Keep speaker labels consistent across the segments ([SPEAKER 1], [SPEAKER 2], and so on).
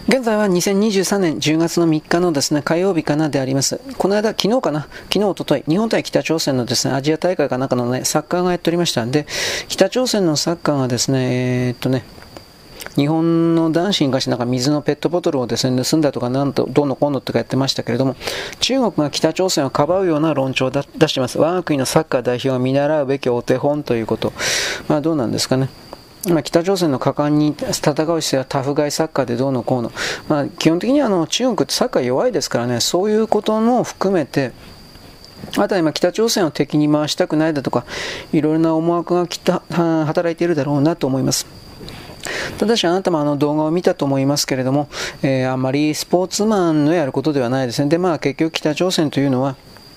[SPEAKER 1] 現在は2023年10月の3日のですね、火曜日かなであります。この間、昨日かな、昨日、おととい、日本対北朝鮮のですね、アジア大会かなんかのね、サッカーがやっておりました。で、北朝鮮のサッカーがですね、日本の男子に関してなんか水のペットボトルをですね、盗んだとかなんとどうのこうのとかやってましたけれども、中国が北朝鮮をかばうような論調を出しています。我が国のサッカー代表が見習うべきお手本ということ。まあどうなんですかね。北朝鮮の果敢に戦う姿勢はタフガイサッカーでどうのこうの。基本的には中国ってサッカー弱いですからね、そういうことも含めて、あとは今北朝鮮を敵に回したくないだとか、いろいろな思惑が働いているだろうなと思います。ただしあなたも動画を見たと思いますけれども、あんまりスポーツマンのやることではないですね。で、結局北朝鮮というのは、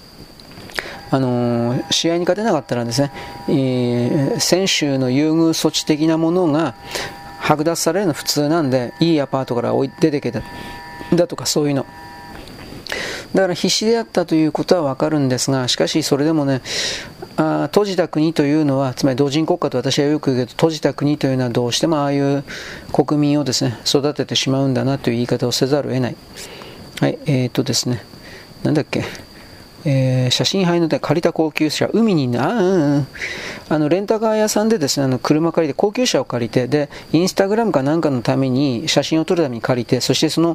[SPEAKER 1] 試合に勝てなかったらですね、選手の優遇措置的なものが剥奪されるの普通なんで、いいアパートから出てけただとかそういうの。だから必死であったということはわかるんですが、しかしそれでもね、閉じた国というのは、つまり同人国家と私はよく言うけど、閉じた国というのはどうしてもああいう国民をですね、育ててしまうんだなという言い方をせざるを得ない。はい、ですね、なんだっけ。写真入ので借りた高級車、海にレンタカー屋さんでですね、車借りて、高級車を借りて、で、インスタグラムかなんかのために、写真を撮るために借りて、そしてその、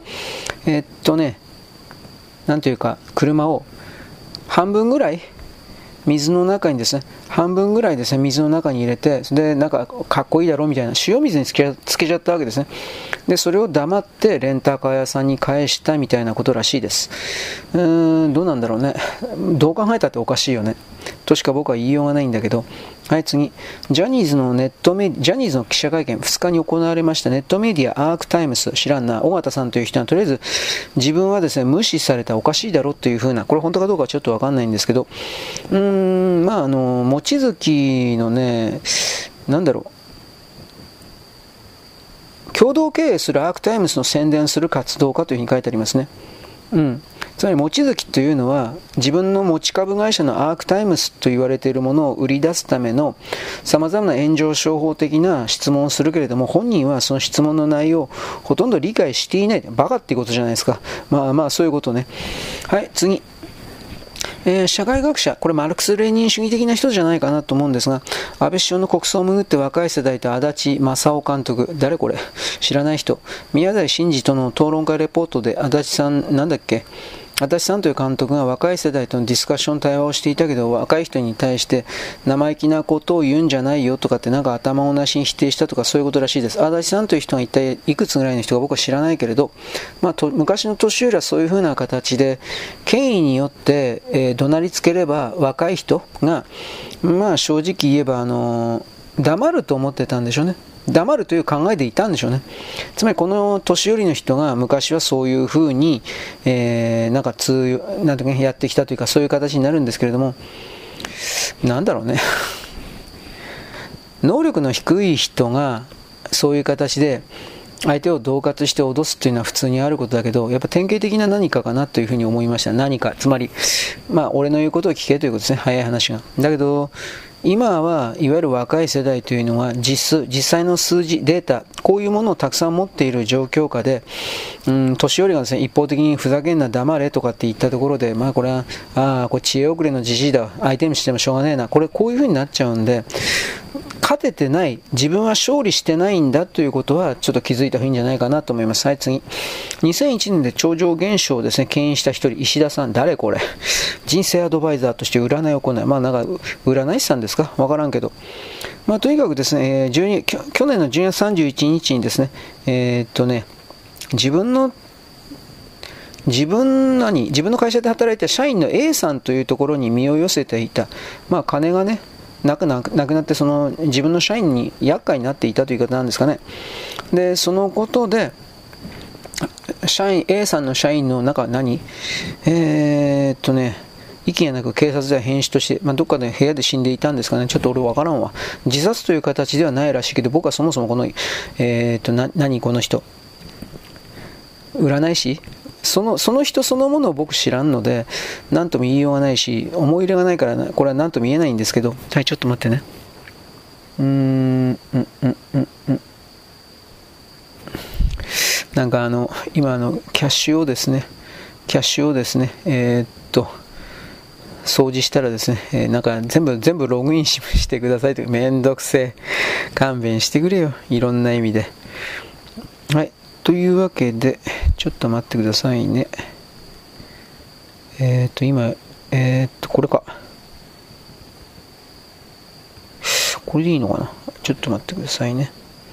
[SPEAKER 1] なんというか、車を半分ぐらい、水の中にですね、半分ぐらいですね、水の中に入れて、で、なんかかっこいいだろうみたいな、塩水につけちゃったわけですね。で、それを黙ってレンタカー屋さんに返したみたいなことらしいです。どうなんだろうね。どう考えたっておかしいよね。としか僕は言いようがないんだけど。はい、次。ジャニーズの記者会見、2日に行われましたネットメディアアークタイムス、知らんな、尾形さんという人はとりあえず自分はですね、無視されたおかしいだろうというふうな、これ本当かどうかはちょっとわかんないんですけど、望月のね、なんだろう、共同経営するアークタイムスの宣伝する活動家というふうに書いてありますね。つまり望月というのは自分の持ち株会社のアークタイムスと言われているものを売り出すためのさまざまな炎上商法的な質問をするけれども、本人はその質問の内容をほとんど理解していない。バカっていうことじゃないですか。そういうことね。はい、次。社会学者、これマルクス・レーニン主義的な人じゃないかなと思うんですが、安倍首相の国葬をめぐって若い世代と足立正夫監督、誰これ知らない人、宮台真司との討論会レポートで足立さん、なんだっけ、足立さんという監督が若い世代とのディスカッション対話をしていたけど、若い人に対して生意気なことを言うんじゃないよとかってなんか頭をなしに否定したとかそういうことらしいです。足立さんという人が一体いくつぐらいの人か僕は知らないけれど、昔の年寄りはそういう風な形で権威によって、怒鳴りつければ若い人が正直言えば黙ると思ってたんでしょうね。黙るという考えでいたんでしょうね。つまりこの年寄りの人が昔はそういうふうに、なんとかやってきたというかそういう形になるんですけれども、なんだろうね。能力の低い人がそういう形で相手を恫喝して脅すというのは普通にあることだけど、やっぱ典型的な何かかなというふうに思いました。何か、つまり、俺の言うことを聞けということですね。早い話が。だけど、今はいわゆる若い世代というのは実際の数字、データ、こういうものをたくさん持っている状況下で、年寄りがですね、一方的にふざけんな黙れとかって言ったところで、これは、これ知恵遅れのじじいだ、相手にしてもしょうがねえな、こういうふうになっちゃうんで、勝ててない、自分は勝利してないんだということはちょっと気づいた方がいいんじゃないかなと思います。はい、次。2001年で超常現象をですね、牽引した一人、石田さん。誰これ？人生アドバイザーとして占いを行い。なんか、占い師さんですか？わからんけど。とにかくですね、去年の12月31日にですね、自分の会社で働いた社員の A さんというところに身を寄せていた。金がね、なくなって自分の社員に厄介になっていたという言い方なんですかね。で、そのことで、A さんの社員の息がなく警察では変死として、どっかで部屋で死んでいたんですかね。ちょっと俺わからんわ。自殺という形ではないらしいけど、僕はそもそもこの、この人。占い師その人そのものを僕知らんので、何とも言いようがないし、思い入れがないから、これは何とも言えないんですけど、はい、ちょっと待ってね。 なんか今キャッシュをですね、掃除したらですね、なんか全部ログインしてくださいと、めんどくせえ、勘弁してくれよ、いろんな意味で。はい、というわけで、ちょっと待ってくださいね。今、これか。これでいいのかな。ちょっと待ってくださいね。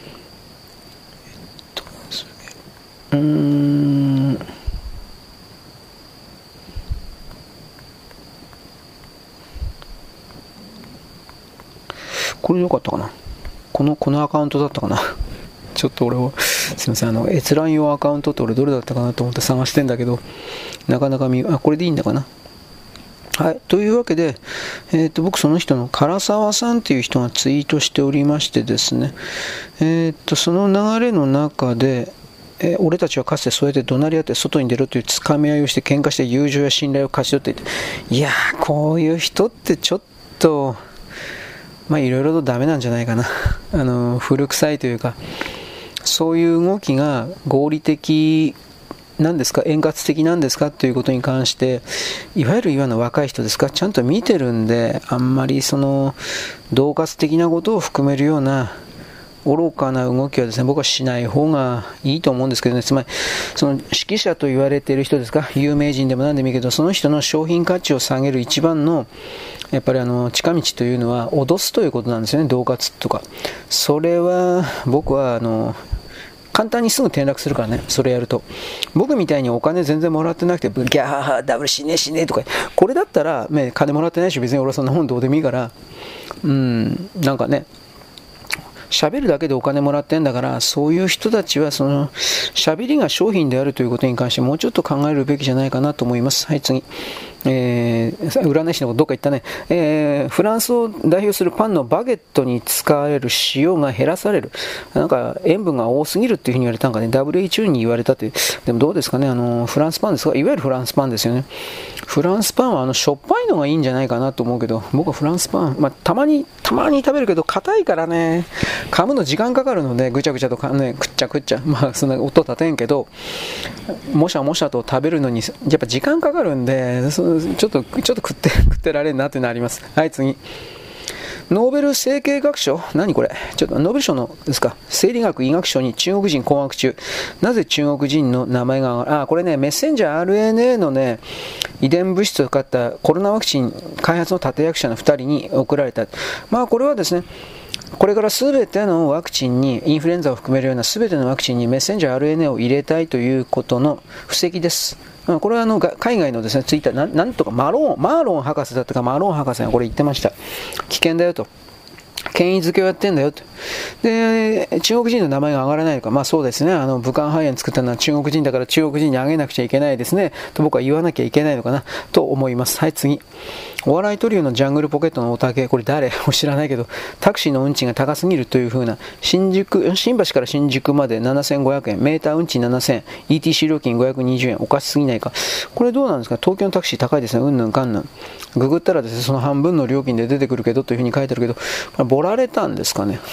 [SPEAKER 1] これでよかったかな。このアカウントだったかな。ちょっと俺はすみません、閲覧用アカウントって俺どれだったかなと思って探してんだけど、なかなかこれでいいんだかな。はい、というわけで、僕その人の唐沢さんっていう人がツイートしておりましてですね、その流れの中で、俺たちはかつてそうやって怒鳴り合って外に出ろというつかみ合いをして喧嘩して友情や信頼を勝ち取っていて、いやー、こういう人ってちょっといろいろとダメなんじゃないかな。古臭いというか、そういう動きが合理的なんですか、円滑的なんですかということに関して、いわゆる今の若い人ですか、ちゃんと見てるんで、あんまりその恫喝的なことを含めるような愚かな動きはですね、僕はしない方がいいと思うんですけどね。つまりその指揮者と言われている人ですか、有名人でも何でもいいけど、その人の商品価値を下げる一番のやっぱり近道というのは脅すということなんですよね。恫喝とか、それは僕は簡単にすぐ転落するからね、それやると。僕みたいにお金全然もらってなくて、ギャーダブル死ね死ねとか、これだったら、ね、金もらってないし、別に俺はそんなもんどうでもいいから、なんかね、喋るだけでお金もらってんだから、そういう人たちはその喋りが商品であるということに関してもうちょっと考えるべきじゃないかなと思います。はい、次。占い師のことどっか言ったね。フランスを代表するパンのバゲットに使われる塩が減らされる。なんか塩分が多すぎるっていうふうに言われたんかね。WHO に言われたという。でもどうですかね。フランスパンですか。いわゆるフランスパンですよね。フランスパンはしょっぱいのがいいんじゃないかなと思うけど、僕はフランスパン、たまに食べるけど硬いからね、噛むの時間かかるので、ぐちゃぐちゃとね、くっちゃ、そんな音立てんけど、もしゃもしゃと食べるのにやっぱ時間かかるんで、ちょっと食ってられるなっていうのあります。はい、次。ノーベル生形学賞、何これ、ちょっとノーベル賞のですか、生理学医学賞に中国人困惑中。なぜ中国人の名前が上がる。これね、メッセンジャー RNA のね、遺伝物質を使ったコロナワクチン開発の立役者の2人に贈られた。これはですね、これから全てのワクチンに、インフルエンザを含めるような全てのワクチンにメッセンジャー RNA を入れたいということの布石です。これは海外のですね、ツイッター、なんとかマーロン博士だったか、マーロン博士がこれ言ってました。危険だよと。権威づけをやってんだよと。で、中国人の名前が上がらないのか。そうですね。武漢肺炎作ったのは中国人だから中国人にあげなくちゃいけないですね。と僕は言わなきゃいけないのかな。と思います。はい、次。お笑いトリオのジャングルポケットのおたけ。これ誰も知らないけど、タクシーの運賃が高すぎるという風な、新橋から新宿まで7500円。メーター運賃7000円。ETC 料金520円。おかしすぎないか。これどうなんですか。東京のタクシー高いですね。うんぬんかんぬん。ググったらですね、その半分の料金で出てくるけどという風に書いてあるけど、ボラれたんですかね。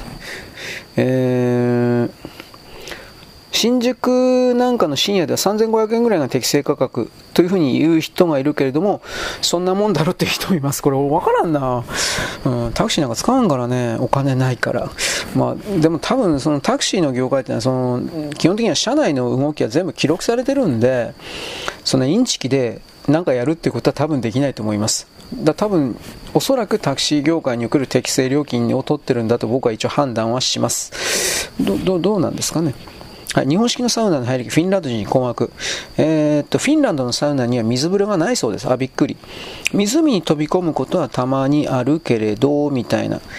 [SPEAKER 1] 新宿なんかの深夜では3500円ぐらいが適正価格というふうに言う人がいるけれども、そんなもんだろっていう人もいます。これ分からんな、タクシーなんか使わんからね、お金ないから。でも多分そのタクシーの業界ってのは基本的には車内の動きは全部記録されてるんで、そのインチキで何かやるっていうことは多分できないと思います。多分おそらくタクシー業界における適正料金を取ってるんだと僕は一応判断はします。どうなんですかね。はい、日本式のサウナの入りフィンランド人に困惑。フィンランドのサウナには水風呂がないそうです。びっくり。湖に飛び込むことはたまにあるけれどみたいな。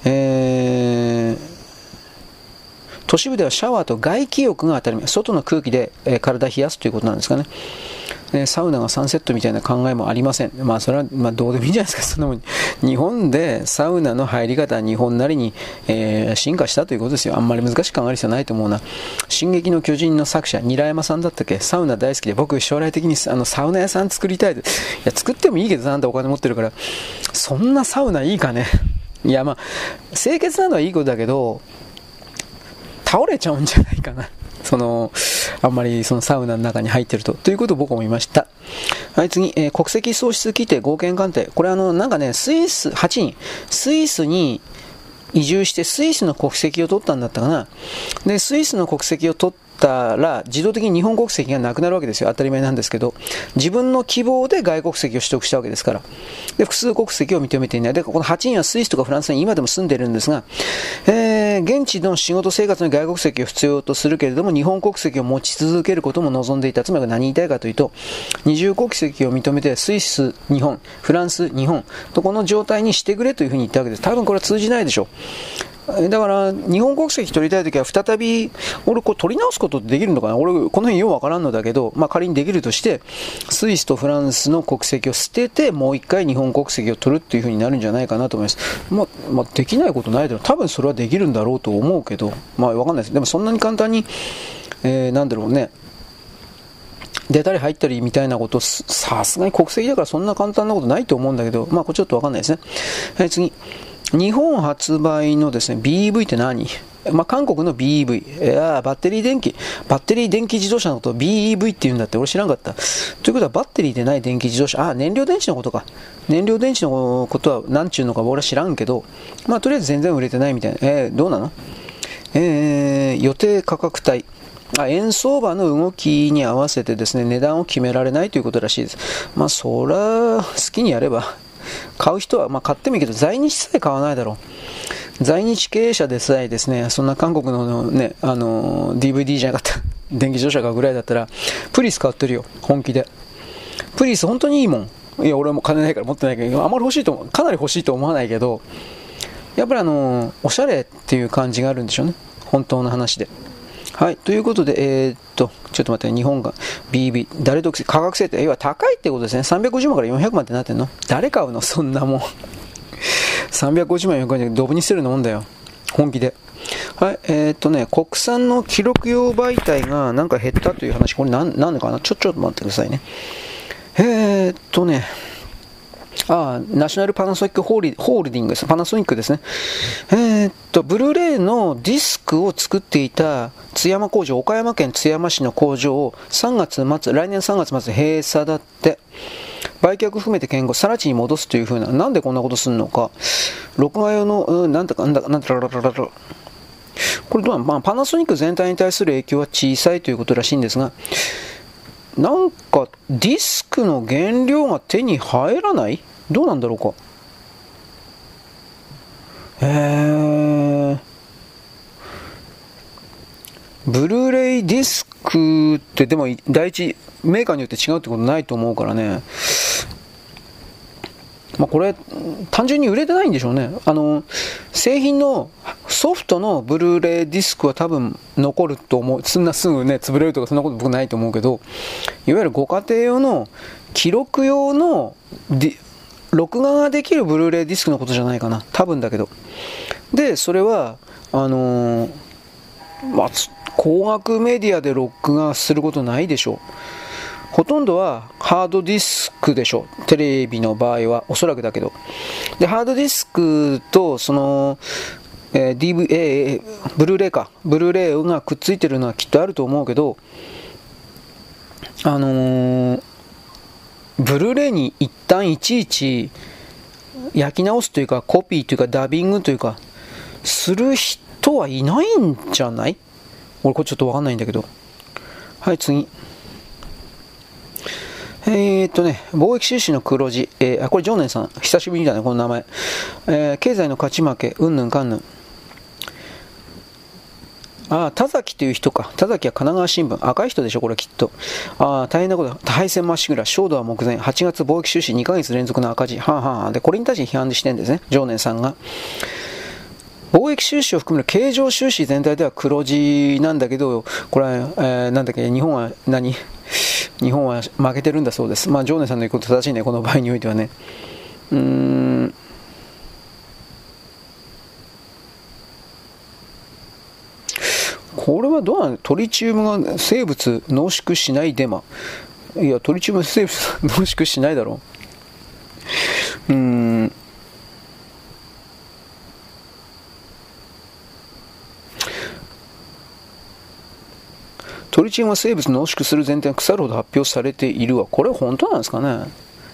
[SPEAKER 1] 都市部ではシャワーと外気浴が当たり前、外の空気で、体を冷やすということなんですかね。サウナが3セットみたいな考えもありません。それはどうでもいいじゃないですか。そんなもん日本でサウナの入り方は日本なりに、進化したということですよ。あんまり難しく考える必要はないと思うな。進撃の巨人の作者韮山さんだったっけ、サウナ大好きで、僕将来的にサウナ屋さん作りたい。いや作ってもいいけどあんたお金持ってるから、そんなサウナいいかね。いや清潔なのはいいことだけど倒れちゃうんじゃないかな。 あんまりそのサウナの中に入ってるということを僕は思いました。はい、次、国籍喪失規定合憲鑑定。これなんかね、スイス、8人、スイスに移住してスイスの国籍を取ったんだったかな。で、スイスの国籍を取ったら自動的に日本国籍がなくなるわけですよ。当たり前なんですけど、自分の希望で外国籍を取得したわけですから。で、複数国籍を認めていない。で、この8人はスイスとかフランスに今でも住んでるんですが、現地の仕事生活に外国籍を必要とするけれども、日本国籍を持ち続けることも望んでいた。つまり何言いたいかというと、二重国籍を認めてスイス、日本、フランス、日本とこの状態にしてくれというふうに言ったわけです。多分これは通じないでしょう。だから日本国籍取りたいときは再び俺これ取り直すことってできるのかな。俺この辺ようわからんのだけど、仮にできるとしてスイスとフランスの国籍を捨ててもう一回日本国籍を取るっていう風になるんじゃないかなと思います。できないことないだろう。多分それはできるんだろうと思うけど、わかんないです。でもそんなに簡単に、なんだろうね、出たり入ったりみたいなこと、さすがに国籍だからそんな簡単なことないと思うんだけど、これちょっとわかんないですね。はい、次。日本発売のですね、BEV って何？韓国の BEV。バッテリー電気自動車のことを BEV って言うんだって俺知らんかった。ということはバッテリーでない電気自動車、燃料電池のことか。燃料電池のことは何ちゅうのか俺は知らんけど、とりあえず全然売れてないみたいな。どうなの？予定価格帯。円相場の動きに合わせてですね、値段を決められないということらしいです。そら、好きにやれば。買う人は、買ってもいいけど、在日さえ買わないだろう。在日経営者でさえですね、そんな韓国のね、DVD じゃなかった、電気自動車買うぐらいだったら、プリス買ってるよ、本気で。プリス本当にいいもん。いや、俺はもう金ないから持ってないけど、あまり欲しいと、かなり欲しいと思わないけど、やっぱりおしゃれっていう感じがあるんでしょうね。本当の話で。はい。ということで、ちょっと待って、日本が BB、誰得価格設定、要は高いってことですね。350万から400万ってなってんの？誰買うのそんなもん。350万400万でドブに捨てるのもんだよ。本気で。はい。国産の記録用媒体がなんか減ったという話、これなんでかな？ちょっと待ってくださいね。ナショナルパナソニックホールディングス、パナソニックですね。ブルーレイのディスクを作っていた津山工場、岡山県津山市の工場を来年3月末閉鎖だって、売却含めて更地に戻すという風な、なんでこんなことするのか、録画用の、これどうなの？パナソニック全体に対する影響は小さいということらしいんですが、なんかディスクの原料が手に入らない？どうなんだろうか。ブルーレイディスクってでも第一メーカーによって違うってことないと思うからね。これ単純に売れてないんでしょうね。製品のソフトのブルーレイディスクは多分残ると思う。そんなすぐね潰れるとかそんなこと僕ないと思うけど、いわゆるご家庭用の記録用の録画ができるブルーレイディスクのことじゃないかな、多分だけど。でそれは高額メディアで録画することないでしょう。ほとんどはハードディスクでしょ、テレビの場合はおそらくだけど。でハードディスクとその、ブルーレイがくっついてるのはきっとあると思うけど、ブルーレイに一旦いちいち焼き直すというかコピーというかダビングというかする人はいないんじゃない？俺これちょっと分かんないんだけど。はい次。貿易収支の黒字、これ常念さん久しぶりだねこの名前、経済の勝ち負けうんぬんかんぬん。田崎という人か。田崎は神奈川新聞。赤い人でしょこれきっと。大変なこと。敗戦まっしぐら。焦土は目前。8月貿易収支2ヶ月連続の赤字。でこれに対して批判してるんですね、常念さんが。貿易収支を含める経常収支全体では黒字なんだけど、これは、なんだっけ、日本は負けてるんだそうです。常念さんの言うこと正しいね、この場合においてはね。これはどうなの？トリチウムが生物濃縮しないデマ。いや、トリチウム生物濃縮しないだろう。 トリチウムは生物濃縮する前提が腐るほど発表されているわ。これは本当なんですかね。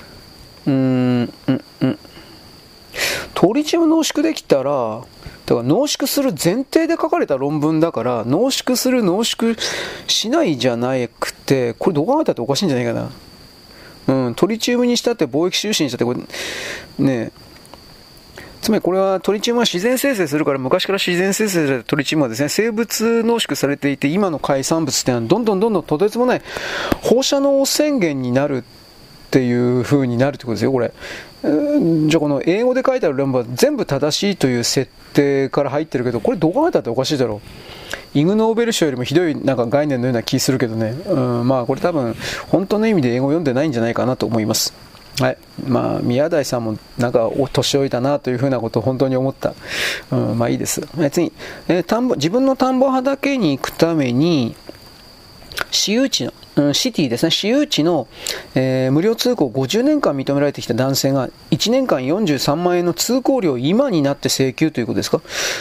[SPEAKER 1] トリチウム濃縮できたら、だから濃縮する前提で書かれた論文だから、濃縮する濃縮しないじゃなくて、これどう考えたっておかしいんじゃないかな。トリチウムにしたって貿易収支にしたってこれね、つまりこれはトリチウムは自然生成するから、昔から自然生成されたトリチウムはですね、生物濃縮されていて、今の海産物っていうのはどんどんとてつもない放射能宣言になるっていう風になるってことですよ、これ。じゃあこの英語で書いてある論文は全部正しいという設定から入ってるけど、これどう考えたっておかしいだろう。イグ・ノーベル賞よりもひどいなんか概念のような気するけどね。まあこれ多分本当の意味で英語読んでないんじゃないかなと思います。はい。まあ宮台さんもなんか年老いたなというふうなことを本当に思った。まあいいです。次、自分の田んぼ畑に行くために私有地のシティですね、私有地の、無料通行50年間認められてきた男性が1年間43万円の通行料を今になって請求ということですか。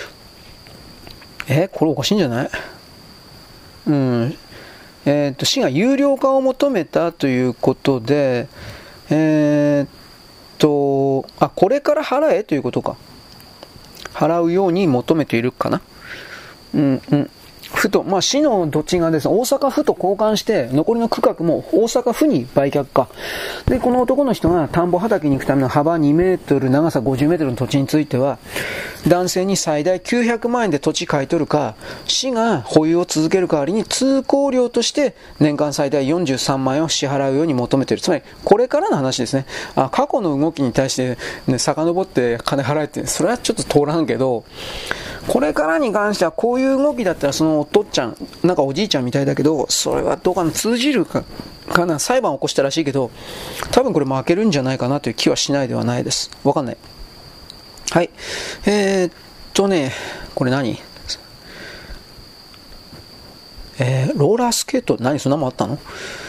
[SPEAKER 1] これおかしいんじゃない？市が有料化を求めたということで、これから払えということか。払うように求めているかな。府と、市の土地がですね、大阪府と交換して、残りの区画も大阪府に売却か。で、この男の人が田んぼ畑に行くための幅2メートル、長さ50メートルの土地については、男性に最大900万円で土地買い取るか、市が保有を続ける代わりに通行料として年間最大43万円を支払うように求めている。つまり、これからの話ですね。過去の動きに対して、ね、遡って金払えって、それはちょっと通らんけど、これからに関してはこういう動きだったらそのお父っちゃん、なんかおじいちゃんみたいだけど、それはどうかな、通じるかな、裁判を起こしたらしいけど、多分これ負けるんじゃないかなという気はしないではないです。わかんない。はい。これ何？ローラースケート、そんなもんあったの？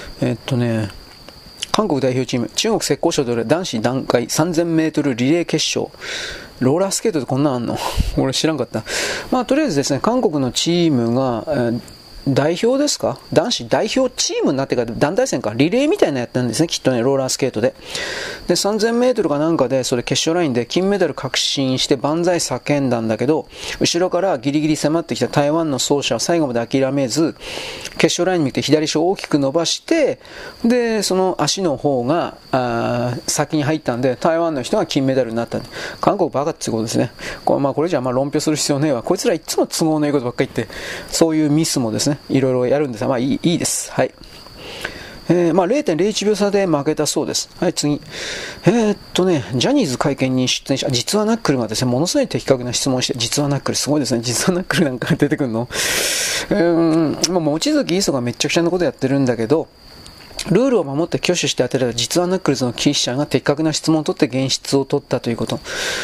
[SPEAKER 1] 韓国代表チーム、中国浙江省でよる男子団体3000メートルリレー決勝。ローラースケートってこんなんあんの？俺知らんかった。とりあえずですね、韓国のチームが、代表ですか？男子代表チームになってから団体戦か、リレーみたいなやったんですね、きっとね、ローラースケートで。で、3000メートルかなんかで、それ決勝ラインで金メダル確信して万歳叫んだんだけど、後ろからギリギリ迫ってきた台湾の走者は最後まで諦めず、決勝ラインに向けて左足を大きく伸ばして、で、その足の方が、先に入ったんで、台湾の人が金メダルになったんで、韓国バカってことですね。これじゃ論評する必要ねえわ。こいつらいつも都合のいいことばっかり言って、そういうミスもですね、いろいろやるんですが、いいです。はい。0.01 秒差で負けたそうです。はい、次。ジャニーズ会見に出演し、実はナックルがですね、ものすごい的確な質問をして、実はナックル、すごいですね。実はナックルなんか出てくるの？望月磯がめっちゃくちゃなことやってるんだけど、ルールを守って挙手して当てられた実はナックルズの記者が的確な質問を取って現実を取ったということ。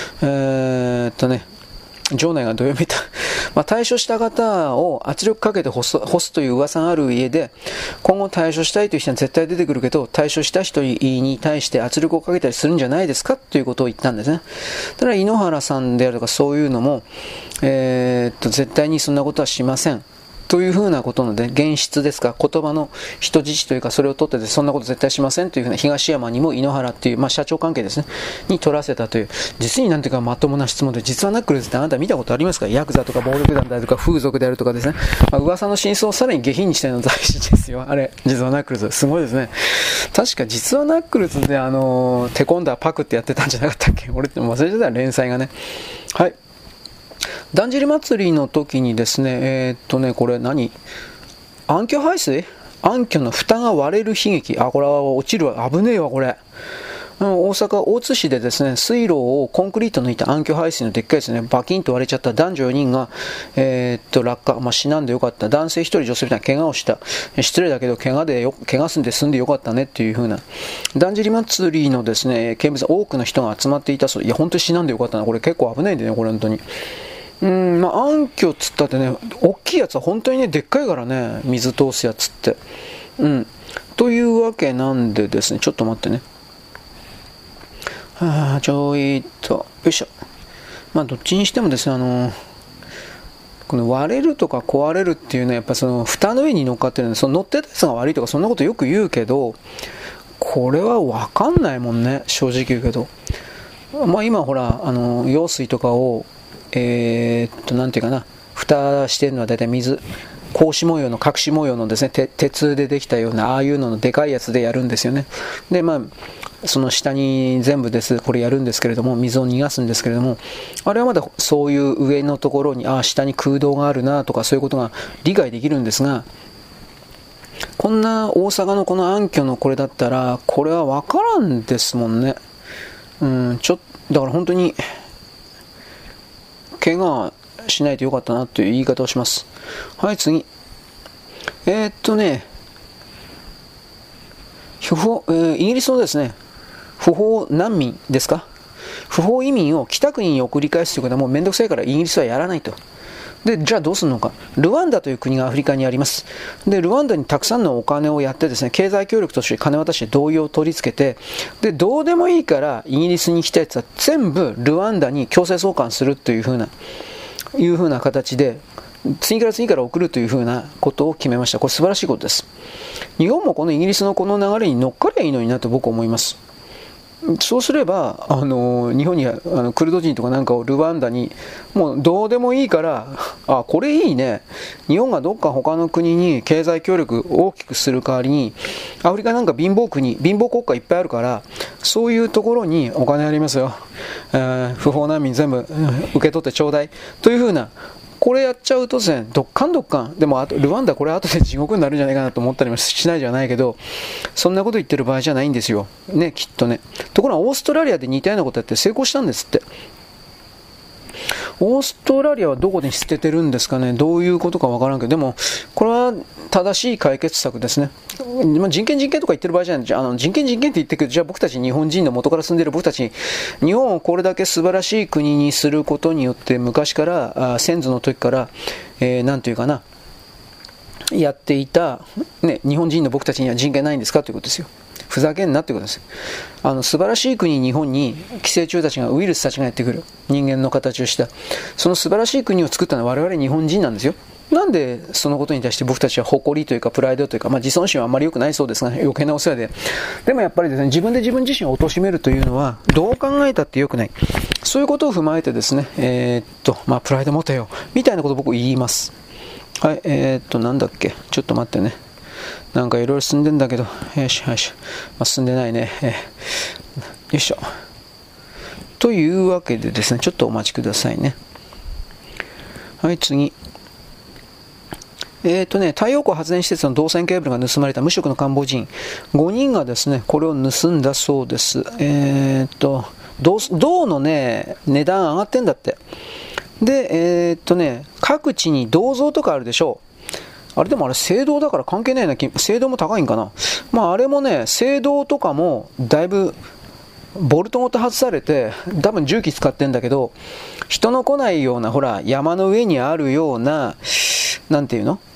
[SPEAKER 1] 場内がどよめいた。退所した方を圧力かけて干すという噂がある家で、今後退所したいという人は絶対出てくるけど、退所した人に対して圧力をかけたりするんじゃないですかということを言ったんですね。ただ井ノ原さんであるとかそういうのも、絶対にそんなことはしません。というふうなことので、現実ですか、言葉の人質というか、それを取ってて、そんなこと絶対しませんというふうな東山にも井ノ原っていう、社長関係ですね、に取らせたという、実になんていうかまともな質問で、実はナックルズってあなた見たことありますか？ヤクザとか暴力団であるとか、風俗であるとかですね、噂の真相をさらに下品にしたような雑誌ですよ。あれ、実はナックルズ。すごいですね。確か実はナックルズでテコンダーパクってやってたんじゃなかったっけ？俺って忘れてた、連載がね。はい。だんじり祭りの時にですね、これ何？暗渠排水？暗渠の蓋が割れる悲劇。これは落ちるわ。危ねえわ、これ。大阪大津市でですね、水路をコンクリート抜いた暗渠排水のでっかいですね、バキンと割れちゃった男女4人が、落下、死なんでよかった。男性1人、女性2人、怪我をした。失礼だけど、怪我すんで済んでよかったねっていう風な。だんじり祭りのですね、見物多くの人が集まっていたそう。いや、本当に死なんでよかったな。これ結構危ないんでね、これ本当に。暗渠っつったってね、大きいやつは本当にね、でっかいからね、水通すやつって。というわけなんでですね、ちょっと待ってね。よいしょ。どっちにしてもですね、 この割れるとか壊れるっていうのはやっぱその蓋の上に乗っかってるんで、その乗ってたやつが悪いとかそんなことよく言うけど、これは分かんないもんね、正直言うけど。まあ今ほら用水とかをなんていうかな、蓋してるのはだいたい水、格子模様のですね、鉄でできたようなああいうののでかいやつでやるんですよね。でまあその下に全部ですこれやるんですけれども、水を逃がすんですけれども、あれはまだそういう上のところに下に空洞があるなとかそういうことが理解できるんですが、こんな大阪のこの暗渠のこれだったらこれは分からんですもんね。だから本当に怪我しないとよかったなという言い方をします。はい、次。イギリスのですね、不法難民ですか、不法移民を北国に送り返すということはもうめんどくさいからイギリスはやらないと。でじゃあどうするのか。ルワンダという国がアフリカにあります。でルワンダにたくさんのお金をやってですね、経済協力として金渡して同意を取り付けて、でどうでもいいからイギリスに来たやつは全部ルワンダに強制送還するというふうな形で次から送るというふうなことを決めました。これ素晴らしいことです。日本もこのイギリスのこの流れに乗っかりゃいいのになと僕は思います。そうすれば日本にクルド人とかなんかをルワンダにもうどうでもいいから、これいいね、日本がどっか他の国に経済協力を大きくする代わりにアフリカなんか貧乏国家いっぱいあるから、そういうところにお金ありますよ、不法難民全部受け取ってちょうだいというふうな、これやっちゃうとですね、どっかんでもルワンダこれ後で地獄になるんじゃないかなと思ったりもしないじゃないけど、そんなこと言ってる場合じゃないんですよね、きっとね。ところがオーストラリアで似たようなことやって成功したんですって。オーストラリアはどこで捨ててるんですかね、どういうことかわからんけど、でもこれは正しい解決策ですね。人権とか言ってる場合じゃない。人権って言ってるけど、じゃあ僕たち日本人の元から住んでいる僕たち、日本をこれだけ素晴らしい国にすることによって昔から先祖の時からなんていうかな、やっていた、日本人の僕たちには人権ないんですかということですよ。ふざけんなってことです。素晴らしい国日本に寄生虫たちが、ウイルスたちがやってくる、人間の形をした、その素晴らしい国を作ったのは我々日本人なんですよ。なんでそのことに対して僕たちは誇りというかプライドというか、自尊心はあんまり良くないそうですが、余計なお世話で。でもやっぱりですね、自分で自分自身を貶めるというのはどう考えたって良くない。そういうことを踏まえてですね、プライド持てよみたいなことを僕言います。はい、なんだっけ、ちょっと待ってね。なんかいろいろ進んでんだけど、進んでないね。よいしょ。というわけでですね、ちょっとお待ちくださいね。はい、次。太陽光発電施設の導線ケーブルが盗まれた無職のカンボジン5人がですね、これを盗んだそうです。銅のね、値段上がってんだって。で、各地に銅像とかあるでしょう。あれでもあれ青銅だから関係ないな、青銅も高いんかな。あれもね、青銅とかもだいぶボルトごと外されて、多分重機使ってんだけど、人の来ないような、ほら、山の上にあるような、なんていうの？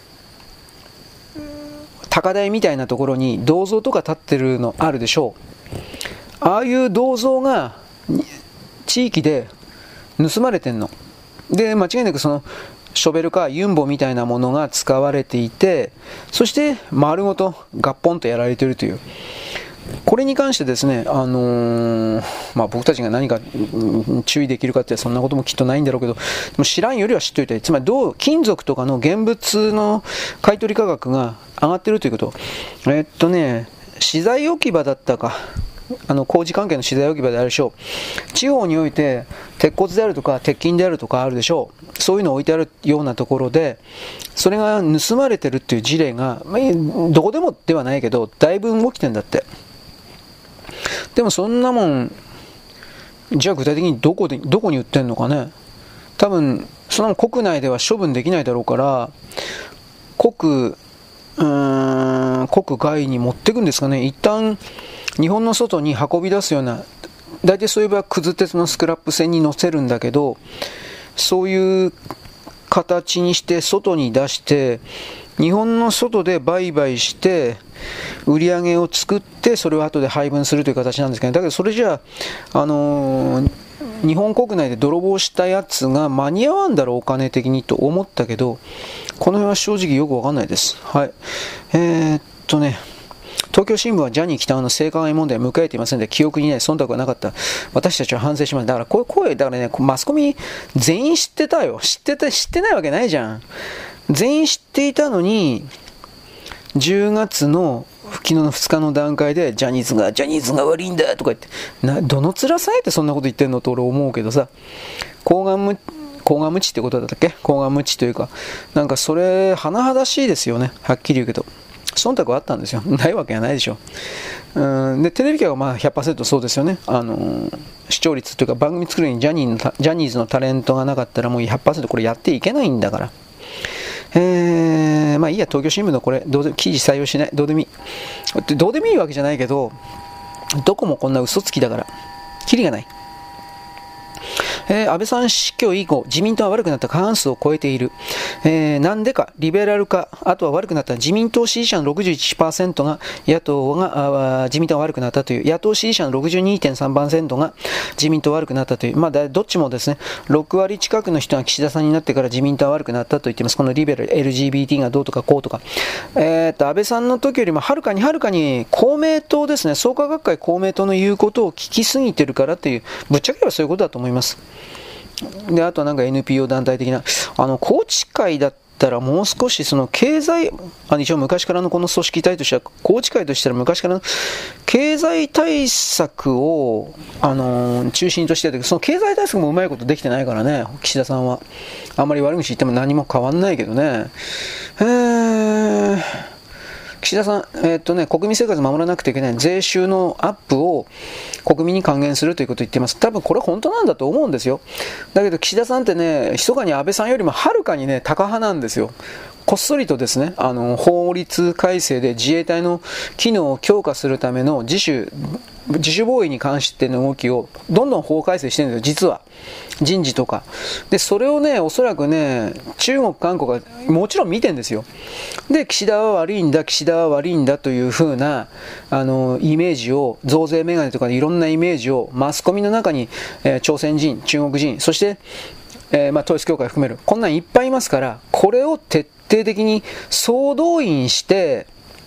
[SPEAKER 1] 高台みたいなところに銅像とか立ってるのあるでしょう。ああいう銅像が地域で盗まれてんの。で、間違いなくそのショベルカー、ユンボみたいなものが使われていて、そして丸ごとガッポンとやられているという。これに関してですね、僕たちが何か注意できるかってそんなこともきっとないんだろうけど、でも知らんよりは知っておいたい。つまり金属とかの現物の買取価格が上がっているということ。資材置き場だったか、工事関係の資材置き場であるでしょう。地方において鉄骨であるとか鉄筋であるとかあるでしょう。そういうのを置いてあるようなところで、それが盗まれてるっていう事例が、どこでもではないけどだいぶ起きてんだって。でもそんなもん、じゃあ具体的にどこに売ってんのかね。多分その国内では処分できないだろうから、国外に持っていくんですかね。一旦日本の外に運び出すような、大体そういえばくず鉄のスクラップ船に乗せるんだけど、そういう形にして外に出して、日本の外で売買して売り上げを作って、それを後で配分するという形なんですけど、だけどそれじゃ日本国内で泥棒したやつが間に合わんだろうお金的にと思ったけど、この辺は正直よくわかんないです。はい。東京新聞はジャニー喜多川の性加害問題を迎えていませんので、記憶にない、忖度はなかった。私たちは反省します。だからこういう声、だからね、マスコミ全員知ってたよ。知ってないわけないじゃん。全員知っていたのに、10月の昨日の2日の段階でジャニーズが悪いんだとか言って、どの面さえてそんなこと言ってんのと俺思うけどさ、厚顔無知ってことだったっけ？厚顔無知というか、なんかそれ甚だしいですよね。はっきり言うけど。忖度はあったんですよ。ないわけがないでしょ。でテレビ局はまあ 100% そうですよね。視聴率というか番組作るにジャニーズのタレントがなかったらもう 100% これやっていけないんだから。まあいいや、東京新聞のこれ記事採用しない。どうでもいいわけじゃないけど、どこもこんな嘘つきだからキリがない。安倍さん死去以降、自民党は悪くなった過半数を超えている。なんでか、リベラル化、あとは悪くなった自民党支持者の 61% が自民党が悪くなったという、野党支持者の 62.3% が自民党は悪くなったという、まあどっちもですね、6割近くの人が岸田さんになってから自民党は悪くなったと言っています。このリベラル、LGBT がどうとかこうとか。安倍さんの時よりもはるかに公明党ですね、創価学会公明党の言うことを聞きすぎてるからという、ぶっちゃけはそういうことだと思います。で、あとはなんか NPO 団体的な、宏池会だったらもう少しその経済、一応昔からのこの組織体としては、宏池会としたら昔からの経済対策を、中心としてやって、その経済対策もうまいことできてないからね、岸田さんは。あんまり悪口言っても何も変わんないけどね。岸田さん、国民生活を守らなくてはいけない税収のアップを国民に還元するということを言っています。多分これ本当なんだと思うんですよ。だけど岸田さんってね、密かに安倍さんよりもはるかにね、タカ派なんですよ。こっそりとですね、法律改正で自衛隊の機能を強化するための自主防衛に関しての動きをどんどん法改正してるんですよ、実は。人事とか。で、それをね、おそらくね、中国、韓国はもちろん見てんですよ。で、岸田は悪いんだという風な、イメージを、増税メガネとかでいろんなイメージを、マスコミの中に、朝鮮人、中国人、そして、統一教会含める。こんなんいっぱいいますから、これを徹底的に総動員して、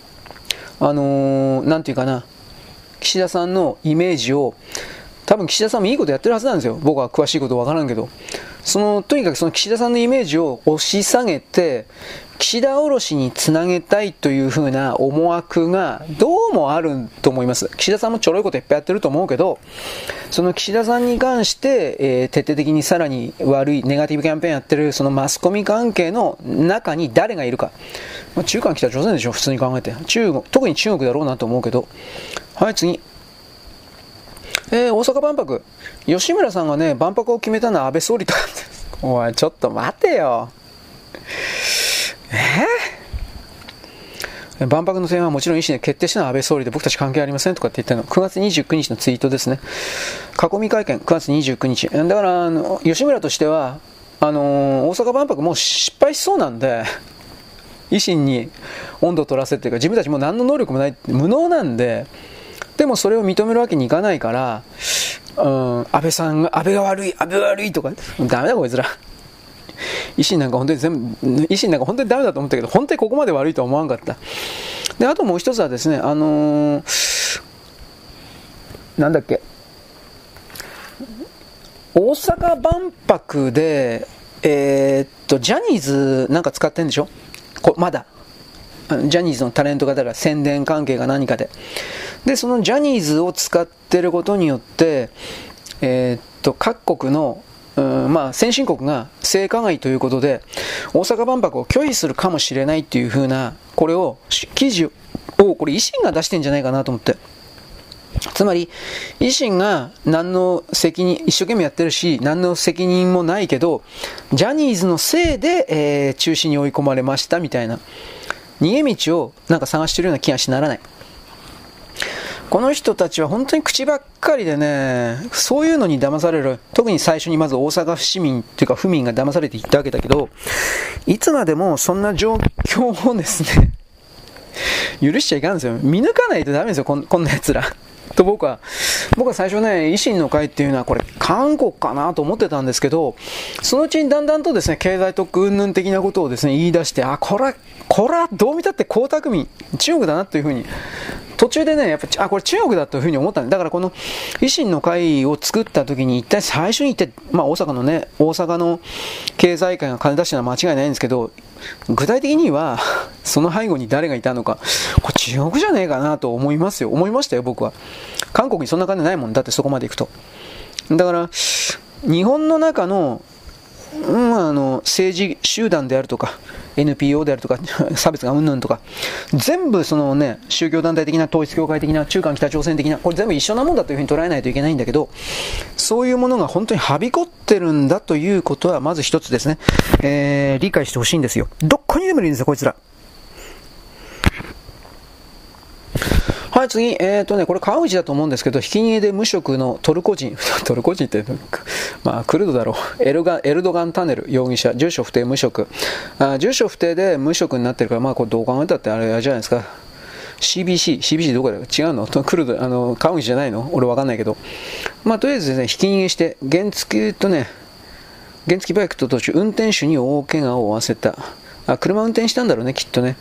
[SPEAKER 1] なんていうかな、岸田さんのイメージを、多分岸田さんもいいことやってるはずなんですよ。僕は詳しいことわからんけど。とにかくその岸田さんのイメージを押し下げて、岸田おろしにつなげたいというふうな思惑がどうもあると思います。岸田さんもちょろいこといっぱいやってると思うけど、その岸田さんに関して、徹底的にさらに悪いネガティブキャンペーンやってるそのマスコミ関係の中に誰がいるか。中韓北朝鮮でしょ、普通に考えて。特に中国だろうなと思うけど。はい、次。大阪万博。吉村さんがね、万博を決めたのは安倍総理とか。おい、ちょっと待てよ。万博の点はもちろん維新で決定したのは安倍総理で僕たち関係ありませんとかって言ったの。9月29日のツイートですね。囲み会見、9月29日。だから、吉村としては、大阪万博もう失敗しそうなんで、維新に温度を取らせっていうか、自分たちも何の能力もない、無能なんで、でもそれを認めるわけにいかないから、安倍が悪いとか、ダメだこいつら。維新なんか本当にダメだと思ったけど、本当にここまで悪いとは思わなかった。で、あともう一つはですね、なんだっけ、大阪万博で、ジャニーズなんか使ってんでしょ？まだ。ジャニーズのタレント方が宣伝関係が何かで。で、そのジャニーズを使ってることによって、各国の、先進国が性加害ということで、大阪万博を拒否するかもしれないっていう風な、記事を、これ維新が出してんじゃないかなと思って。つまり、維新が何の責任、一生懸命やってるし、何の責任もないけど、ジャニーズのせいで、中止に追い込まれましたみたいな、逃げ道をなんか探してるような気がしならない。この人たちは本当に口ばっかりでね、そういうのに騙される。特に最初にまず大阪府市民というか府民が騙されていったわけだけど、いつまでもそんな状況をですね、許しちゃいかんですよ。見抜かないとダメですよ、こんな奴ら。 と僕は最初ね、維新の会っていうのはこれ韓国かなと思ってたんですけど、そのうちにだんだんとですね、経済特区云々的なことをですね、言い出して、これはどう見たって江沢民、中国だなというふうに、途中でね、やっぱこれ中国だというふうに思ったんで、だからこの維新の会を作った時に最初に大阪の経済界が金出したのは間違いないんですけど、具体的にはその背後に誰がいたのか、これ中国じゃねえかなと思いましたよ僕は。韓国にそんな金ないもんだって、そこまで行くと。だから日本の中の政治集団であるとか NPO であるとか差別がうんぬんとか全部そのね、宗教団体的な統一教会的な中韓北朝鮮的なこれ全部一緒なもんだというふうに捉えないといけないんだけど、そういうものが本当にはびこってるんだということはまず一つですね、理解してほしいんですよ。どこにでもいるんですよこいつら。はい、次、これ川口だと思うんですけど、ひき逃げで無職のトルコ人って、クルドだろう、エルドガン・タネル容疑者、住所不定無職。住所不定で無職になってるから、これどう考えたってあれじゃないですか。CBC どこだよ、違うのクルド、川口じゃないの俺わかんないけど。とりあえずですね、ひき逃げして、原付バイクと途中、運転手に大怪我を負わせた。車運転したんだろうね、きっとね。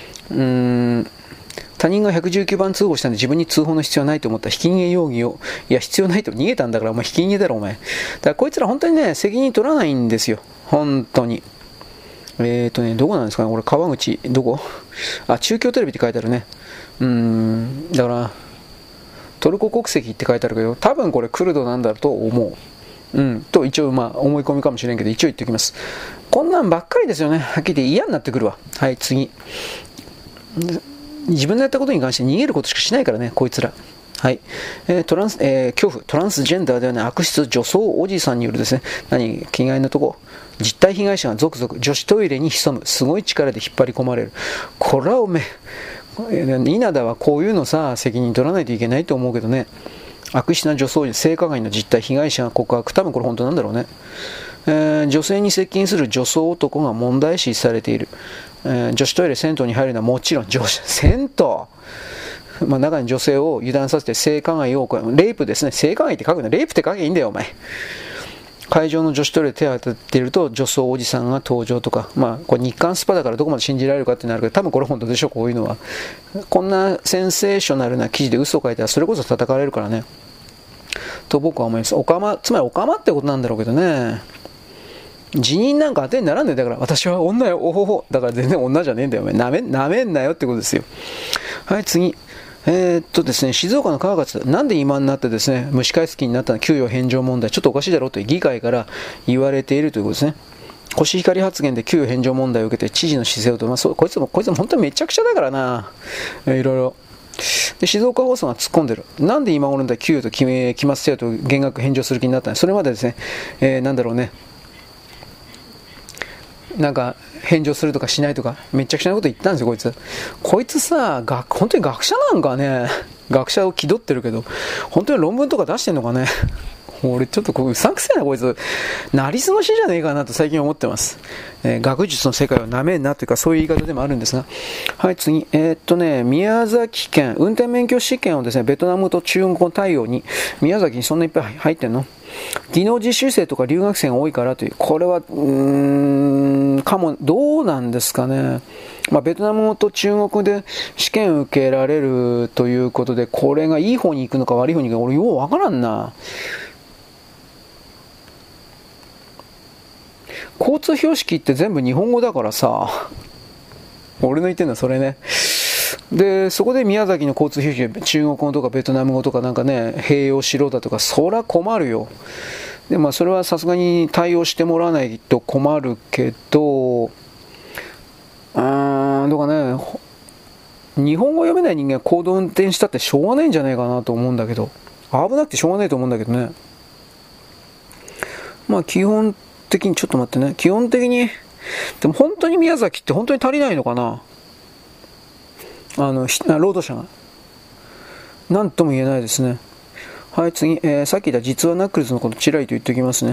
[SPEAKER 1] 他人が119番通報したんで自分に通報の必要はないと思った。ひき逃げ容疑を、必要ないと逃げたんだから、お前ひき逃げだろお前。だからこいつら本当にね、責任取らないんですよ。本当に。どこなんですかね、これ川口、どこ？中京テレビって書いてあるね。だから、トルコ国籍って書いてあるけど、多分これクルドなんだと思う。と一応思い込みかもしれんけど、一応言っておきます。こんなんばっかりですよね。はっきり言って嫌になってくるわ。はい、次。自分のやったことに関して逃げることしかしないからね、こいつら。はい。恐怖、トランスジェンダーではない悪質女装おじさんによるですね、気概のとこ、実体被害者が続々、女子トイレに潜む、すごい力で引っ張り込まれる。これは稲田はこういうのさ、責任取らないといけないと思うけどね。悪質な女装性加害の実態被害者が告白、多分これ本当なんだろうね。女性に接近する女装男が問題視されている。女子トイレ、銭湯に入るのはもちろん銭湯、中に女性を油断させて性加害をレイプですね。性加害って書くの、レイプって書けばいいんだよお前。会場の女子トイレで手を当てていると女装おじさんが登場とか、これ日刊スパだからどこまで信じられるかってなるけど、多分これ本当でしょ、こういうのは。こんなセンセーショナルな記事で嘘を書いたらそれこそ叩かれるからねと僕は思います。つまりオカマってことなんだろうけどね。辞任なんか当てにならんねえ。だから私は女よ、おほほ。だから全然女じゃねえんだよお前。なめんなよってことですよ。はい、次。ですね、静岡の川勝、なんで今になってですね、蒸し返す気になったの給与返上問題、ちょっとおかしいだろうと議会から言われているということですね。コシヒカリ発言で給与返上問題を受けて知事の姿勢をと、こいつも本当にめちゃくちゃだからな、いろいろ。で、静岡放送が突っ込んでる。なんで今頃だ給与と期末制度と減額返上する気になったの？それまでですね、なんだろうね。なんか返上するとかしないとかめちゃくちゃなこと言ったんですよこいつさ、本当に学者なんかね。学者を気取ってるけど本当に論文とか出してんのかね。俺ちょっとうさんくせえなこいつ。なりすましじゃねえかなと最近思ってます。学術の世界をなめんなというかそういう言い方でもあるんですが、はい、次。宮崎県運転免許試験をですね、ベトナムと中国対応に、宮崎にそんないっぱい入ってんの？技能実習生とか留学生が多いからという、これはどうなんですかね。ベトナムと中国で試験を受けられるということで、これがいい方に行くのか悪い方に行くのか俺ようわからんな。交通標識って全部日本語だからさ、俺の言ってんのはそれね。で、そこで宮崎の交通標識、中国語とかベトナム語とかなんかね、併用しろだとか、そら困るよ。で、それはさすがに対応してもらわないと困るけど、どうかね、日本語読めない人間は公道運転したってしょうがないんじゃないかなと思うんだけど、危なくてしょうがないと思うんだけどね。基本的に、ちょっと待ってね、基本的に、でも本当に宮崎って本当に足りないのかな、労働者が。なんとも言えないですね。はい、次。さっき言った実はナックルズのことちらりと言っておきますね。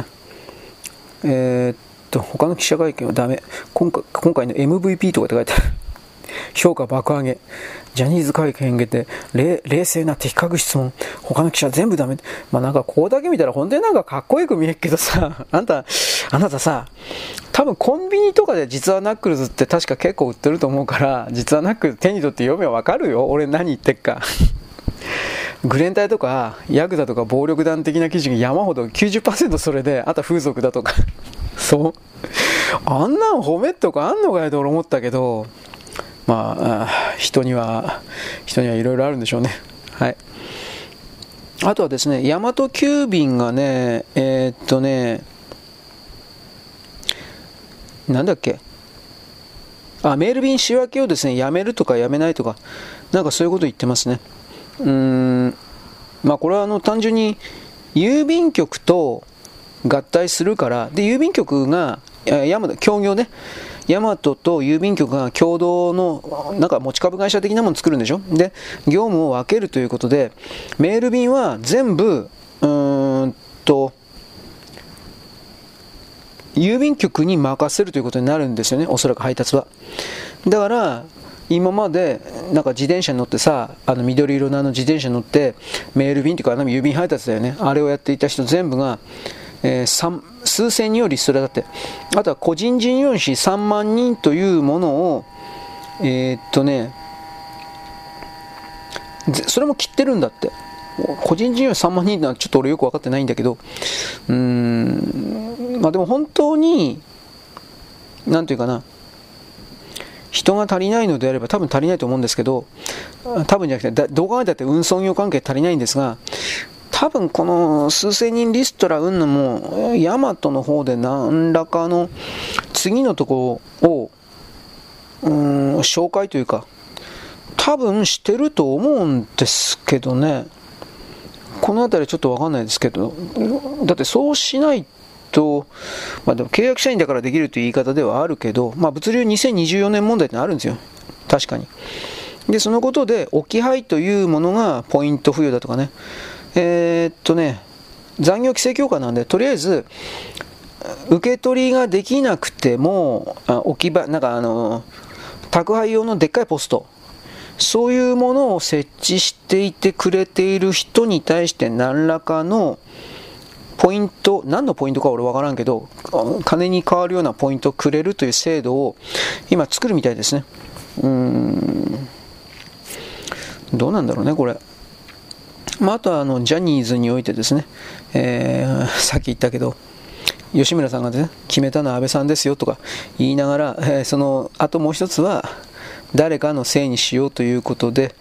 [SPEAKER 1] 他の記者会見はダメ。今回の MVP とかって書いてある。 評価爆上げ。ジャニーズ会見で冷静な的確質問。他の記者全部ダメ。まあなんかここだけ見たら本当になんかかっこよく見えるけどさ、あなたさ、多分コンビニとかで実はナックルズって確か結構売ってると思うから、実はナックルズ手に取って読めばわかるよ。俺何言ってっか。グレン隊とかヤクザとか暴力団的な記事が山ほど 90% それで、あとは風俗だとかそうあんなん褒めとかあんのかよと俺思ったけど、まあ人にはいろいろあるんでしょうね。はい。あとはですね、大和急便がねなんだっけ、メール便仕分けをですねやめるとかやめないとか、なんかそういうこと言ってますね。まあこれは単純に郵便局と合体するから、で郵便局が協業ね、ヤマトと郵便局が共同のなんか持ち株会社的なものを作るんでしょ。で業務を分けるということで、メール便は全部郵便局に任せるということになるんですよね、おそらく配達は。だから今までなんか自転車に乗ってさ、緑色の自転車に乗ってメール便というか郵便配達だよね、あれをやっていた人全部が、数千人をリストラだって。あとは個人事業主3万人というものをそれも切ってるんだって。個人事業主3万人ってのはちょっと俺よく分かってないんだけど、まあでも本当になんていうかな、人が足りないのであれば、多分足りないと思うんですけど、多分じゃなくてどう考えたって運送業関係足りないんですが、多分この数千人リストラうんのもヤマトの方で何らかの次のところを紹介というか多分してると思うんですけどね。このあたりちょっと分かんないですけど、だってそうしないと、まあでも契約社員だからできるという言い方ではあるけど、まあ物流2024年問題ってのあるんですよ、確かに。でそのことで置き配というものがポイント付与だとかね、残業規制強化なんで、とりあえず受け取りができなくても置き場なんか宅配用のでっかいポスト、そういうものを設置していてくれている人に対して何らかのポイント、何のポイントか俺分からんけど、金に変わるようなポイントをくれるという制度を今作るみたいですね。どうなんだろうねこれ。まあ、あとはジャニーズにおいてですね、さっき言ったけど吉村さんがね、決めたのは安倍さんですよとか言いながら、そのあともう一つは誰かのせいにしようということで、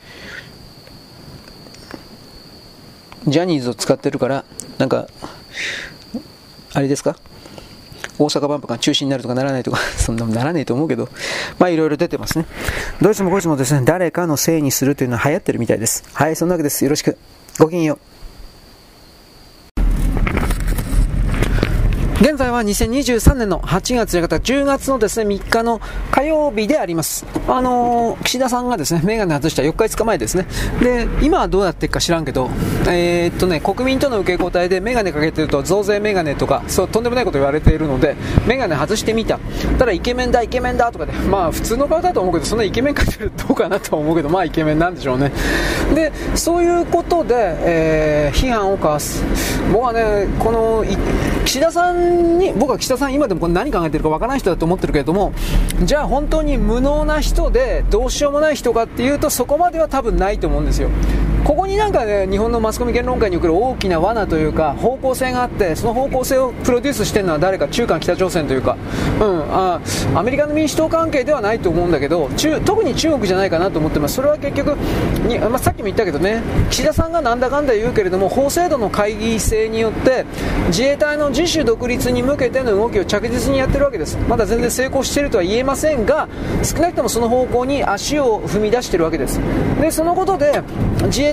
[SPEAKER 1] ジャニーズを使ってるからなんかあれですか、大阪万博が中止になるとかならないとかそんなならないと思うけど、まあいろいろ出てますね。どいつもこいつもですね、誰かのせいにするというのは流行ってるみたいです。はい、そんなわけです。よろしく。ごきげんよう。現在は2023年の8月10月のですね3日の火曜日であります。岸田さんがですねメガネ外した4日5日前ですね。で今はどうやってるか知らんけど、国民との受け答えでメガネかけてると増税メガネとかそうとんでもないこと言われているので、メガネ外してみた。ただイケメンだとかで、まあ普通の顔だと思うけど、そんなイケメンかってるとどうかなと思うけど、まあイケメンなんでしょうね。でそういうことで、批判をかわす。僕はね、この岸田さんに、僕は岸田さん今でも何考えてるかわからない人だと思ってるけれども、じゃあ本当に無能な人でどうしようもない人かっていうと、そこまでは多分ないと思うんですよ。ここになんかね、日本のマスコミ言論界における大きな罠というか方向性があって、その方向性をプロデュースしてるのは誰か、中韓北朝鮮というか、アメリカの民主党関係ではないと思うんだけど、特に中国じゃないかなと思ってます。それは結局に、さっきも言ったけどね、岸田さんがなんだかんだ言うけれども、法制度の会議制によって自衛隊の自主独立に向けての動きを着実にやってるわけです。まだ全然成功しているとは言えませんが、少なくともその方向に足を踏み出しているわけです。でそのことで自衛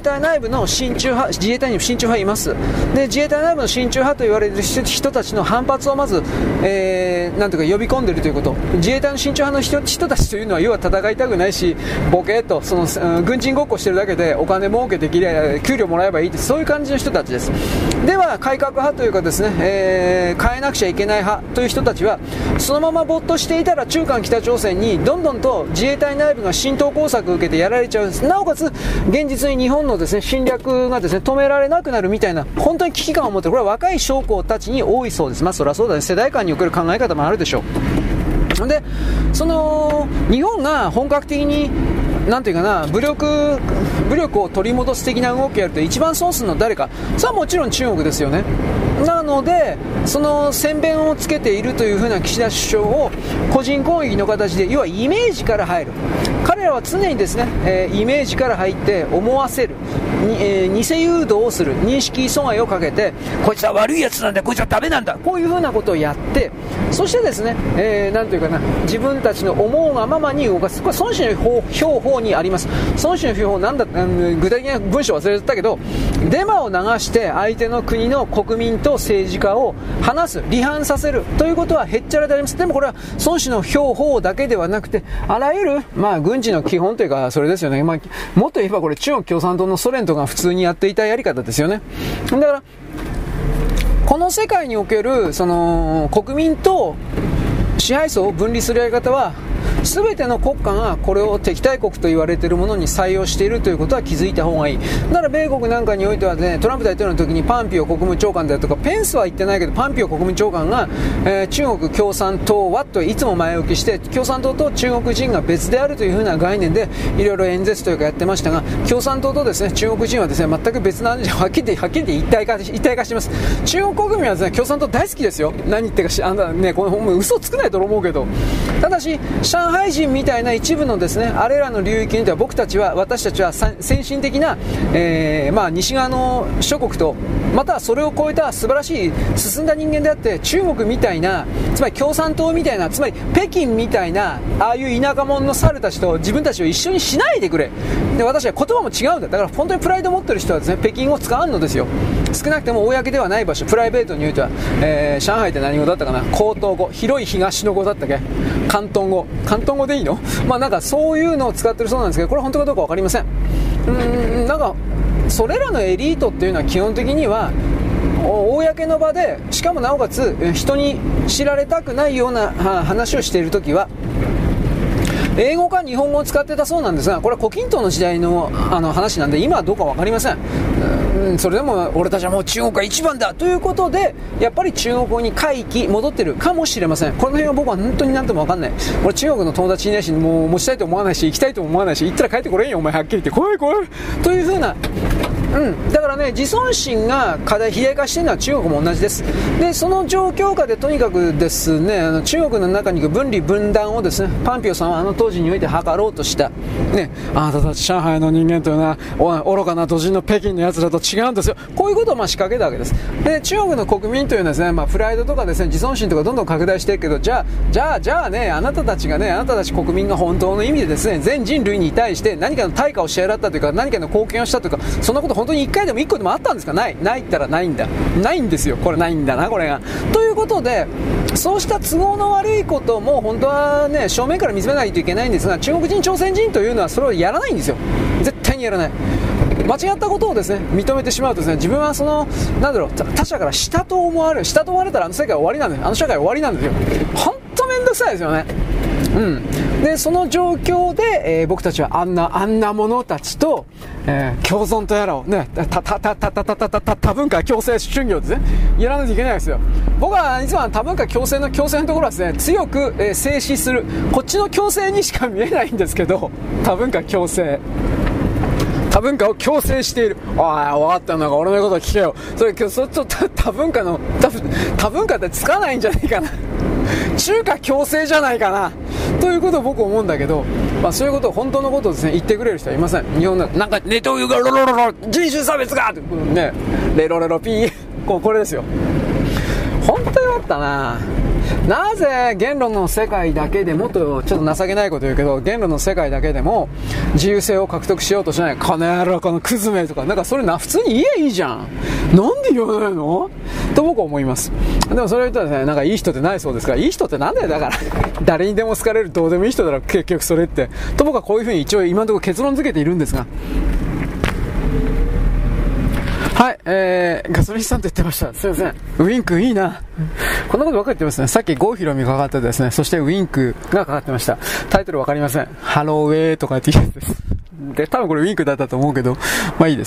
[SPEAKER 1] 衛隊内部の親中派、自衛隊にも親中派います。で自衛隊内部の親中派と言われる人たちの反発をまず、なんとか呼び込んでいるということ。自衛隊の親中派の人たちというのは要は戦いたくないし、ボケーっとその軍人ごっこしてるだけでお金儲けできれば給料もらえばいいって、そういう感じの人たちです。では改革派というかですね、変えなくちゃいけない派という人たちはそのまま没頭していたら中韓北朝鮮にどんどんと自衛隊内部が浸透工作を受けてやられちゃうんです。なおかつ現実に日本のですね侵略がですね止められなくなるみたいな本当に危機感を持っている、これは若い将校たちに多いそうです。まあそりゃそうだね、世代間における考え方もあるでしょう。でその日本が本格的になんていうかな、武力を取り戻す的な動きをやると一番損するのは誰か、それはもちろん中国ですよね。なのでその先鞭をつけているというふうな岸田首相を個人攻撃の形で、要はイメージから入る。彼らは常にですね、イメージから入って思わせる、偽誘導をする、認識阻害をかけて、こいつは悪いやつなんだ、こいつはダメなんだ、こういうふうなことをやって、そしてですね、なんというかな、自分たちの思うがままに動かす。これ孫子の標法にあります。孫子の標法なんだ、具体的な文章忘れてたけど、デマを流して相手の国の国民と政治家を話す、離反させるということはへっちゃらであります。でもこれは孫子の標法だけではなくて、あらゆる、軍事の基本というかそれですよね。もっと言えばこれ中国共産党のソ連とか普通にやっていたやり方ですよね。だからこの世界におけるその国民と支配層を分離するやり方は全ての国家がこれを敵対国と言われているものに採用しているということは気づいた方がいい。だから米国なんかにおいてはね、トランプ大統領の時にパンピオ国務長官であるとか、ペンスは言ってないけどパンピオ国務長官が、中国共産党はといつも前置きして、共産党と中国人が別であるというふうな概念でいろいろ演説というかやってましたが、共産党とですね中国人はですね全く別なんで、はっきり言って一体化してます。中国国民はですね共産党大好きですよ。何言ってるかあんたね、この本嘘つくないと思うけど、ただし上海人みたいな一部のですねあれらの領域にでは私たちは先進的な、西側の諸国とまたそれを超えた素晴らしい進んだ人間であって、中国みたいな、つまり共産党みたいな、つまり北京みたいなああいう田舎者の猿たちと自分たちを一緒にしないでくれ。で私は言葉も違うんだ。だから本当にプライドを持ってる人はですね北京を使うのですよ。少なくても公ではない場所、プライベートにおいては、上海って何語だったかな、広東語、広い東の語だったっけ、広東語でいいの、なんかそういうのを使ってるそうなんですけど、これは本当かどうか分かりません。なんかそれらのエリートっていうのは基本的には公の場で、しかもなおかつ人に知られたくないような話をしているときは英語か日本語を使ってたそうなんですが、これは胡錦涛の時代の話なんで今はどうか分かりません。それでも俺たちはもう中国が一番だということで、やっぱり中国語に回帰戻ってるかもしれません。この辺は僕は本当に何とも分かんない。俺中国の友達いないし、もう持ちたいと思わないし、行きたいとも思わないし、行ったら帰ってこれんよお前はっきり言って、怖いという風な、だからね、自尊心が肥大化しているのは中国も同じです。でその状況下でとにかくですね、中国の中に分離分断をですねパンピオさんは当時において図ろうとした、あなたたち上海の人間というのは愚かな都人の北京のやつらと違うんですよ、こういうことを仕掛けたわけです。で中国の国民というのはですね、プライドとかですね自尊心とかどんどん拡大していくけど、じゃあね、あなたたち国民が本当の意味でですね全人類に対して何かの対価を支払ったというか、何かの貢献をしたというか、そんなこと本当に1回でも1個でもあったんですか。ないったらないんだ、ないんですよ、これないんだなこれが。ということで、そうした都合の悪いことも本当はね正面から見つめないといけないんですが、中国人朝鮮人というのはそれをやらないんですよ。絶対にやらない。間違ったことをですね認めてしまうとですね、自分は他者から下と思われたら世界は終わりなんですよ。社会は終わりなんですよ。本当めんどくさいですよね。でその状況で、僕たちはあんな者たちと、共存とやらをね、多文化共生主義をですねやらないといけないですよ。僕はいつも多文化共生のところはですね強く、静止する、こっちの共生にしか見えないんですけど、多文化共生、多文化を強制している。分かったのか、俺の言うこと聞けよ。それ多文化ってつかないんじゃないかな中華共生じゃないかなということを僕思うんだけど、そういうことを本当のことをですね言ってくれる人はいません。日本のなんかネトウヨがロロロロ人種差別がってね、レロレロピーこれですよ。本当によかったな。 なぜ言論の世界だけでもと、ちょっと情けないこと言うけど、言論の世界だけでも自由性を獲得しようとしない。この野郎、このクズめとか、なんかそれ普通に言えいいじゃん。なんで言わないのと僕は思います。でもそれを言ったらね、なんかいい人ってないそうですから、いい人ってなんだよ、だから誰にでも好かれるどうでもいい人だろ結局それってと、僕はこういうふうに一応今のところ結論付けているんですが、はい、ガソリンスタンド言ってました。すいません。ウィンクいいな。こんなことばっかり言ってますね。さっき郷ひろみがかかってですね、そしてウィンクがかかってました。タイトルわかりません。ハローウェイとかっていうやつです。で、多分これウィンクだったと思うけど、まあいいです。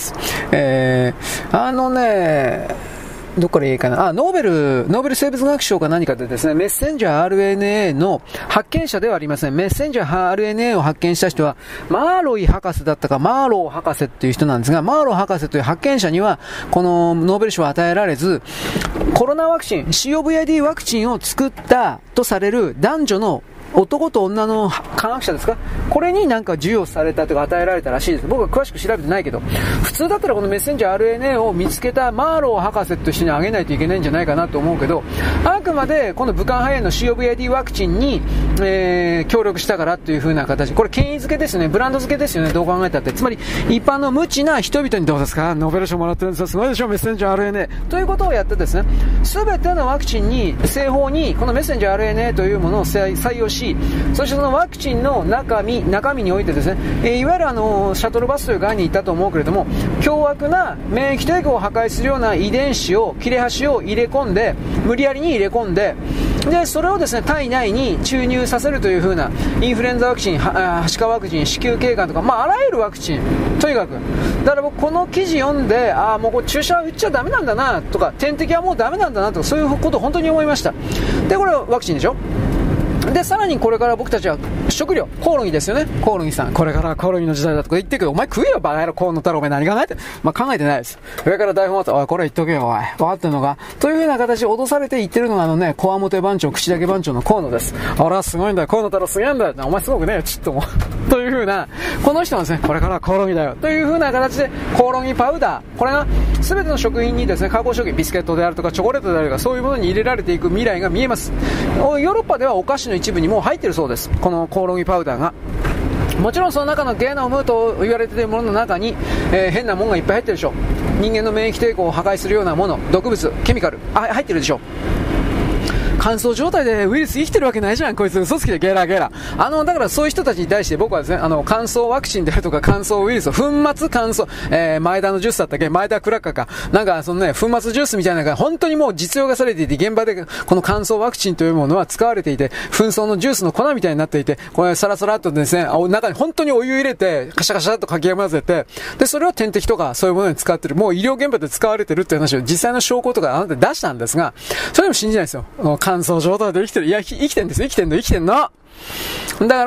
[SPEAKER 1] どっからいいかな。ノーベル生物学賞か何かでですね、メッセンジャー RNA の発見者ではありません。メッセンジャー RNA を発見した人は、マーロイ博士だったか、マーロー博士っていう人なんですが、マーロー博士という発見者には、このノーベル賞は与えられず、コロナワクチン、COVID ワクチンを作ったとされる男女の男と女の科学者ですか、これになんか授与されたとか与えられたらしいです。僕は詳しく調べてないけど、普通だったらこのメッセンジャー RNA を見つけたマーロー博士と一緒にあげないといけないんじゃないかなと思うけど、あくまでこの武漢肺炎の COVID ワクチンに、協力したからという風な形、これ権威付けですよね、ブランド付けですよね、どう考えたって。つまり一般の無知な人々にどうですか、ノーベル賞もらってるんですよ、すごいでしょメッセンジャー RNA ということをやってですね、全てのワクチンに製法にこのメッセンジャー RNA というものを採用し、そしてそのワクチンの中身においてですね、いわゆるシャトルバスという概念に言ったと思うけれども、凶悪な免疫抵抗を破壊するような遺伝子を、切れ端を入れ込んで、無理やりに入れ込んで、でそれをですね体内に注入させるという風な、インフルエンザワクチン、はしかワクチン、子宮頸がんとか、あらゆるワクチン、とにかくだから僕この記事読んで、もうこれ注射打っちゃダメなんだなとか、点滴はもうダメなんだなとか、そういうことを本当に思いました。でこれはワクチンでしょ。でさらにこれから僕たちは食料、コオロギですよね。コオロギさん、これからコオロギの時代だとか言ってるけど、お前食えよバカ野郎、コウノ太郎、お前何考えて、考えてないです。上から台本あったら、おいこれ言っとけよ、おい分かってんのかという風な形で脅されて言ってるのがコアモテ番長、口だけ番長の河野です。あらすごいんだよ、コウノ太郎すげえんだよ、お前すごくねえよちっともという風な、この人はですね、これからコオロギだよという風な形で、コオロギパウダー、これが全ての食品にですね、加工食品、ビスケットであるとかチョコレートであるとか、そういうものに入れられていく未来が見えます。ヨーロッパではお菓子の一部にもう入っているそうです、このコオロギパウダーが。もちろんその中のゲノムと言われているものの中に、変なものがいっぱい入ってるでしょ。人間の免疫抵抗を破壊するようなもの、毒物、ケミカル、入ってるでしょ。乾燥状態でウイルス生きてるわけないじゃん、こいつ嘘つきでゲラゲラ。だからそういう人たちに対して僕はですね、乾燥ワクチンであるとか乾燥ウイルス、粉末乾燥、前田のジュースだったっけ、前田クラッカーか、なんかその粉末ジュースみたいなのが本当にもう実用化されていて、現場でこの乾燥ワクチンというものは使われていて、紛争のジュースの粉みたいになっていて、これサラサラっとですね、中に本当にお湯入れてカシャカシャっとかき混ぜて、でそれを点滴とかそういうものに使ってる、もう医療現場で使われてるっていう話を実際の証拠とか出したんですが、それでも信じないですよ。乾燥状態で生きてる。いや、生きてるんですよ。生きてんの。だから、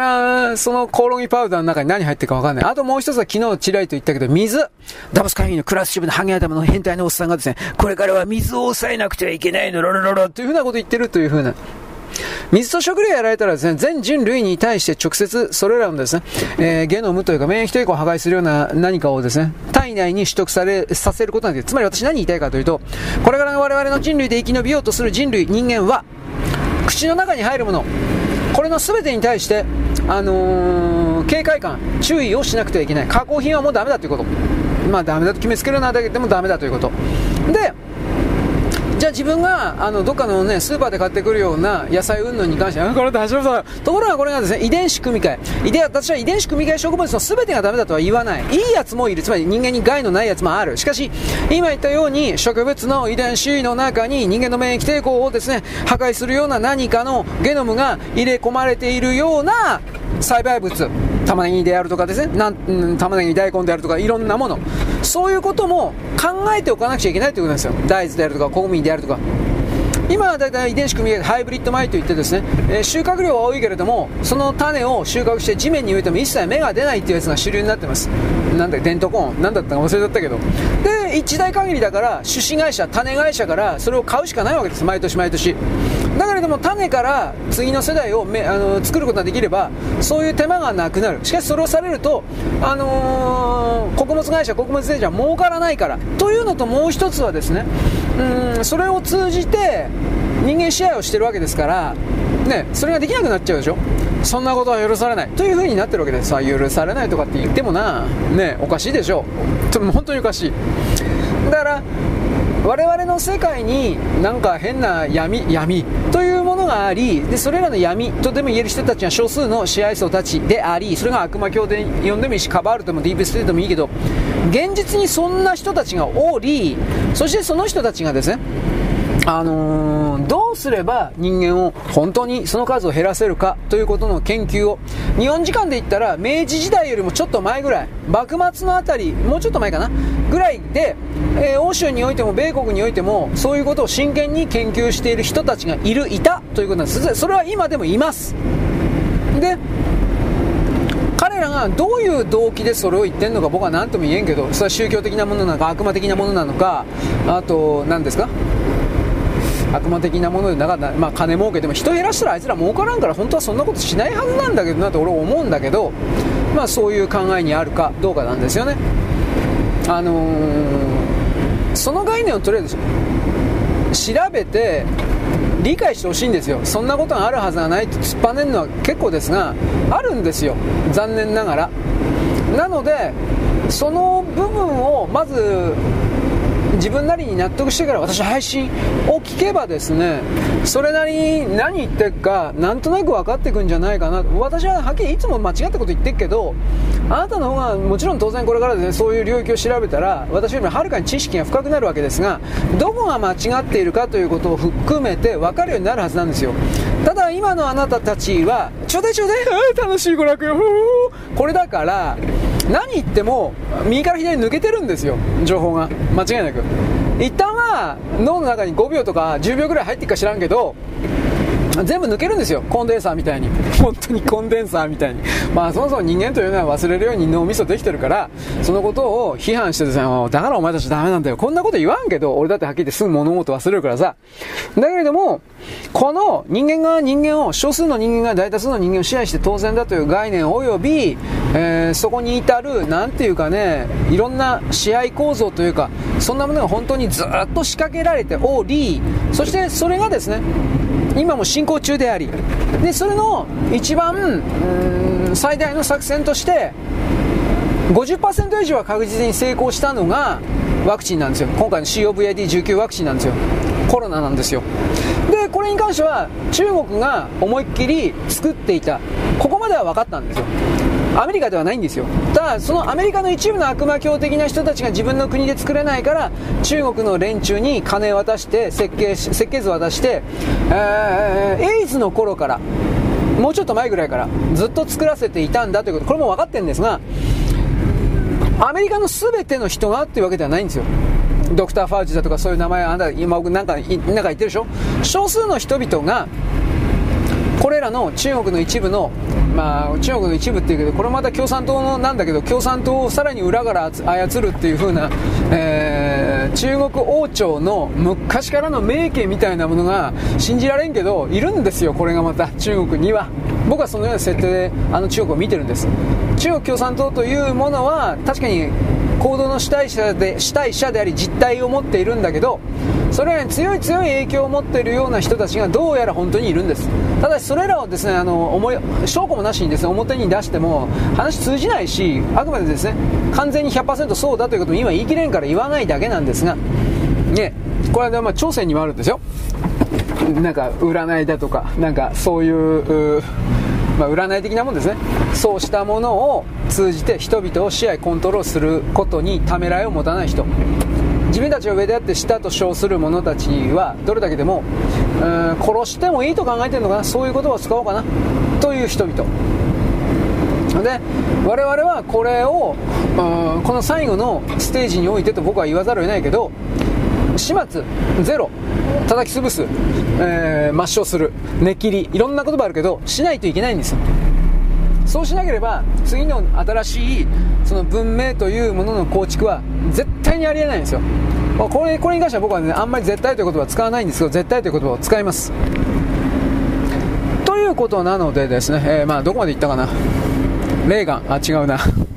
[SPEAKER 1] そのコオロギパウダーの中に何入ってるか分かんない。あともう一つは昨日ちらりと言ったけど、水。ダボス会議のクラス支部のハゲ頭の変態のおっさんがですね、これからは水を抑えなくてはいけないの、ロロロロというふうなこと言ってるというふうな。水と食料やられたらですね、全人類に対して直接それらのですね、ゲノムというか免疫抵抗を破壊するような何かをですね、体内に取得させることなんです。つまり私何言いたいかというと、これからの我々の人類で生き延びようとする人類、人間は、口の中に入るもの、これの全てに対して、警戒感、注意をしなくてはいけない。加工品はもうダメだということ。ダメだと決めつけるのだけでもダメだということ。で、じゃあ自分がどっかのねスーパーで買ってくるような野菜云々に関してはこれ大丈夫だ。ところがこれがですね、遺伝子組み換え、私は遺伝子組み換え植物の全てがダメだとは言わない。いいやつもいる。つまり人間に害のないやつもある。しかし今言ったように植物の遺伝子の中に人間の免疫抵抗をですね破壊するような何かのゲノムが入れ込まれているような栽培物、玉ねぎであるとかですね、玉ねぎ大根であるとかいろんなもの、そういうことも考えておかなくちゃいけないということなんですよ。大豆であるとか小麦であるとか。今はだいたい遺伝子組み換えハイブリッド米といってですね、収穫量は多いけれどもその種を収穫して地面に植えても一切芽が出ないっていうやつが主流になってます。なんだデントコーンなんだったか忘れちゃったけど、で一代限りだから種子会社種会社からそれを買うしかないわけです、毎年毎年。 だけれども種から次の世代を作ることができればそういう手間がなくなる。しかしそれをされると、穀物会社穀物税じゃ儲からないからというのと、もう一つはですね、それを通じて人間支配をしてるわけですからね、それができなくなっちゃうでしょ。そんなことは許されないという風になってるわけです。さあ許されないとかって言ってもな、ね、おかしいでしょ。本当におかしい。だから我々の世界になんか変な闇というものがあり、でそれらの闇とでも言える人たちは少数の支配層たちであり、それが悪魔教で呼んでもいいし、カバールでもディープステートでもいいけど、現実にそんな人たちがおり、そしてその人たちがですね、どうすれば人間を本当にその数を減らせるかということの研究を、日本時間で言ったら明治時代よりもちょっと前ぐらい、幕末のあたり、もうちょっと前かなぐらいで、欧州においても米国においてもそういうことを真剣に研究している人たちがいたということなんです。それは今でもいます。で彼らがどういう動機でそれを言ってるのか僕は何とも言えんけど、それは宗教的なものなのか悪魔的なものなのか、あと何ですか、悪魔的なものでなかった、金儲けでも人減らしたらあいつら儲からんから本当はそんなことしないはずなんだけどなと俺は思うんだけど、そういう考えにあるかどうかなんですよね。その概念をとりあえず調べて理解してほしいんですよ。そんなことがあるはずがないと突っぱねるのは結構ですが、あるんですよ、残念ながら。なのでその部分をまず自分なりに納得してから私の配信を聞けばですね、それなりに何言ってるかなんとなく分かっていくんじゃないかな。私ははっきりいつも間違ったこと言ってるけど、あなたの方がもちろん当然これからですね、そういう領域を調べたら私よりもはるかに知識が深くなるわけですが、どこが間違っているかということを含めて分かるようになるはずなんですよ。ただ今のあなたたちはちょうだいちょうだい楽しい娯楽よこれだから何言っても右から左に抜けてるんですよ、情報が間違いなく。一旦は脳の中に5秒とか10秒ぐらい入っていくか知らんけど全部抜けるんですよ、コンデンサーみたいに。本当にコンデンサーみたいに。そもそも人間というのは忘れるように脳みそできてるから、そのことを批判してですね、だからお前たちダメなんだよ、こんなこと言わんけど、俺だってはっきり言ってすぐ物事忘れるからさ。だけれどもこの人間が人間を、少数の人間が大多数の人間を支配して当然だという概念および、そこに至るなんていうかね、いろんな支配構造というか、そんなものが本当にずっと仕掛けられており、そしてそれがですね今も進行中であり、でそれの一番最大の作戦として 50% 以上は確実に成功したのがワクチンなんですよ。今回の COVID-19 ワクチンなんですよ。コロナなんですよ。でこれに関しては中国が思いっきり作っていた、ここまでは分かったんですよ。アメリカではないんですよ。ただそのアメリカの一部の悪魔教的な人たちが自分の国で作れないから中国の連中に金を渡して設計図を渡して、エイズの頃からもうちょっと前ぐらいからずっと作らせていたんだということ、これも分かってるんですが、アメリカの全ての人がっていうわけではないんですよ。ドクター・ファウチだとかそういう名前あんた今なんか言ってるでしょ。少数の人々がこれらの中国の一部の、中国の一部っていうけど、これまた共産党のなんだけど、共産党をさらに裏から操るっていう風な、中国王朝の昔からの名家みたいなものが信じられんけどいるんですよ。これがまた中国には、僕はそのような設定で中国を見てるんです。中国共産党というものは確かに行動の主体者であり実態を持っているんだけど、それらに強い影響を持っているような人たちがどうやら本当にいるんです。ただしそれらをですね、証拠もなしにですね表に出しても話通じないし、あくまでですね完全に 100% そうだということも今言い切れんから言わないだけなんですがね、これは朝鮮にもあるんですよ。なんか占いだとかなんかそういう占い的なもんですね。そうしたものを通じて人々を支配コントロールすることにためらいを持たない人、自分たちを上であって下と称する者たちはどれだけでも殺してもいいと考えてるのかな、そういう言葉を使おうかなという人々で、我々はこれをこの最後のステージにおいてと僕は言わざるを得ないけど、始末ゼロ、叩き潰す、抹消する、根切り、いろんな言葉あるけどしないといけないんですよ。そうしなければ次の新しいその文明というものの構築は絶対にありえないんですよ。これに関しては僕はね、あんまり絶対という言葉は使わないんですけど、絶対という言葉を使います。 ことなのでですね、どこまで行ったかな。レーガン、違うな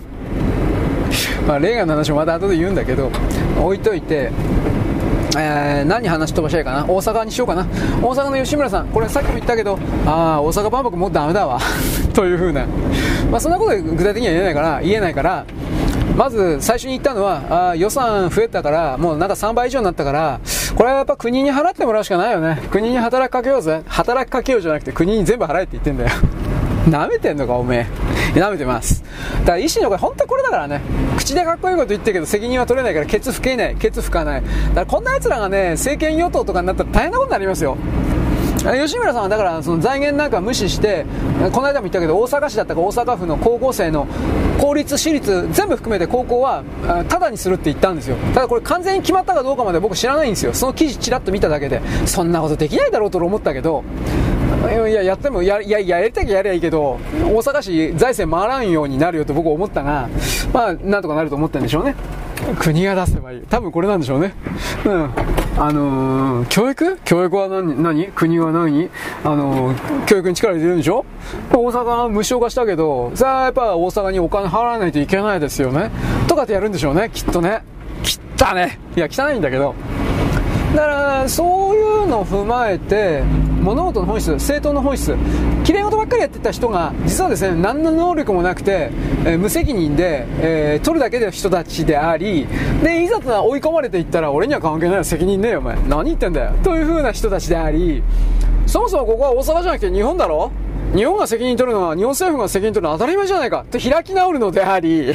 [SPEAKER 1] レーガンの話もまた後で言うんだけど、置いといて、何話飛ばしたいかな。大阪にしようかな。大阪の吉村さん、これさっきも言ったけど、大阪万博もうダメだわという風な、そんなこと具体的には言えないから、まず最初に言ったのは、予算増えたから、もうなんか3倍以上になったから、これはやっぱ国に払ってもらうしかないよね。国に働きかけようぜ。働きかけようじゃなくて国に全部払えって言ってんだよ舐めてんのかおめえ。舐めてます。だから維新の会本当にこれだからね。口でかっこいいこと言ってるけど責任は取れないからケツ拭かない。だからこんな奴らがね、政権与党とかになったら大変なことになりますよ。吉村さんはだからその財源なんか無視して、この間も言ったけど大阪市だったか大阪府の高校生の公立私立全部含めて高校はタダにするって言ったんですよ。ただこれ完全に決まったかどうかまで僕知らないんですよ。その記事ちらっと見ただけでそんなことできないだろうと思ったけど、やってもやりたきゃやりゃいいけど大阪市財政回らんようになるよと僕は思ったが、なんとかなると思ったんでしょうね。国が出せばいい。多分これなんでしょうね。教育は何国は何教育に力入れてるんでしょ。大阪は無償化したけど、さあやっぱ大阪にお金払わないといけないですよね。とかってやるんでしょうね、きっとね。いや、汚いんだけど。だからそういうのを踏まえて物事の本質、政党の本質、きれい事ばっかりやってた人が実はですね、何の能力もなくて、無責任で、取るだけの人たちであり、でいざと追い込まれていったら俺には関係ないよ、責任ねえよお前、何言ってんだよという風な人たちであり、そもそもここは大阪じゃなくて日本だろ。日本が責任取るのは、日本政府が責任取るのは当たり前じゃないかと開き直るのであり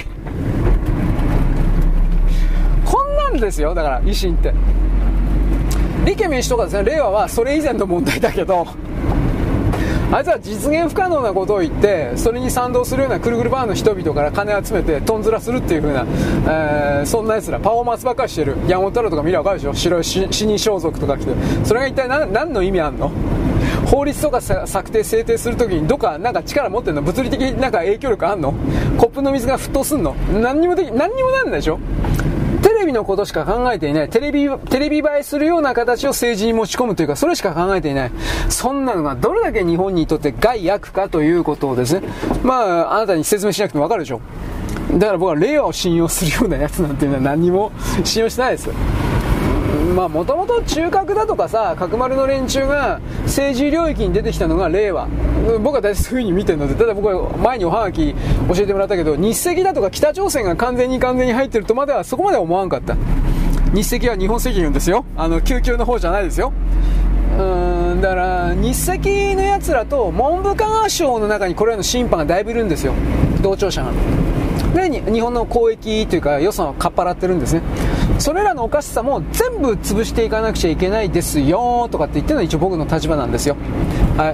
[SPEAKER 1] こんなんですよ。だから維新って立憲民主とかですね、令和はそれ以前の問題だけど、あいつは実現不可能なことを言ってそれに賛同するようなくるくるバーの人々から金集めてトンズラするっていう風な、そんな奴らパフォーマンスばっかりしてる。山本太郎とか見れば分かるでしょ。白い死に装束とか着て、それが一体何の意味あんの。法律とか策定制定するときにどっかなんか力持ってんの、物理的なんか影響力あんの。コップの水が沸騰すんの、何にもなんないでしょ。テレビのことしか考えていない。テレビ映えするような形を政治に持ち込むというか、それしか考えていない。そんなのがどれだけ日本にとって害悪かということをですね、あなたに説明しなくてもわかるでしょ。だから僕は令和を信用するようなやつなんていうのは何にも信用してないです。もともと中核だとかさ、角丸の連中が政治領域に出てきたのが令和。僕は大体そういう風に見てるので、ただ僕は前におはがき教えてもらったけど、日赤だとか北朝鮮が完全に入ってるとまではそこまでは思わんかった。日赤は日本赤軍ですよ。救急の方じゃないですよ。だから日赤のやつらと文部科学省の中にこれらの審判がだいぶいるんですよ、同調者が。で日本の公益というか予算をかっぱらってるんですね。それらのおかしさも全部潰していかなくちゃいけないですよとかって言ってるのが一応僕の立場なんですよ。はい、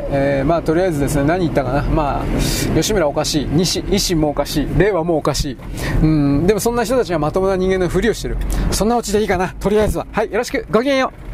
[SPEAKER 1] とりあえずですね、何言ったかな。吉村おかしい、維新もおかしい、令和もおかしい。でもそんな人たちがまともな人間のふりをしてる。そんなオチでいいかな、とりあえずは。はい、よろしく、ごきげんよう。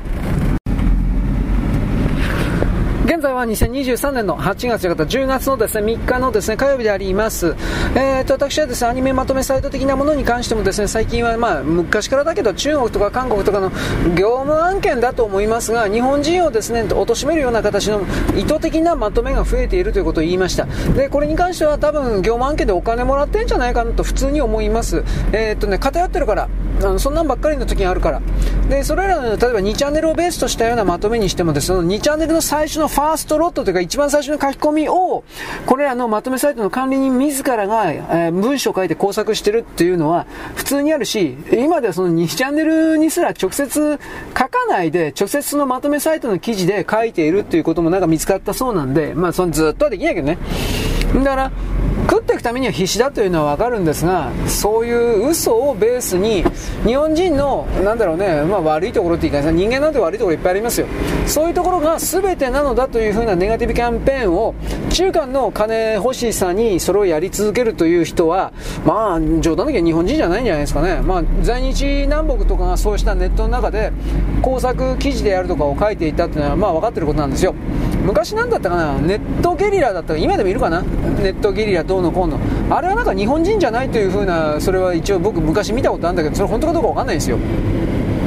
[SPEAKER 1] 現在は2023年の8月10月のですね3日のですね火曜日であります。私はですねアニメまとめサイト的なものに関してもですね、最近は昔からだけど中国とか韓国とかの業務案件だと思いますが、日本人をですね貶めるような形の意図的なまとめが増えているということを言いました。でこれに関しては多分業務案件でお金もらってんじゃないかなと普通に思います。偏ってるから、そんなんばっかりの時があるから。でそれらの例えば2チャンネルをベースとしたようなまとめにしてもですね、2チャンネルの最初のファーストロットというか一番最初の書き込みをこれらのまとめサイトの管理人自らが、文章を書いて工作してるっていうのは普通にあるし、今ではその2チャンネルにすら直接書かないで直接そのまとめサイトの記事で書いているっていうこともなんか見つかったそうなんで、そのずっとはできないけどね。だから食っていくためには必死だというのはわかるんですが、そういう嘘をベースに日本人の悪いところって言い方、人間なんて悪いところいっぱいありますよ。そういうところが全てなのだというふうなネガティブキャンペーンを中間の金欲しさにそれをやり続けるという人は冗談だけど日本人じゃないんじゃないですかね。在日南北とかがそうしたネットの中で工作記事でやるとかを書いていたっていうのは分かってることなんですよ。昔なんだったかな、ネットゲリラだったか、今でもいるかな、ネットゲリラどうのこうの、あれはなんか日本人じゃないという風な、それは一応僕昔見たことあるんだけど、それ本当かどうか分かんないんですよ。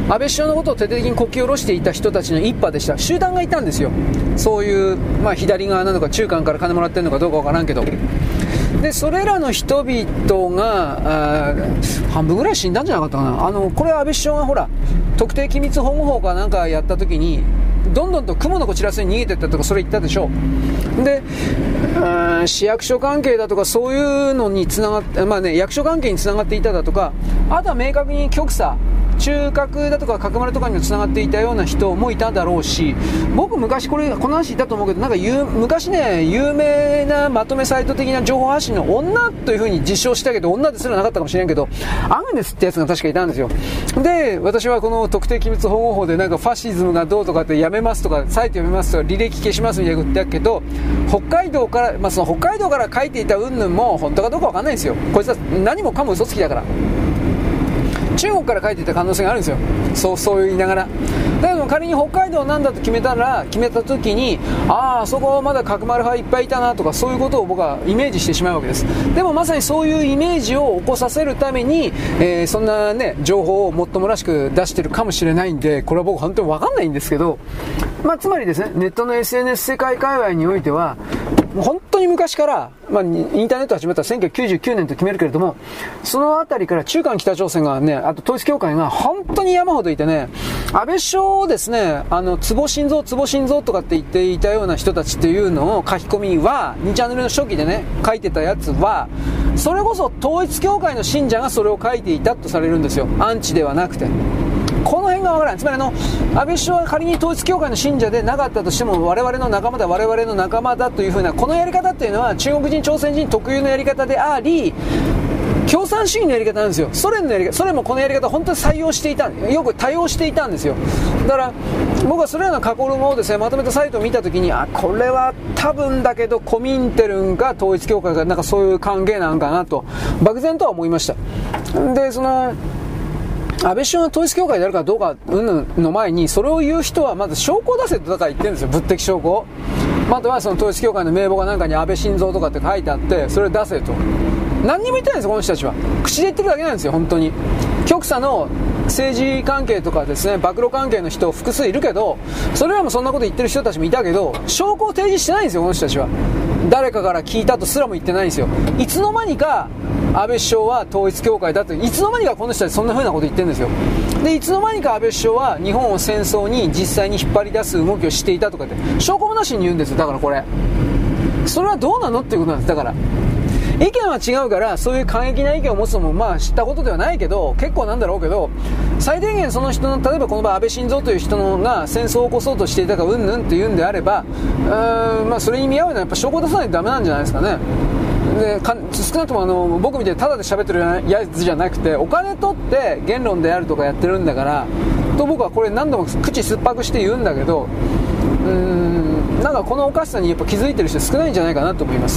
[SPEAKER 1] 安倍首相のことを徹底的にこき下ろしていた人たちの一派でした。集団がいたんですよ。そういう、左側なのか中間から金もらってるのかどうかわからんけど、でそれらの人々が半分ぐらい死んだんじゃなかったかな。これは安倍首相がほら特定機密保護法かなんかやった時にどんどんと雲の子散らすに逃げてったとかそれ言ったでしょ。で市役所関係だとかそういうのにつながって、役所関係につながっていただとか、あとは明確に極左中核だとか角丸とかにもつながっていたような人もいただろうし、僕昔この話言ったと思うけど、なんか昔ね有名なまとめサイト的な情報発信の女という風に実証したけど、女ですらなかったかもしれんけどアグネスってやつが確かいたんですよ。で私はこの特定機密保護法でなんかファシズムがどうとかってやめますとかサイトやめますとか履歴消しますみたいなこと言ったけど、北海道から、その北海道から書いていた云々も本当かどうかわかんないんですよ。こいつは何もかも嘘つきだから。中国から書いていた可能性があるんですよ。そう言いながら。だけど仮に北海道なんだと決めた時に、あそこまだ角丸派いっぱいいたなとか、そういうことを僕はイメージしてしまうわけです。でもまさにそういうイメージを起こさせるために、そんなね情報をもっともらしく出してるかもしれないんで、これは僕本当に分かんないんですけど、つまりですね、ネットの SNS 世界界隈においては本当に昔から、インターネット始まったら1999年と決めるけれども、そのあたりから中韓北朝鮮がね、あと統一教会が本当に山ほどいてね、安倍首相をですね、ツボ心臓とかって言っていたような人たちっていうのを書き込みは2チャンネルの初期でね書いてたやつは、それこそ統一教会の信者がそれを書いていたとされるんですよ。アンチではなくて。この辺がわからない。つまり安倍首相は仮に統一教会の信者でなかったとしても、我々の仲間だというふうなこのやり方っていうのは中国人朝鮮人特有のやり方であり、共産主義のやり方なんですよ。ソ連もこのやり方を本当に採用していた、よく多用していたんですよ。だから僕はそれらの過去論をですねまとめたサイトを見たときに、これは多分だけどコミンテルンか統一教会がなんかそういう関係なんかなと漠然とは思いました。で安倍首相が統一教会であるかどうかの前に、それを言う人はまず証拠を出せとだから言ってるんですよ。物的証拠を。あとはその統一教会の名簿がなんかに安倍晋三とかって書いてあって、それを出せと。何にも言ってないんですよ、この人たちは。口で言ってるだけなんですよ、本当に。極左の政治関係とかですね、暴露関係の人複数いるけど、それらもそんなこと言ってる人たちもいたけど、証拠を提示してないんですよ、この人たちは。誰かから聞いたとすらも言ってないんですよ。いつの間にか安倍首相は統一教会だと、いつの間にかこの人たちそんな風なこと言ってるんですよ。でいつの間にか安倍首相は日本を戦争に実際に引っ張り出す動きをしていたとかって証拠もなしに言うんですよ。だからこれそれはどうなのっていうことなんです。だから意見は違うから、そういう過激な意見を持つのも知ったことではないけど、結構なんだろうけど、最低限その人の、例えばこの場合安倍晋三という人のが戦争を起こそうとしていたかうんぬんっていうんであれば、それに見合うのはやっぱ証拠出さないとダメなんじゃないですかね。で少なくとも僕みたいにただで喋ってるやつじゃなくて、お金取って言論であるとかやってるんだからと、僕はこれ何度も口酸っぱくして言うんだけど、なんかこのおかしさにやっぱ気づいてる人少ないんじゃないかなと思います。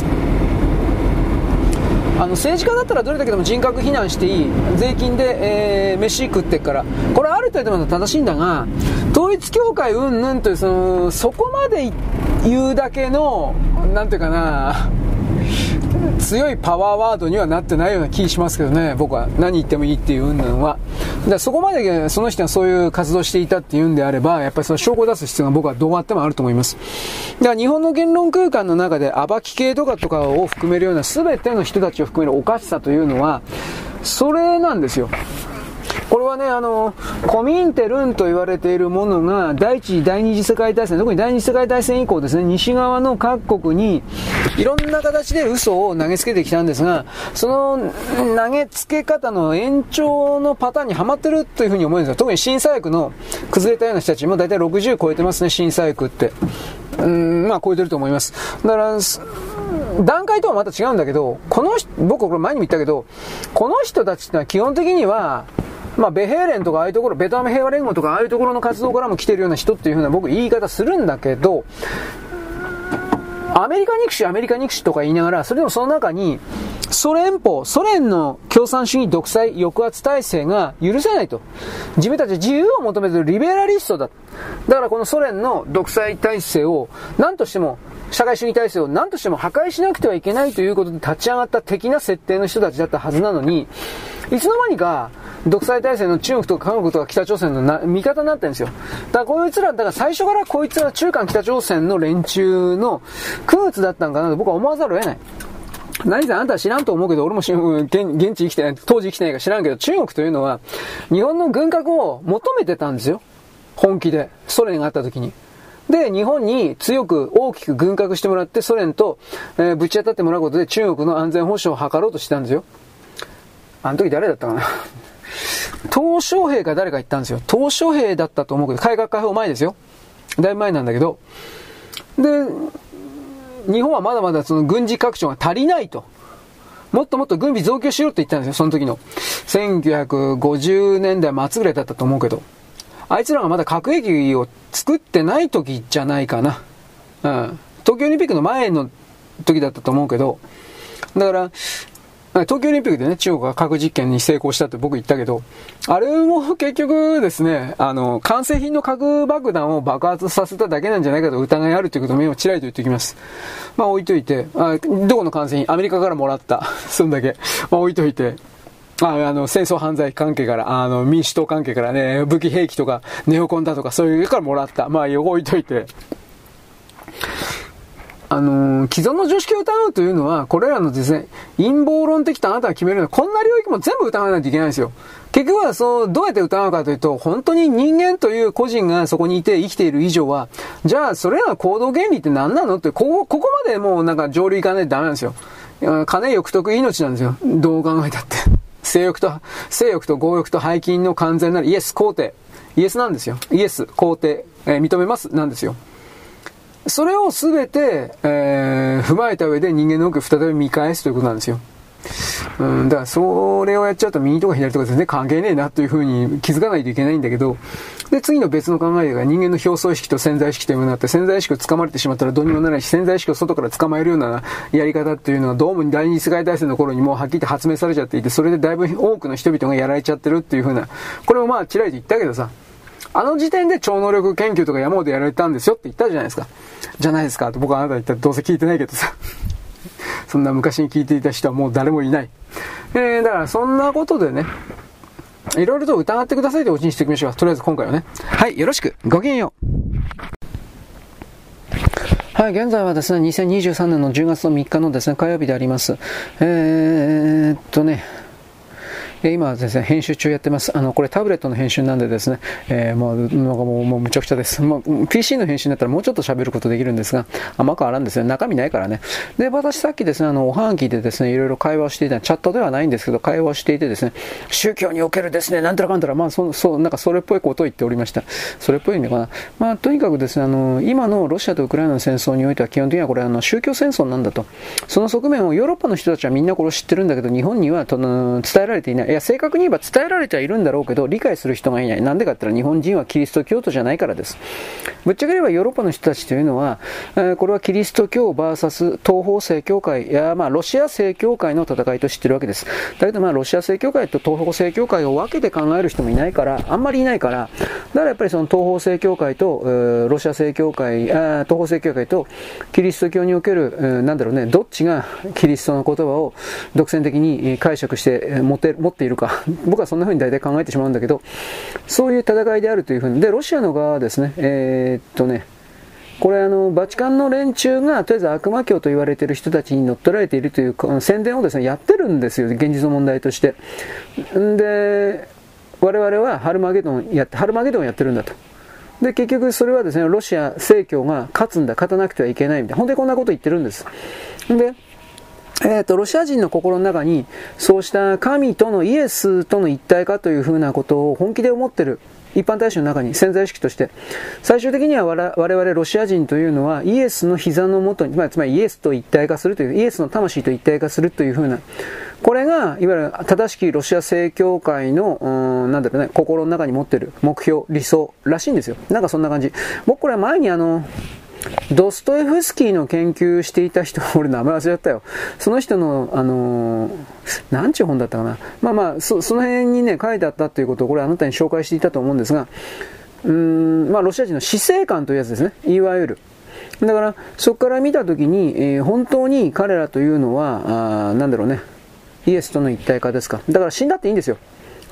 [SPEAKER 1] 政治家だったらどれだけでも人格非難していい、税金で、飯食ってっから、これある程度まで正しいんだが、統一教会うんぬんというそこまで言うだけのなんていうかな、強いパワーワードにはなってないような気しますけどね。僕は何言ってもいいっていう云々は、だからそこまでその人がそういう活動していたっていうんであれば、やっぱりその証拠を出す必要が僕はどうあってもあると思います。だから日本の言論空間の中で暴き系とかを含めるような全ての人たちを含めるおかしさというのはそれなんですよ。これはね、コミンテルンと言われているものが第一次第二次世界大戦、特に第二次世界大戦以降ですね、西側の各国にいろんな形で嘘を投げつけてきたんですが、その投げつけ方の延長のパターンにはまってるというふうに思うんですよ。特に震災区の崩れたような人たちも大体60超えてますね、震災区って。超えてると思います。だから段階とはまた違うんだけど、僕これ前にも言ったけど、この人たちってのは基本的にはベヘーレンとかああいうところ、ベトナム平和連合とかああいうところの活動からも来てるような人っていう風な僕言い方するんだけど、アメリカ憎しとか言いながら、それでもその中にソ連の共産主義独裁抑圧体制が許せないと。自分たち自由を求めているリベラリストだ。だからこのソ連の独裁体制を何としても、社会主義体制を何としても破壊しなくてはいけないということで立ち上がった的な設定の人たちだったはずなのに、いつの間にか独裁体制の中国とか韓国とか北朝鮮の味方になってるんですよ。だからこいつら、だから最初からこいつら中韓北朝鮮の連中の区別だったんかなと僕は思わざるを得ない。何せあんたは知らんと思うけど、俺も現地生きてない、当時生きてないから知らんけど、中国というのは日本の軍拡を求めてたんですよ。本気で。ソ連があった時に。で、日本に強く大きく軍拡してもらってソ連と、ぶち当たってもらうことで中国の安全保障を図ろうとしてたんですよ。あの時誰だったかな鄧小平か誰か言ったんですよ。鄧小平だったと思うけど、改革開放前ですよ。だいぶ前なんだけど。で、日本はまだまだその軍事拡張が足りないと。もっともっと軍備増強しろって言ったんですよ、その時の。1950年代末ぐらいだったと思うけど。あいつらがまだ核兵器を作ってない時じゃないかな。うん。東京オリンピックの前の時だったと思うけど。だから、東京オリンピックでね、中国が核実験に成功したって僕言ったけど、あれも結局ですね、完成品の核爆弾を爆発させただけなんじゃないかと疑いあるということも今ちらりと言っておきます。まあ置いといて、どこの完成品？アメリカからもらった。そんだけ。まあ置いといて。戦争犯罪関係から、民主党関係からね、武器兵器とか、ネオコンだとか、そういうからもらった。まあ置いといて。既存の常識を疑うというのは、これらのですね、陰謀論的とあなたが決めるのは、こんな領域も全部疑わないといけないんですよ。結局はどうやって疑うかというと、本当に人間という個人がそこにいて生きている以上は、じゃあ、それらの行動原理って何なのって、ここまでもうなんか上流いかないとダメなんですよ。金欲得命なんですよ。どう考えたって。性欲と強欲と背筋の完全なるイエス肯定。イエスなんですよ。イエス肯定、認めますなんですよ。それをすべて、踏まえた上で人間の欲を再び見返すということなんですよ。だからそれをやっちゃうと右とか左とか全然関係ねえなというふうに気づかないといけないんだけど、で、次の別の考えが人間の表層意識と潜在意識というものがあって、潜在意識を掴まれてしまったらどうにもならないし、潜在意識を外から捕まえるようなやり方っていうのはどうも第二次世界大戦の頃にもうはっきりと発明されちゃっていて、それでだいぶ多くの人々がやられちゃってるっていうふうな、これもまあちらりと言ったけどさ、あの時点で超能力研究とか山ほどやられたんですよって言ったじゃないですか。じゃないですかと僕はあなた言ったらどうせ聞いてないけどさ。そんな昔に聞いていた人はもう誰もいない。だからそんなことでね、いろいろと疑ってくださいとおうちにしておきましょう。とりあえず今回はね。はい、よろしく。ごきげんよう。はい、現在はですね、2023年の10月の3日のですね、火曜日であります。今はですね、編集中やってます。これタブレットの編集なんでですね、もうむちゃくちゃです。PC の編集になったらもうちょっと喋ることできるんですが、あんま変わらんですよ。中身ないからね。で、私さっきですね、おはがきでですね、いろいろ会話をしていた、チャットではないんですけど、会話をしていてですね、宗教におけるですね、なんたらかんたら、なんかそれっぽいことを言っておりました。それっぽいのかな。とにかくですね、今のロシアとウクライナの戦争においては基本的にはこれ宗教戦争なんだと。その側面をヨーロッパの人たちはみんなこれを知ってるんだけど、日本には伝えられていない。いや、正確に言えば伝えられてはいるんだろうけど、理解する人がいない。なんでかって言ったら日本人はキリスト教徒じゃないからです。ぶっちゃければヨーロッパの人たちというのは、これはキリスト教 VS 東方正教会、ロシア正教会の戦いと知ってるわけです。だけどロシア正教会と東方正教会を分けて考える人もいないから、あんまりいないから、だからやっぱりその東方正教会と、ロシア正教会、東方正教会とキリスト教における、どっちがキリストの言葉を独占的に解釈して持っているか。僕はそんな風に大体考えてしまうんだけど、そういう戦いであるという風に。で、ロシアの側はですね、これバチカンの連中がとりあえず悪魔教と言われている人たちに乗っ取られているという宣伝をですね、やってるんですよ、現実の問題として。で、我々はハルマゲドンをやってるんだと。で、結局それはですね、ロシア正教が勝たなくてはいけないみたいな、本当にこんなこと言ってるんです。で、ロシア人の心の中にそうした神とのイエスとの一体化というふうなことを本気で思ってる一般大衆の中に潜在意識として最終的には我々ロシア人というのはイエスの膝の下に、つまりイエスと一体化するというイエスの魂と一体化するというふうなこれがいわゆる正しきロシア正教会の心の中に持っている目標理想らしいんですよ。なんかそんな感じ。僕これは前にドストエフスキーの研究していた人、俺名前忘れちゃったよ。その人の、なんちゅう本だったかな。その辺にね、書いてあったということを、これあなたに紹介していたと思うんですが、ロシア人の死生観というやつですね。いわゆる。だから、そこから見たときに、本当に彼らというのは、イエスとの一体化ですか。だから死んだっていいんですよ。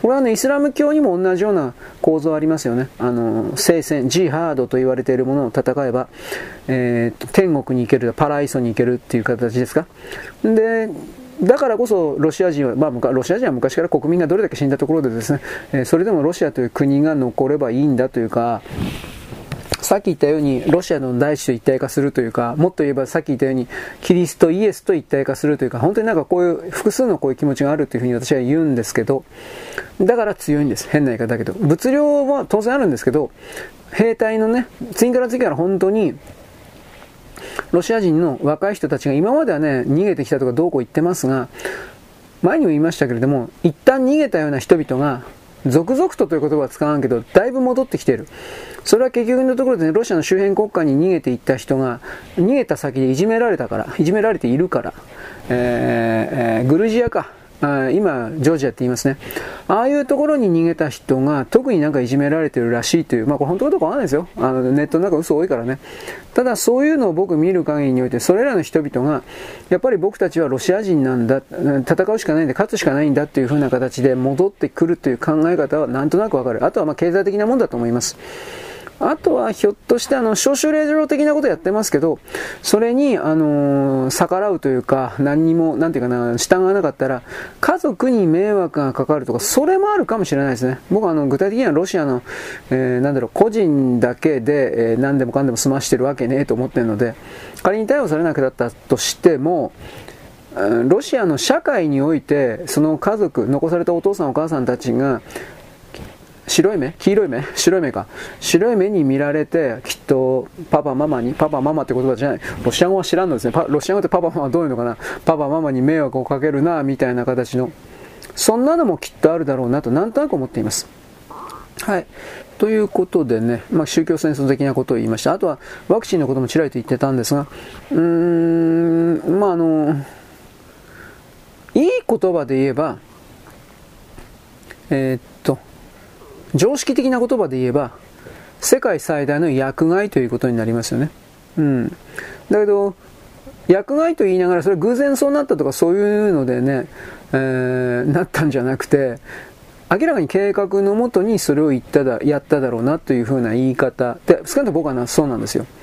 [SPEAKER 1] これはね、イスラム教にも同じような構造ありますよね。聖戦、ジハードと言われているものを戦えば、天国に行ける、パライソに行けるっていう形ですか。で、だからこそロシア人は、ロシア人は昔から国民がどれだけ死んだところでですね、それでもロシアという国が残ればいいんだというか、さっき言ったようにロシアの大地と一体化するというか、もっと言えばさっき言ったようにキリストイエスと一体化するというか、本当になんかこういう複数のこういう気持ちがあるというふうに私は言うんですけど、だから強いんです。変な言い方だけど、物量は当然あるんですけど、兵隊のね、次から本当にロシア人の若い人たちが今まではね、逃げてきたとかどうこう言ってますが、前にも言いましたけれども、一旦逃げたような人々が続々という言葉は使わんけど、だいぶ戻ってきている。それは結局のところでね、ロシアの周辺国家に逃げていった人が、逃げた先でいじめられているから、グルジアか。今、ジョージアって言いますね。ああいうところに逃げた人が特になんかいじめられてるらしいという、これ本当かどうかわかんないですよ。ネットの中嘘多いからね。ただそういうのを僕見る限りにおいて、それらの人々が、やっぱり僕たちはロシア人なんだ、戦うしかないんだ、勝つしかないんだっていう風な形で戻ってくるという考え方はなんとなくわかる。あとは経済的なもんだと思います。あとはひょっとして招集令状的なことやってますけど、それに逆らうというか、何にも、なんていうかな、従わなかったら、家族に迷惑がかかるとか、それもあるかもしれないですね。僕は具体的にはロシアの、個人だけで、何でもかんでも済ましてるわけねえと思ってるので、仮に逮捕されなくなったとしても、ロシアの社会において、その家族、残されたお父さんお母さんたちが、白い目に見られて、きっとパパママって言葉じゃない、ロシア語は知らんのですね。ロシア語ってパパママはどういうのかな、パパママに迷惑をかけるなみたいな形の、そんなのもきっとあるだろうなとなんとなく思っています。はい、ということでね、宗教戦争的なことを言いました。あとはワクチンのこともちらりと言ってたんですが、いい言葉で言えば、常識的な言葉で言えば、世界最大の薬害ということになりますよね。だけど、薬害と言いながら、それは偶然そうなったとかそういうのでね、なったんじゃなくて、明らかに計画のもとにそれをやっただろうなというふうな言い方で、少なくとも僕はそうなんですよ。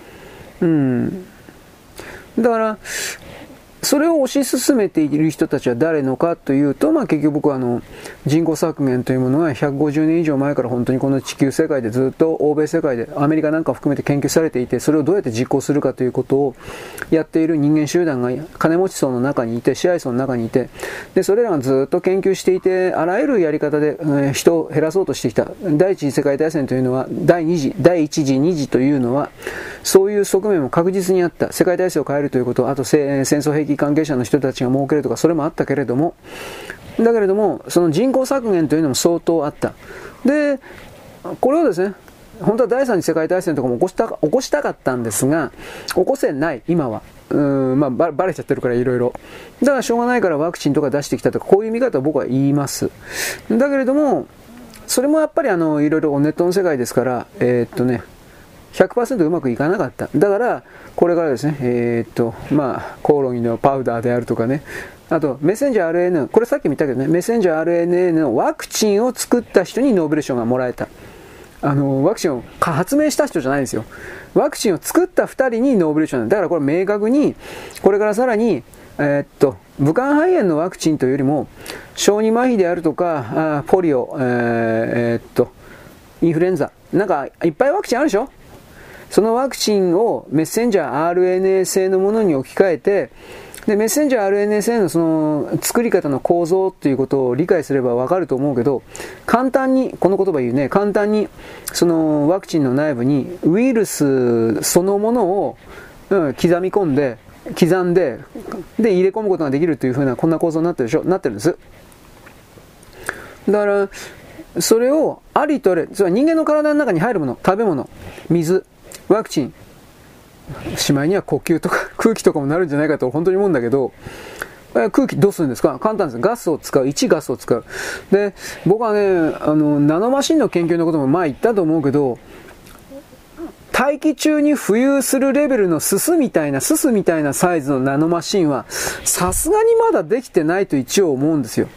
[SPEAKER 1] だから、それを推し進めている人たちは誰のかというと、結局僕は人口削減というものが150年以上前から本当にこの地球世界でずっと欧米世界でアメリカなんかを含めて研究されていて、それをどうやって実行するかということをやっている人間集団が金持ち層の中にいて、支配層の中にいて、でそれらがずっと研究していて、あらゆるやり方で人を減らそうとしてきた。第一次世界大戦というのは、第一次二次というのはそういう側面も確実にあった。世界大戦を変えるということ、あと戦争兵器関係者の人たちが儲けるとか、それもあったけれども、だけれどもその人口削減というのも相当あった。でこれをですね、本当は第三次世界大戦とかも起こしたかったんですが、起こせない。今はバレちゃってるからいろいろ、だからしょうがないからワクチンとか出してきたとか、こういう見方を僕は言います。だけれどもそれもやっぱりいろいろネットの世界ですから、100% うまくいかなかった。だからこれからですね、コオロギのパウダーであるとかね、あとメッセンジャー RNA、 これさっきも言ったけどね、メッセンジャー RNA のワクチンを作った人にノーベル賞がもらえた。ワクチンを発明した人じゃないんですよ。ワクチンを作った2人にノーベル賞なんだ。だからこれ明確にこれからさらに武漢肺炎のワクチンというよりも小児麻痺であるとかポリオ、インフルエンザなんかいっぱいワクチンあるでしょ。そのワクチンをメッセンジャー RNA 製のものに置き換えて、でメッセンジャー RNA 製のその作り方の構造ということを理解すればわかると思うけど、簡単にこの言葉言うね、簡単にそのワクチンの内部にウイルスそのものを、刻んで入れ込むことができるというふうなこんな構造になってるでしょ。なってるんです。だからそれをありとあれ、つまり人間の体の中に入るもの、食べ物、水、ワクチン、しまいには呼吸とか空気とかもなるんじゃないかと本当に思うんだけど、空気どうするんですか。簡単です。ガスを使う。ガスを使う。で僕はね、ナノマシンの研究のことも前言ったと思うけど、大気中に浮遊するレベルのすすみたいなサイズのナノマシンはさすがにまだできてないと一応思うんですよ。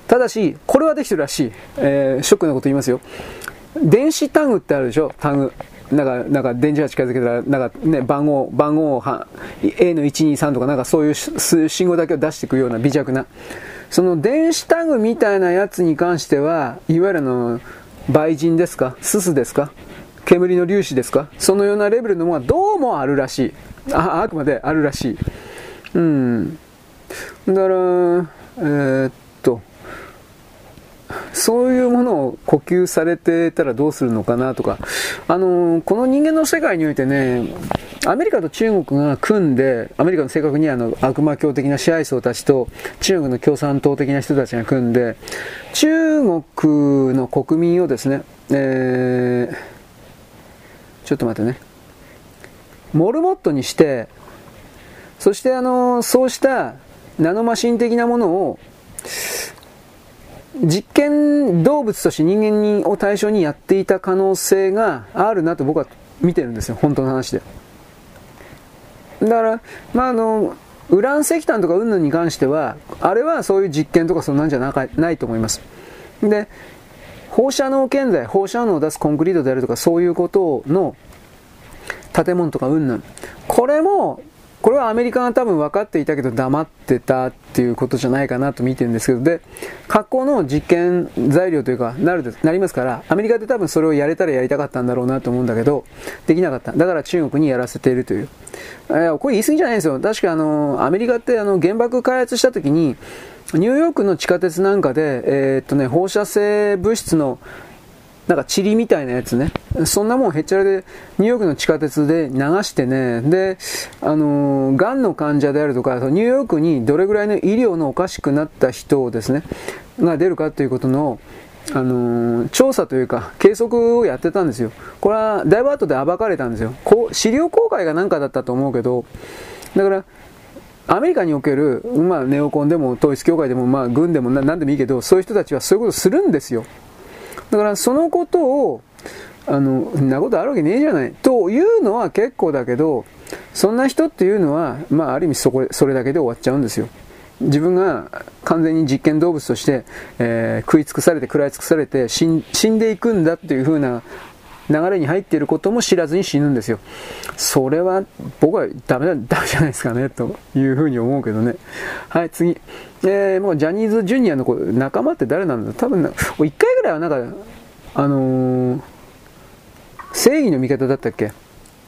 [SPEAKER 1] ただし、これはできてるらしい。ショックなこと言いますよ。電子タグってあるでしょ、タグ。なんか電磁波近づけたら、なんかね、番号を A の123とかなんかそういう信号だけを出していくような微弱な。その電子タグみたいなやつに関しては、いわゆる雷神ですか、ススですか、煙の粒子ですか、そのようなレベルのものがどうもあるらしい。あくまであるらしい。うん。だから、そういうものを呼吸されてたらどうするのかなとか、この人間の世界においてね、アメリカと中国が組んで、アメリカの正確に悪魔教的な支配層たちと中国の共産党的な人たちが組んで、中国の国民をですね、ちょっと待ってね、モルモットにして、そしてそうしたナノマシン的なものを実験動物として人間を対象にやっていた可能性があるなと僕は見てるんですよ、本当の話で。だからウラン石炭とか云々に関しては、あれはそういう実験とかそんなんじゃないと思います。で、放射能建材、放射能を出すコンクリートであるとかそういうことの建物とか云々、これはアメリカが多分分かっていたけど黙ってたっていうことじゃないかなと見てるんですけど、で、格好の実験材料というかなりますから、アメリカで多分それをやれたらやりたかったんだろうなと思うんだけど、できなかった。だから中国にやらせているという。これ言い過ぎじゃないですよ。確かアメリカって原爆開発した時に、ニューヨークの地下鉄なんかで、放射性物質のなんか塵みたいなやつね、そんなもんへっちゃらでニューヨークの地下鉄で流してね、で、がんの患者であるとか、ニューヨークにどれぐらいの医療のおかしくなった人をですね、が出るかということの、調査というか計測をやってたんですよ。これはだいぶ後で暴かれたんですよ。資料公開がなんかだったと思うけど、だからアメリカにおける、ネオコンでも統一教会でも、軍でも何でもいいけど、そういう人たちはそういうことをするんですよ。だからそのことをんなことあるわけねえじゃないというのは結構だけど、そんな人っていうのはある意味それだけで終わっちゃうんですよ。自分が完全に実験動物として、食い尽くされて食らい尽くされて死んでいくんだっていう風な流れに入っていることも知らずに死ぬんですよ。それは僕はダメじゃないですかねというふうに思うけどね。はい、次。もうジャニーズジュニアの仲間って誰なんだ。多分1回ぐらいはなんか正義の味方だったっけ。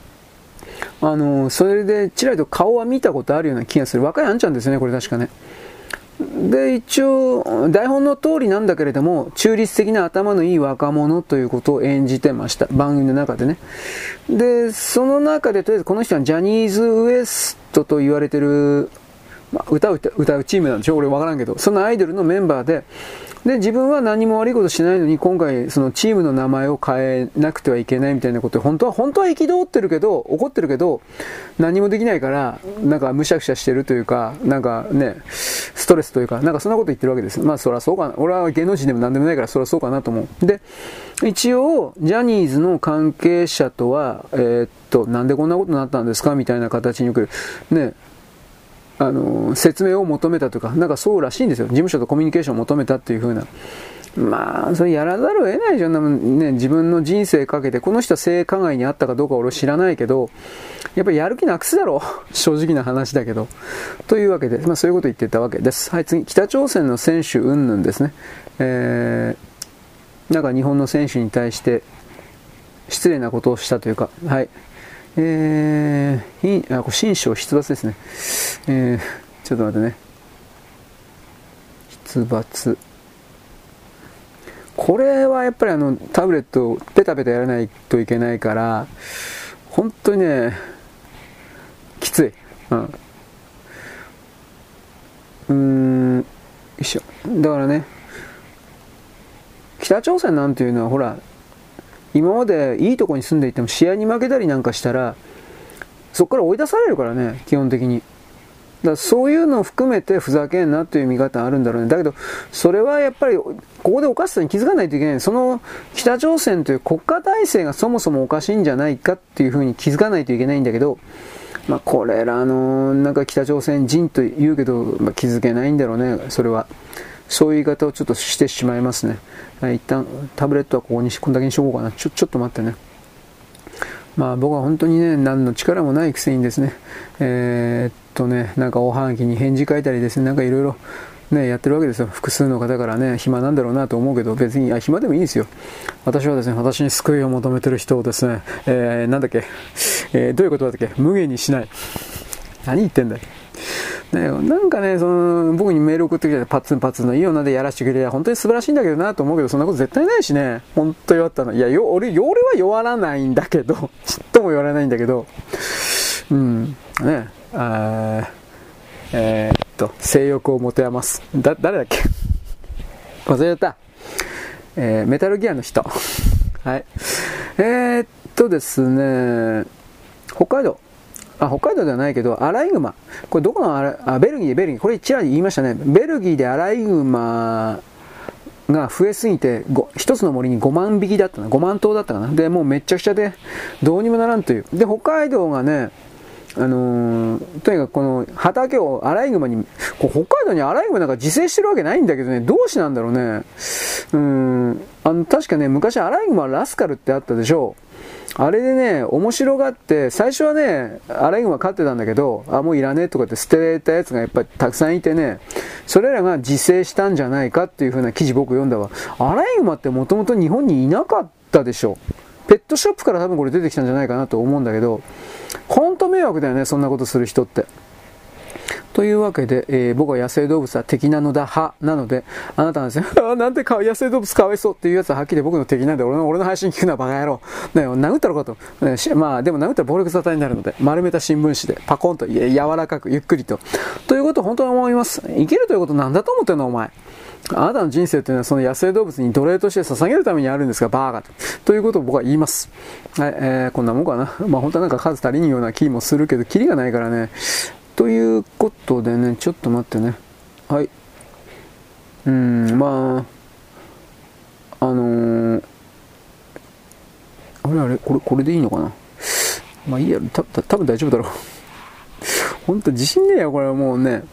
[SPEAKER 1] それでちらりと顔は見たことあるような気がする。若いあんちゃんですよね、これ確かね。で、一応台本の通りなんだけれども、中立的な頭のいい若者ということを演じてました、番組の中でね。で、その中でとりあえずこの人はジャニーズ WEST と言われてる、歌うチームなんでしょ、俺分からんけど、そのアイドルのメンバーで、自分は何も悪いことしないのに今回そのチームの名前を変えなくてはいけないみたいなことで、本当は憤ってるけど、怒ってるけど何もできないから、なんかむしゃくしゃしてるというか、なんかね、ストレスというか、なんかそんなこと言ってるわけです。そりゃそうかな、俺は芸能人でも何でもないからそりゃそうかなと思う。で、一応ジャニーズの関係者とはなんでこんなことになったんですかみたいな形に受けるね、説明を求めたというか、なんかそうらしいんですよ。事務所とコミュニケーションを求めたっていう風な。それやらざるを得ないじゃん、ね。自分の人生かけて、この人は性加害にあったかどうか俺は知らないけど、やっぱりやる気なくすだろう。正直な話だけど。というわけで、そういうことを言ってたわけです。はい、次。北朝鮮の選手云々ですね。なんか日本の選手に対して失礼なことをしたというか、はい。これ新章出伐ですね。ちょっと待ってね。出伐。これはやっぱりタブレットをペタペタやらないといけないから、本当にね、きつい。よいしょ。だからね、北朝鮮なんていうのはほら、今までいいとこに住んでいても試合に負けたりなんかしたらそこから追い出されるからね、基本的に。だからそういうのを含めてふざけんなという見方あるんだろうね。だけどそれはやっぱりここでおかしさに気づかないといけない。その北朝鮮という国家体制がそもそもおかしいんじゃないかっていうふうに気づかないといけないんだけど、これらのなんか北朝鮮人と言うけど、気づけないんだろうね。それはそういう言い方をちょっとしてしまいますね。一旦タブレットはこんだけにしとこうかな。ちょっと待ってね。まあ僕は本当にね、何の力もないくせにですね、なんかおはがきに返事書いたりですね、なんかいろいろね、やってるわけですよ。複数の方からね、暇なんだろうなと思うけど、別に、暇でもいいですよ。私はですね、私に救いを求めてる人をですね、なんだっけ、どういう言葉だっけ、無限にしない。何言ってんだよ。ね、なんかね、僕にメール送ってきてパッツンパッツンのいい女でやらせてくれりゃ本当に素晴らしいんだけどなと思うけど、そんなこと絶対ないしね。本当弱ったの。いや、俺は弱らないんだけど、ちっとも弱らないんだけど、ね、性欲を持て余す。誰だっけ忘れちゃった。メタルギアの人。はい。ですね、北海道ではないけど、アライグマ。これどこのベルギー。これちらり言いましたね。ベルギーでアライグマが増えすぎて、一つの森に5万匹だったな。5万頭だったかな。で、もうめっちゃくちゃで、どうにもならんという。で、北海道がね、とにかくこの畑をアライグマに、北海道にアライグマなんか自生してるわけないんだけどね、どうしてなんだろうね。確かね、昔アライグマラスカルってあったでしょう。あれでね、面白がって、最初はね、アライグマ飼ってたんだけど、もういらねえとかって捨てたやつがやっぱりたくさんいてね、それらが自生したんじゃないかっていう風な記事僕読んだわ。アライグマってもともと日本にいなかったでしょ。ペットショップから多分これ出てきたんじゃないかなと思うんだけど、本当迷惑だよね、そんなことする人って。というわけで、僕は野生動物は敵なのだ派なので、あなたはですね、なんで野生動物かわいそうっていうやつははっきり僕の敵なんで、俺の配信聞くなバカ野郎。ね、殴ったろかと。まあでも殴ったら暴力沙汰になるので、丸めた新聞紙でパコンと柔らかくゆっくりと。ということを本当に思います。生きるということなんだと思ってんのお前。あなたの人生というのはその野生動物に奴隷として捧げるためにあるんですが、バーガーということを僕は言います。はい、こんなもんかな。まあ本当はなんか数足りんような気もするけど、キリがないからね。ということでね、ちょっと待ってね。はい。まあ、あれ、これでいいのかな。まあいいや、多分大丈夫だろう。本当自信ねえよ、これはもうね。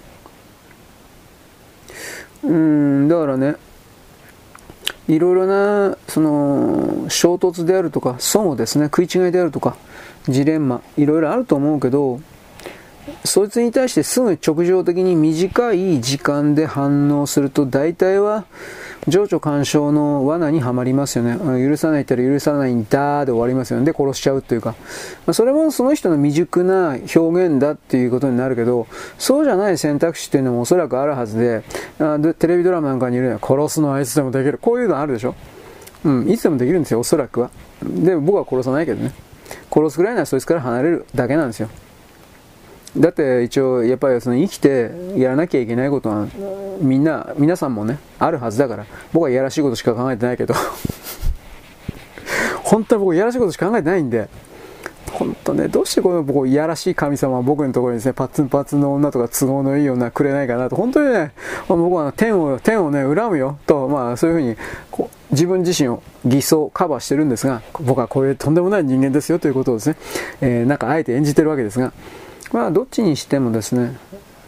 [SPEAKER 1] だからね、いろいろな、衝突であるとか、損をですね、食い違いであるとか、ジレンマ、いろいろあると思うけど、そいつに対してすぐ直情的に短い時間で反応すると大体は情緒干渉の罠にはまりますよね。許さないったら許さないんだで終わりますよね。で殺しちゃうというか、それもその人の未熟な表現だっていうことになるけど、そうじゃない選択肢っていうのもおそらくあるはずで、テレビドラマなんかにいるような殺すのはいつでもできる、こういうのあるでしょ。いつでもできるんですよ、おそらくは。で僕は殺さないけどね、殺すぐらいならそいつから離れるだけなんですよ。だって一応やっぱり生きてやらなきゃいけないことは皆さんもねあるはずだから、僕はいやらしいことしか考えてないけど本当は僕いやらしいことしか考えてないんで、本当ね、どうしてこの僕いやらしい神様は僕のところにですね、パッツンパッツンの女とか都合のいい女くれないかなと、本当にね、僕は天をね恨むよと、そういうふうに自分自身を偽装カバーしてるんですが、僕はこういうとんでもない人間ですよということをですね、なんかあえて演じてるわけですが、どっちにしてもですね、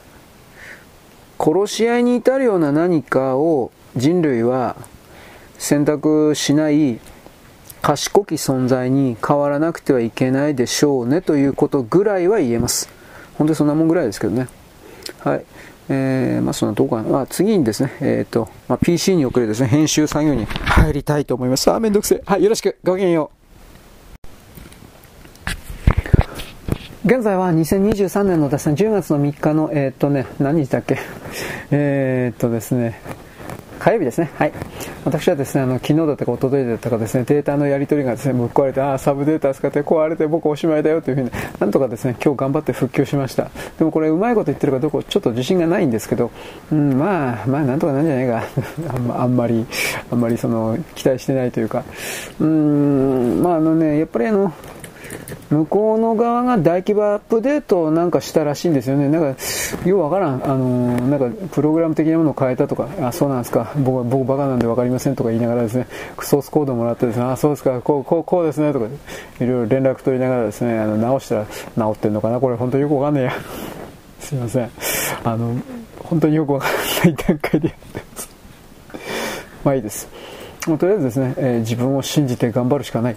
[SPEAKER 1] 殺し合いに至るような何かを人類は選択しない賢き存在に変わらなくてはいけないでしょうねということぐらいは言えます。本当にそんなもんぐらいですけどね。はい。そんなとこかな。次にですね、PC に送るですね、編集作業に入りたいと思います。めんどくせえ。はい、よろしく。ごきげんよう。現在は2023年のですね、10月の3日の、何日だっけですね、火曜日ですね。はい。私はですね、昨日だったか一昨日だったかですね、データのやり取りがですね、ぶっ壊れて、サブデータ使って壊れて僕おしまいだよというふうに、なんとかですね、今日頑張って復旧しました。でもこれうまいこと言ってるかどうかちょっと自信がないんですけど、なんとかなんじゃないか。あんまり期待してないというか、やっぱり向こうの側が大規模アップデートをなんかしたらしいんですよね。なんかようわからん、なんかプログラム的なものを変えたとか、そうなんですか、僕バカなんでわかりませんとか言いながらですね、ソースコードもらってですね、そうですか、こうですねとかいろいろ連絡取りながらですね、直したら直ってんのかな、これ本当によくわかんねえやすいません、本当によくわからない段階でやってます。 まあいいです。もうとりあえずですね、自分を信じて頑張るしかない。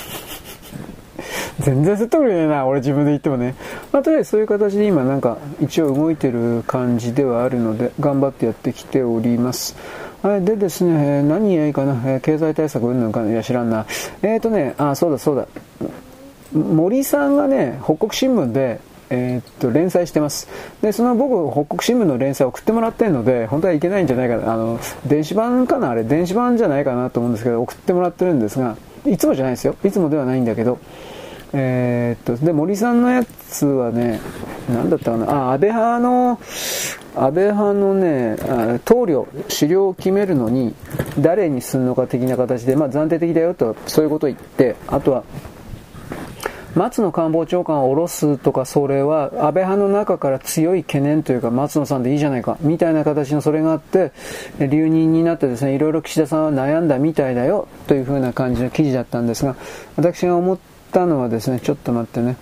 [SPEAKER 1] 全然説得力ねえな、俺自分で言ってもね。まあとりあえずそういう形で今なんか一応動いてる感じではあるので、頑張ってやってきております。はい、でですね、何やいいかな、経済対策うんぬんかいや知らんな。そうだそうだ。森さんがね、北国新聞で、連載してます。で、その僕、北国新聞の連載を送ってもらってるので、本当はいけないんじゃないかな。電子版かなあれ、電子版じゃないかなと思うんですけど、送ってもらってるんですが、いつもじゃないですよ。いつもではないんだけど、で、森さんのやつはね、なんだったかな、安倍派のね、棟梁、首領を決めるのに、誰にするのか的な形で、まあ暫定的だよと、そういうことを言って、あとは、松野官房長官を下ろすとか、それは安倍派の中から強い懸念というか、松野さんでいいじゃないかみたいな形のそれがあって、留任になってですね、いろいろ岸田さんは悩んだみたいだよという風な感じの記事だったんですが、私が思ったのはですね、ちょっと待ってね、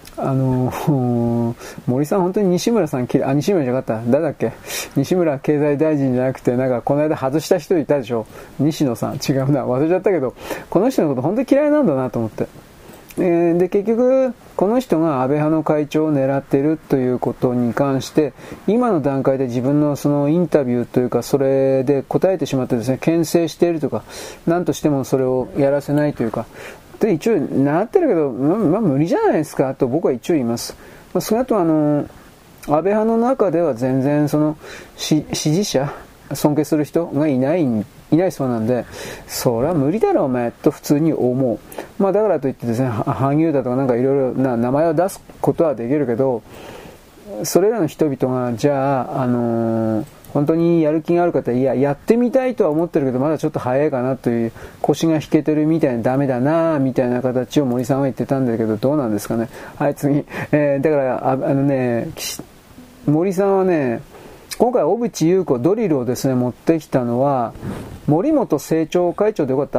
[SPEAKER 1] 森さん本当に西村さん西村じゃなかった誰だっけ、西村経済大臣じゃなくて、なんかこの間外した人いたでしょ、西野さん、違うな、忘れちゃったけど、この人のこと本当に嫌いなんだなと思って。で結局この人が安倍派の会長を狙っているということに関して今の段階で自分のそのインタビューというかそれで答えてしまってですね、牽制しているとか何としてもそれをやらせないというかで一応なってるけど、まあ無理じゃないですかと僕は一応言います。その後安倍派の中では全然その支持者尊敬する人がいないそうなんで、それは無理だろお前と普通に思う。まあだからといってですね、萩生田とかなんかいろいろな名前を出すことはできるけど、それらの人々がじゃあ本当にやる気がある方、いややってみたいとは思ってるけどまだちょっと早いかなという、腰が引けてるみたいな、ダメだなみたいな形を森さんは言ってたんだけど、どうなんですかね。はい次、だから森さんはね、今回小渕優子ドリルをですね持ってきたのは森本政調会長でよかった。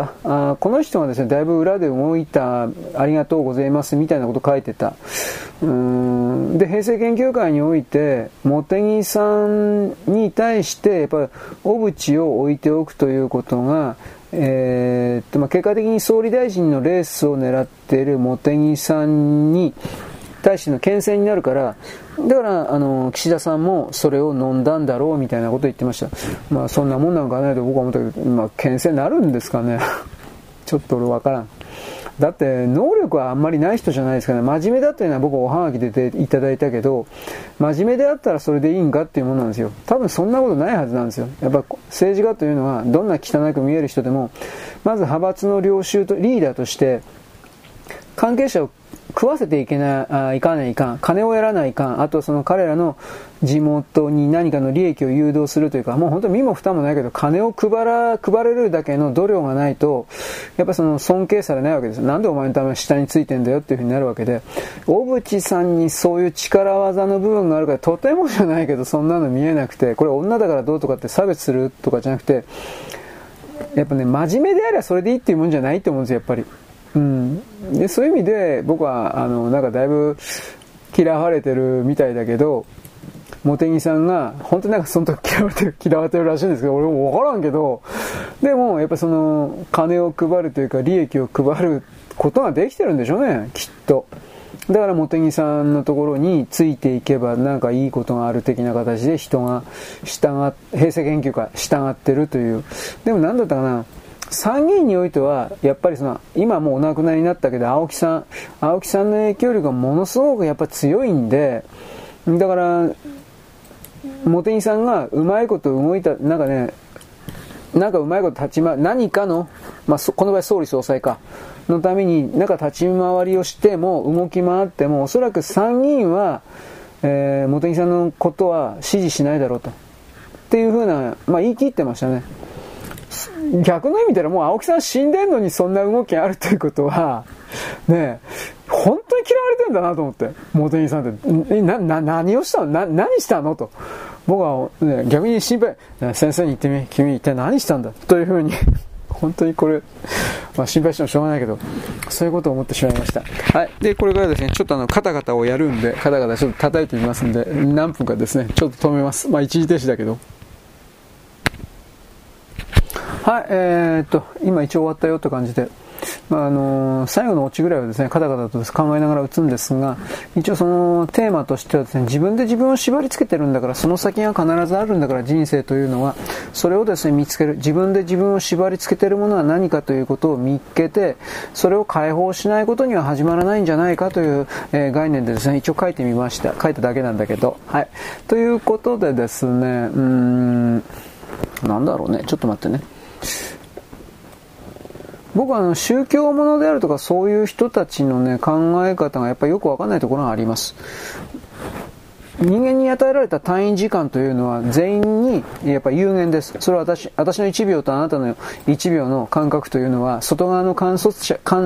[SPEAKER 1] この人がですねだいぶ裏で動いた、ありがとうございますみたいなこと書いてた。で平成研究会において茂木さんに対してやっぱり小渕を置いておくということが、結果的に総理大臣のレースを狙っている茂木さんに対しての牽制になるから、だから岸田さんもそれを飲んだんだろうみたいなことを言ってました。まあそんなもんなんかないと僕は思ったけど、まあ牽制になるんですかね。ちょっと俺分からん。だって能力はあんまりない人じゃないですかね。真面目だっていうのは僕おはがきでいただいたけど、真面目であったらそれでいいんかっていうものなんですよ。多分そんなことないはずなんですよ。やっぱ政治家というのはどんな汚く見える人でも、まず派閥の領袖とリーダーとして関係者を食わせていかないかん、金をやらないかん、あとその彼らの地元に何かの利益を誘導するというか、もう本当に身も蓋もないけど金を配れるだけの度量がないとやっぱその尊敬されないわけです。なんでお前のために下についてんだよっていうふうになるわけで、小渕さんにそういう力技の部分があるからとてもじゃないけどそんなの見えなくて、これ女だからどうとかって差別するとかじゃなくて、やっぱね真面目であればそれでいいっていうもんじゃないって思うんですよやっぱり。でそういう意味で僕はなんかだいぶ嫌われてるみたいだけど、茂木さんが本当になんかその時嫌われてるらしいんですけど、俺も分からんけど、でもやっぱその金を配るというか利益を配ることができてるんでしょうねきっと。だから茂木さんのところについていけばなんかいいことがある的な形で人が平成研究会従ってるという。でも何だったかな、参議院においてはやっぱりその今もうお亡くなりになったけど青木さんの影響力がものすごくやっぱ強いんで、だから茂木さんがうまいこと動いた、なんかうまいこと何かの、この場合総理総裁のためになんか立ち回りをしても動き回ってもおそらく参議院は、茂木さんのことは支持しないだろうとっていうふうな、言い切ってましたね。逆の意味ではもう青木さん死んでんのにそんな動きがあるということはね、本当に嫌われてんだなと思って、茂木さんって何をしたの、何したのと僕は、ね、逆に心配、先生に言ってみ、君一体何したんだというふうに本当にこれ、心配してもしょうがないけどそういうことを思ってしまいました。はい。でこれからですねちょっとカタカタをやるんで、カタカタちょっと叩いてみますんで、何分かですねちょっと止めます。一時停止だけど。 はい、今一応終わったよって感じで、最後のオチぐらいはですね、カタカタと考えながら打つんですが、一応そのテーマとしてはですね、自分で自分を縛り付けてるんだから、その先が必ずあるんだから、人生というのは、それをですね、見つける。自分で自分を縛り付けてるものは何かということを見つけて、それを解放しないことには始まらないんじゃないかという、概念でですね、一応書いてみました。書いただけなんだけど。はい。ということでですね、なんだろうね。ちょっと待ってね。僕は宗教ものであるとかそういう人たちのね考え方がやっぱりよくわかんないところがあります。人間に与えられた単位時間というのは全員にやっぱり有限です。それは私の1秒とあなたの1秒の感覚というのは外側の観測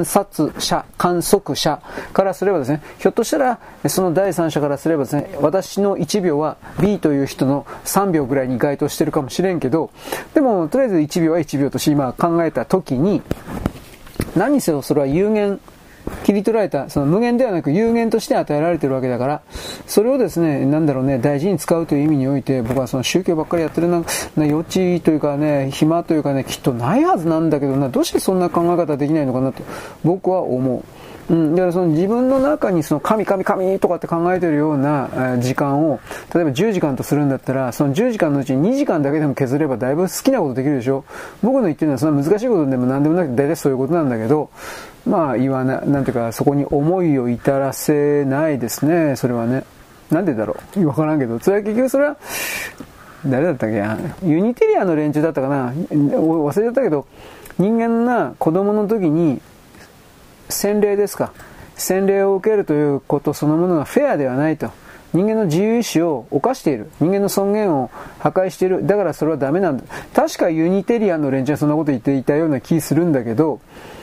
[SPEAKER 1] 者からすればですね、ひょっとしたらその第三者からすればですね、私の1秒は B という人の3秒ぐらいに該当してるかもしれんけど、でもとりあえず1秒は1秒として今考えた時に、何せよそれは有限、切り取られた、その無限ではなく有限として与えられているわけだから、それをですね、大事に使うという意味において、僕はその宗教ばっかりやってる幼稚というかね、暇というかね、きっとないはずなんだけどな、どうしてそんな考え方できないのかなと、僕は思う。だからその自分の中にその神とかって考えているような時間を、例えば10時間とするんだったら、その10時間のうちに2時間だけでも削ればだいぶ好きなことできるでしょ。僕の言ってるのはそんな難しいことでも何でもなくて大体そういうことなんだけど、なんていうかそこに思いを至らせないですね、それはね。なんでだろうわからんけど、それは結局それは、誰だったっけや、ユニテリアの連中だったかな、忘れちゃったけど、人間が子供の時に、洗礼ですか。洗礼を受けるということそのものがフェアではないと。人間の自由意志を侵している。人間の尊厳を破壊している。だからそれはダメなんだ。確かユニテリアンの連中はそんなこと言っていたような気するんだけど、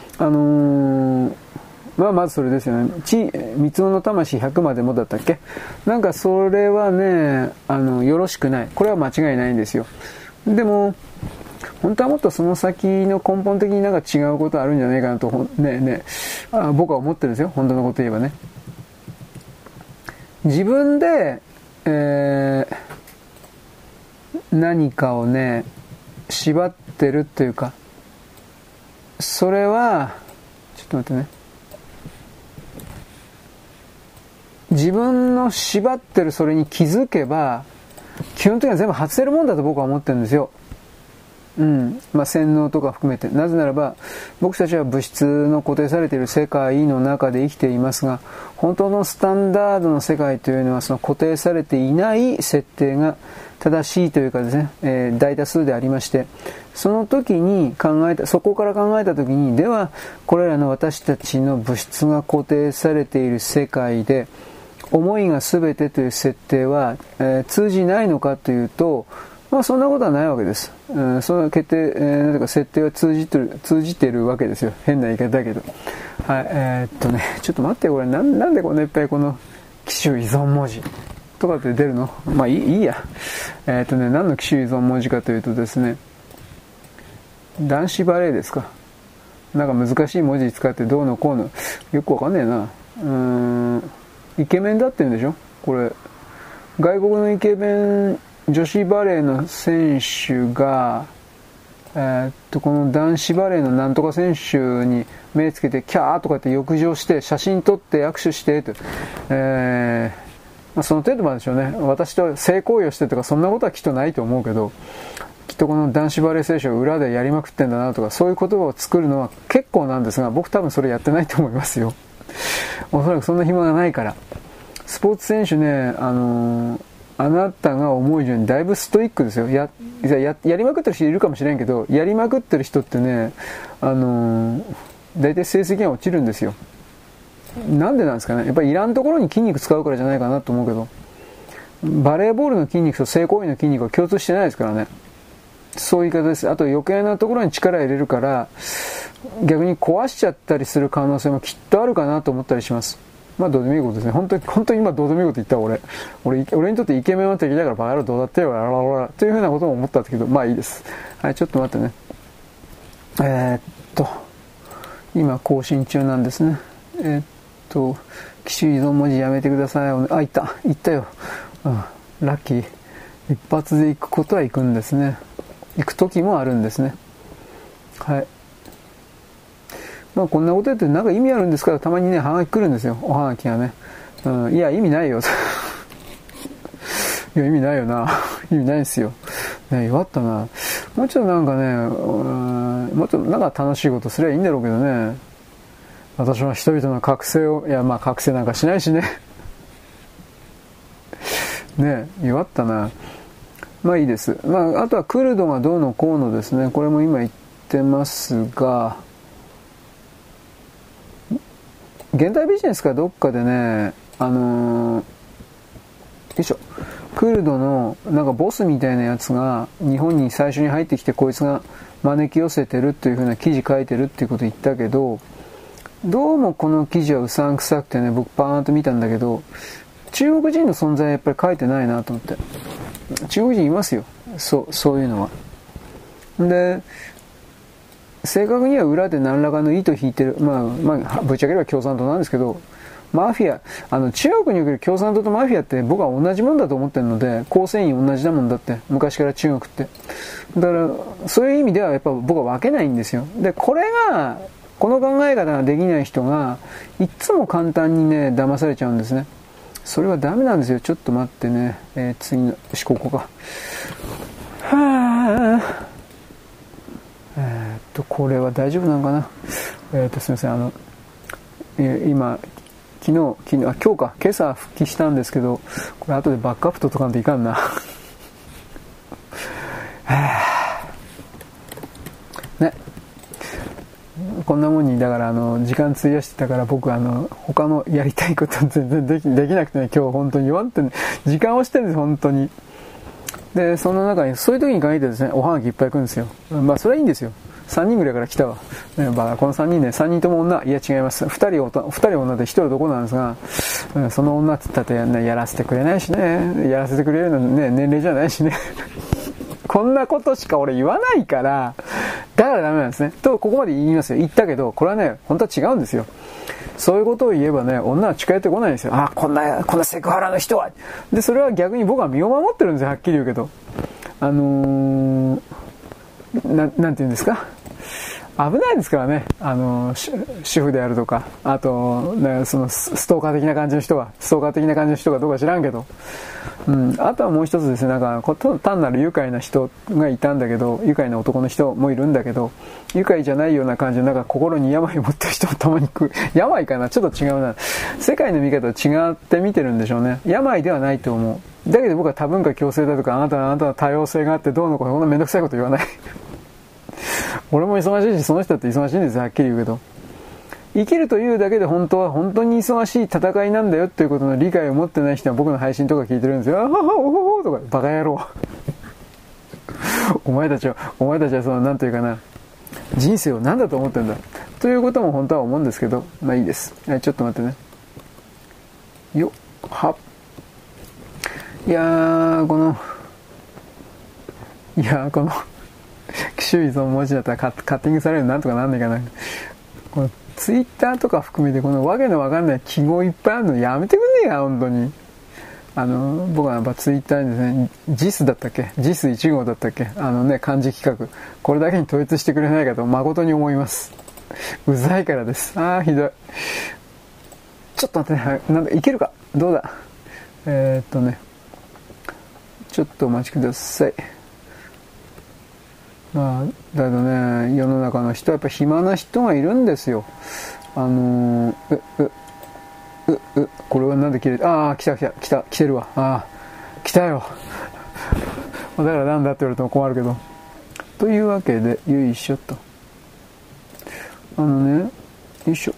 [SPEAKER 1] まずそれですよね。三つ子の魂100までもだったっけ。なんかそれはね、よろしくない。これは間違いないんですよ。でも、本当はもっとその先の根本的になんか違うことあるんじゃないかなと僕は思ってるんですよ。本当のこと言えばね。自分で、何かをね縛ってるっていうか、それはちょっと待ってね。自分の縛ってるそれに気づけば基本的には全部外せるもんだと僕は思ってるんですよ。洗脳とか含めて。なぜならば僕たちは物質の固定されている世界の中で生きていますが、本当のスタンダードの世界というのはその固定されていない設定が正しいというかですね、大多数でありまして、その時にそこから考えた時に、ではこれらの私たちの物質が固定されている世界で思いが全てという設定は、通じないのかというと、そんなことはないわけです。その決定、設定は通じているわけですよ。変な言い方だけど。はい、ちょっと待って、これなんでこんないっぱいこの機種依存文字とかって出るの？いいや。何の機種依存文字かというとですね、男子バレーですか。なんか難しい文字使ってどうのこうの、よくわかんねえな。イケメンだって言うんでしょ？これ、外国のイケメン、女子バレーの選手が、この男子バレーのなんとか選手に目つけてキャーとかって浴場して写真撮って握手してと、その程度まででしょうね。私と性行為をしてとかそんなことはきっとないと思うけど、きっとこの男子バレー選手が裏でやりまくってんだなとか、そういう言葉を作るのは結構なんですが、僕多分それやってないと思いますよ。おそらくそんな暇がないから。スポーツ選手ね、あなたが思う以上にだいぶストイックですよ。やりまくってる人いるかもしれんけど、やりまくってる人ってね、大体成績が落ちるんですよ。なんでなんですかね。やっぱりいらんところに筋肉使うからじゃないかなと思うけど、バレーボールの筋肉と性行為の筋肉は共通してないですからね。そういう言い方です。あと余計なところに力入れるから、逆に壊しちゃったりする可能性もきっとあるかなと思ったりします。どうでもいいことですね。本当に今どうでもいいこと言った俺にとってイケメンは敵だからバカ野郎どうだってよというふうなことも思ったんだけど、いいです。はい、ちょっと待ってね。今更新中なんですね。機種依存文字やめてください。行ったよ。ラッキー。一発で行くことは行くんですね。行く時もあるんですね。 はい。まあこんなこと言ってなんか意味あるんですから、たまにね、はがき来るんですよ。おはがきがね。いや、意味ないよ。いや、意味ないよな。意味ないですよ。ね、弱ったな。もうちょっとなんかね、もうちょっとなんか楽しいことすればいいんだろうけどね。私は人々の覚醒を、いや、まあ覚醒なんかしないしね。ね、弱ったな。まあいいです。まあ、あとはクルドがどうのこうのですね。これも今言ってますが、現代ビジネスかどっかでね、よいしょ。クルドのなんかボスみたいなやつが日本に最初に入ってきて、こいつが招き寄せてるっていう風な記事書いてるっていうこと言ったけど、どうもこの記事はうさんくさくてね、僕パーンと見たんだけど、中国人の存在はやっぱり書いてないなと思って。中国人いますよ。そういうのは。で、正確には裏で何らかの糸引いてる。まあ、ぶっちゃければ共産党なんですけど、マフィア、中国における共産党とマフィアって僕は同じもんだと思ってるので、構成員同じだもんだって、昔から中国って。だから、そういう意味ではやっぱ僕は分けないんですよ。で、この考え方ができない人が、いつも簡単にね、騙されちゃうんですね。それはダメなんですよ。ちょっと待ってね。次の、ここか。これは大丈夫なのかな。すみません。今日今朝復帰したんですけど、これ後でバックアップとかんといかんな。ね。こんなもんに、だから時間費やしてたから僕他のやりたいこと全然できなくてね、今日本当に弱ってね、時間をしてるんです、本当に。で、その中に、そういう時に限ってですね、おはがきいっぱい来るんですよ。まあ、それはいいんですよ。3人ぐらいから来たわ。この3人ね、3人とも女、いや違います。2人女で1人男なんですが、その女って言ったって、やらせてくれないしね、やらせてくれるのね、年齢じゃないしね。こんなことしか俺言わないから、だからダメなんですね。と、ここまで言いますよ。言ったけど、これはね、本当は違うんですよ。そういうことを言えばね、女は近寄ってこないんですよ。こんなセクハラの人は。で、それは逆に僕は身を守ってるんですよ、はっきり言うけど。なんて言うんですか。危ないですからね。主婦であるとか、あと、ね、そのストーカー的な感じの人がどうか知らんけど。あとはもう一つですね、なんか、単なる愉快な人がいたんだけど、愉快な男の人もいるんだけど、愉快じゃないような感じで、なんか心に病を持ってる人もたまに来る。病かなちょっと違うな。世界の見方と違って見てるんでしょうね。病ではないと思う。だけど僕は多文化共生だとか、あなたの多様性があってどうのこうの、こんなめんどくさいこと言わない。俺も忙しいし、その人だって忙しいんですよ、はっきり言うけど。生きるというだけで本当は本当に忙しい戦いなんだよっていうことの理解を持ってない人は僕の配信とか聞いてるんですよ。おほほとか、バカ野郎。お前たちはその、なんていうかな、人生を何だと思ってんだ。ということも本当は思うんですけど、まあいいです。ちょっと待ってね。いやー、この、周囲その文字だったらカッティングされるのなんとかなんないかな。このツイッターとか含めてこのわけのわかんない記号いっぱいあるのやめてくんねえか、本当に。僕はやっぱツイッターにですね、JIS だったっけ ?JIS1 号だったっけ漢字企画。これだけに統一してくれないかと誠に思います。うざいからです。ひどい。ちょっと待ってね。なんだ、いけるかどうだちょっとお待ちください。まあ、だけどね、世の中の人はやっぱ暇な人がいるんですよ。これはなんで切れた？来てるわ。来たよ。だからなんだって言われても困るけど。というわけで、よいしょと。よいしょ。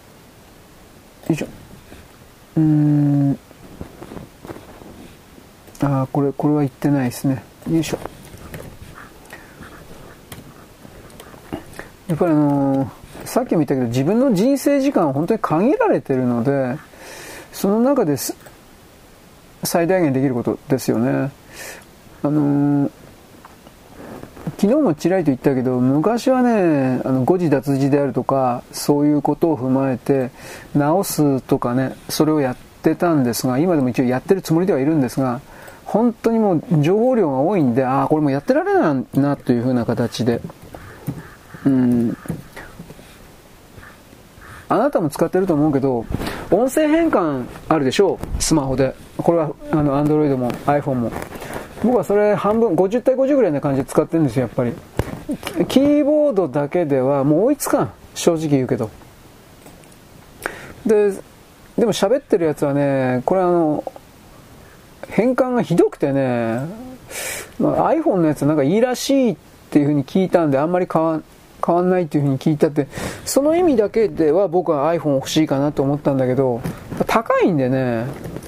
[SPEAKER 1] これは言ってないですね。よいしょ。やっぱりさっきも言ったけど自分の人生時間は本当に限られているので、その中で最大限できることですよね。昨日もちらりと言ったけど、昔はね、誤字脱字であるとか、そういうことを踏まえて直すとかね、それをやってたんですが、今でも一応やってるつもりではいるんですが、本当にもう情報量が多いんで、これもやってられないなというふうな形で、 あなたも使ってると思うけど、音声変換あるでしょう、スマホで。これはAndroid も iPhone も。僕はそれ半分、50対50ぐらいな感じで使ってるんですよ、やっぱり。キーボードだけではもう追いつかん、正直言うけど。でも喋ってるやつはね、これ変換がひどくてね、iPhone のやつなんかいいらしいっていう風に聞いたんで、あんまり変わんないっていう風に聞いたって、その意味だけでは僕は iPhone 欲しいかなと思ったんだけど、高いんでね、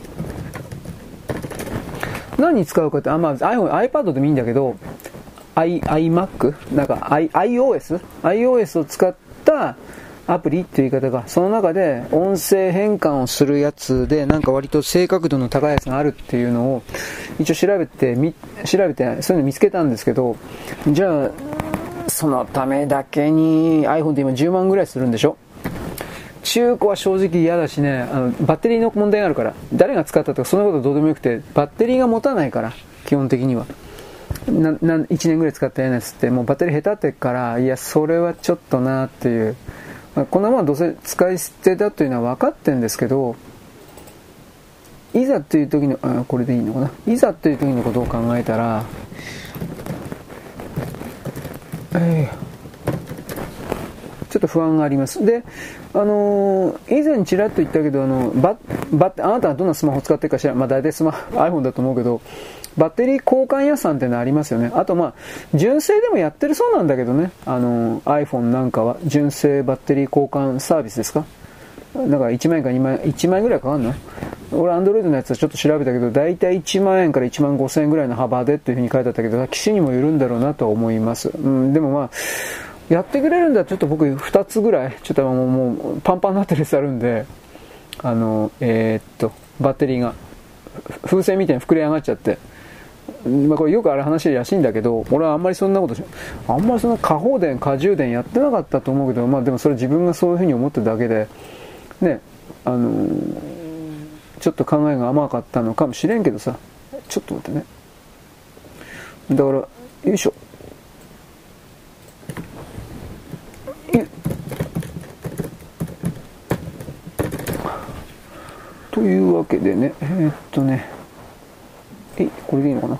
[SPEAKER 1] 何に使うかって、iPad でもいいんだけど、iMac? なんかiOS を使ったアプリっていう言い方が、その中で音声変換をするやつで、なんか割と正確度の高いやつがあるっていうのを一応調べてそういうの見つけたんですけど、じゃあそのためだけに iPhone って今10万ぐらいするんでしょ。中古は正直嫌だしね、バッテリーの問題があるから、誰が使ったとかそんなことどうでもよくて、バッテリーが持たないから、基本的には1年ぐらい使ったやつってもうバッテリー下手ってから、いやそれはちょっとなっていう、こんなものはどうせ使い捨てだというのは分かってるんですけど、いざという時のこれでいいのかな、いざという時のことを考えたら、ちょっと不安があります。で、以前ちらっと言ったけど、あなたがどんなスマホを使ってるか知らん、大体iPhone だと思うけど、バッテリー交換屋さんってのありますよね。あと純正でもやってるそうなんだけどね、iPhone なんかは純正バッテリー交換サービスですか。だから1万円か1万円ぐらいかかるの。俺 Android のやつはちょっと調べたけど、だいたい1万円から1万5千円ぐらいの幅でっていう風に書いてあったけど、機種にもよるんだろうなとは思います。でもやってくれるんだらちょっと僕2つぐらい、ちょっともうパンパンになってるやつあるんで、バッテリーが風船みたいに膨れ上がっちゃって、これよくある話らしいんだけど、俺はあんまりそんな過放電過充電やってなかったと思うけど、でもそれ自分がそういう風に思ってるだけでね、ちょっと考えが甘かったのかもしれんけどさ、ちょっと待ってね。だからよいしょ、というわけでね、これでいいのかな。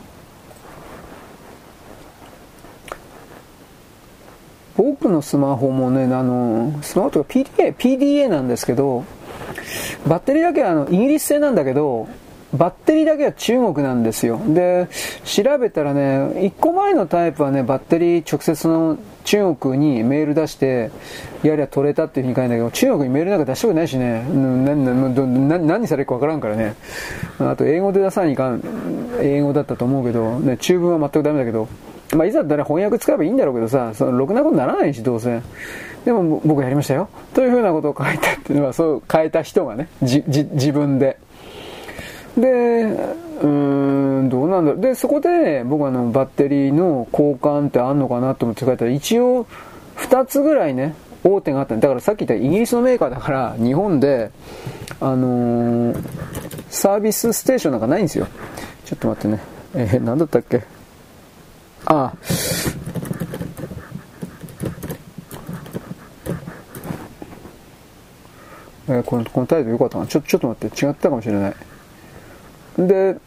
[SPEAKER 1] 僕のスマホもね、スマホとか PDA なんですけど、バッテリーだけはイギリス製なんだけど、バッテリーだけは中国なんですよ。で、調べたらね、1個前のタイプはね、バッテリー直接の中国にメール出して、やりゃ取れたっていうふうに書いてんだけど、中国にメールなんか出したくないしね、何されるかわからんからね。あと英語で出さないかん、英語だったと思うけど、ね、中文は全くダメだけど、いざだったら翻訳使えばいいんだろうけどさ、ろくなことにならないし、どうせ。でも僕やりましたよ。というふうなことを書いたっていうのは、そう変えた人がね、自分で。で、どうなんだろう。で、そこで、ね、僕はバッテリーの交換ってあんのかなと思って書いたら、一応2つぐらいね、大手があった。だからさっき言ったイギリスのメーカーだから、日本で、サービスステーションなんかないんですよ。ちょっと待ってね。何だったっけ。この態度良かったかな。ちょっと待って、違ったかもしれない。で、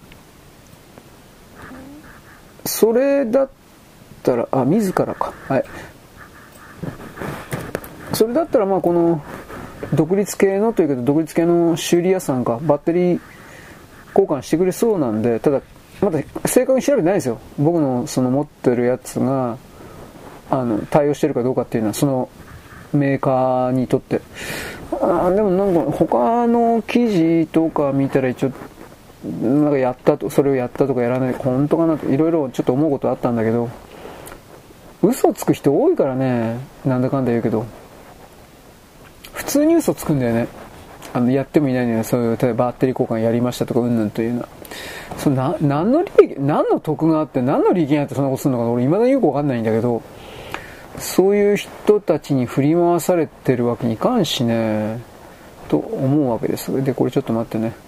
[SPEAKER 1] それだったら、自らか。はい。それだったら、この、独立系の修理屋さんがバッテリー交換してくれそうなんで、ただ、まだ正確に調べてないですよ。僕のその持ってるやつが、対応してるかどうかっていうのは、そのメーカーにとって。でもなんか他の記事とか見たら一応なんかそれをやったとかやらない本当かなといろいろちょっと思うことあったんだけど、嘘つく人多いからね、なんだかんだ言うけど普通に嘘つくんだよね。やってもいないのにそういう例えばバッテリー交換やりましたとかうんぬんというのは何の利益、何の得があって何の利益があってそんなことするのか俺未だによく分かんないんだけど、そういう人たちに振り回されてるわけにいかんしねと思うわけです。でこれちょっと待ってね、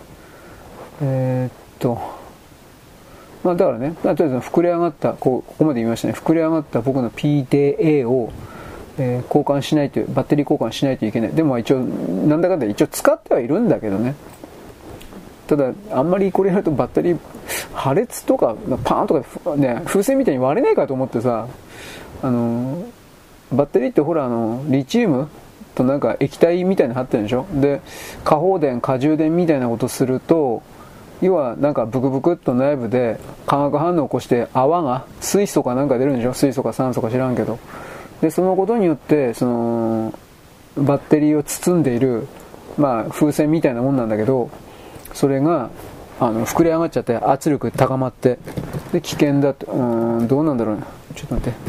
[SPEAKER 1] だからね、とりあえず膨れ上がったここまで言いましたね。膨れ上がった僕の PDA を交換しないと、バッテリー交換しないといけない。でも一応なんだかんだ一応使ってはいるんだけどね。ただあんまりこれやるとバッテリー破裂とかパーンとかね、風船みたいに割れないかと思ってさ、バッテリーってほらリチウムとなんか液体みたいなの貼ってるでしょ。で過放電過充電みたいなことすると、要はなんかブクブクっと内部で化学反応を起こして泡が水素かなんか出るんでしょ。水素か酸素か知らんけど、でそのことによってそのバッテリーを包んでいる、まあ、風船みたいなもんなんだけど、それが膨れ上がっちゃって圧力高まって、で危険だと、どうなんだろうね、ちょっと待って、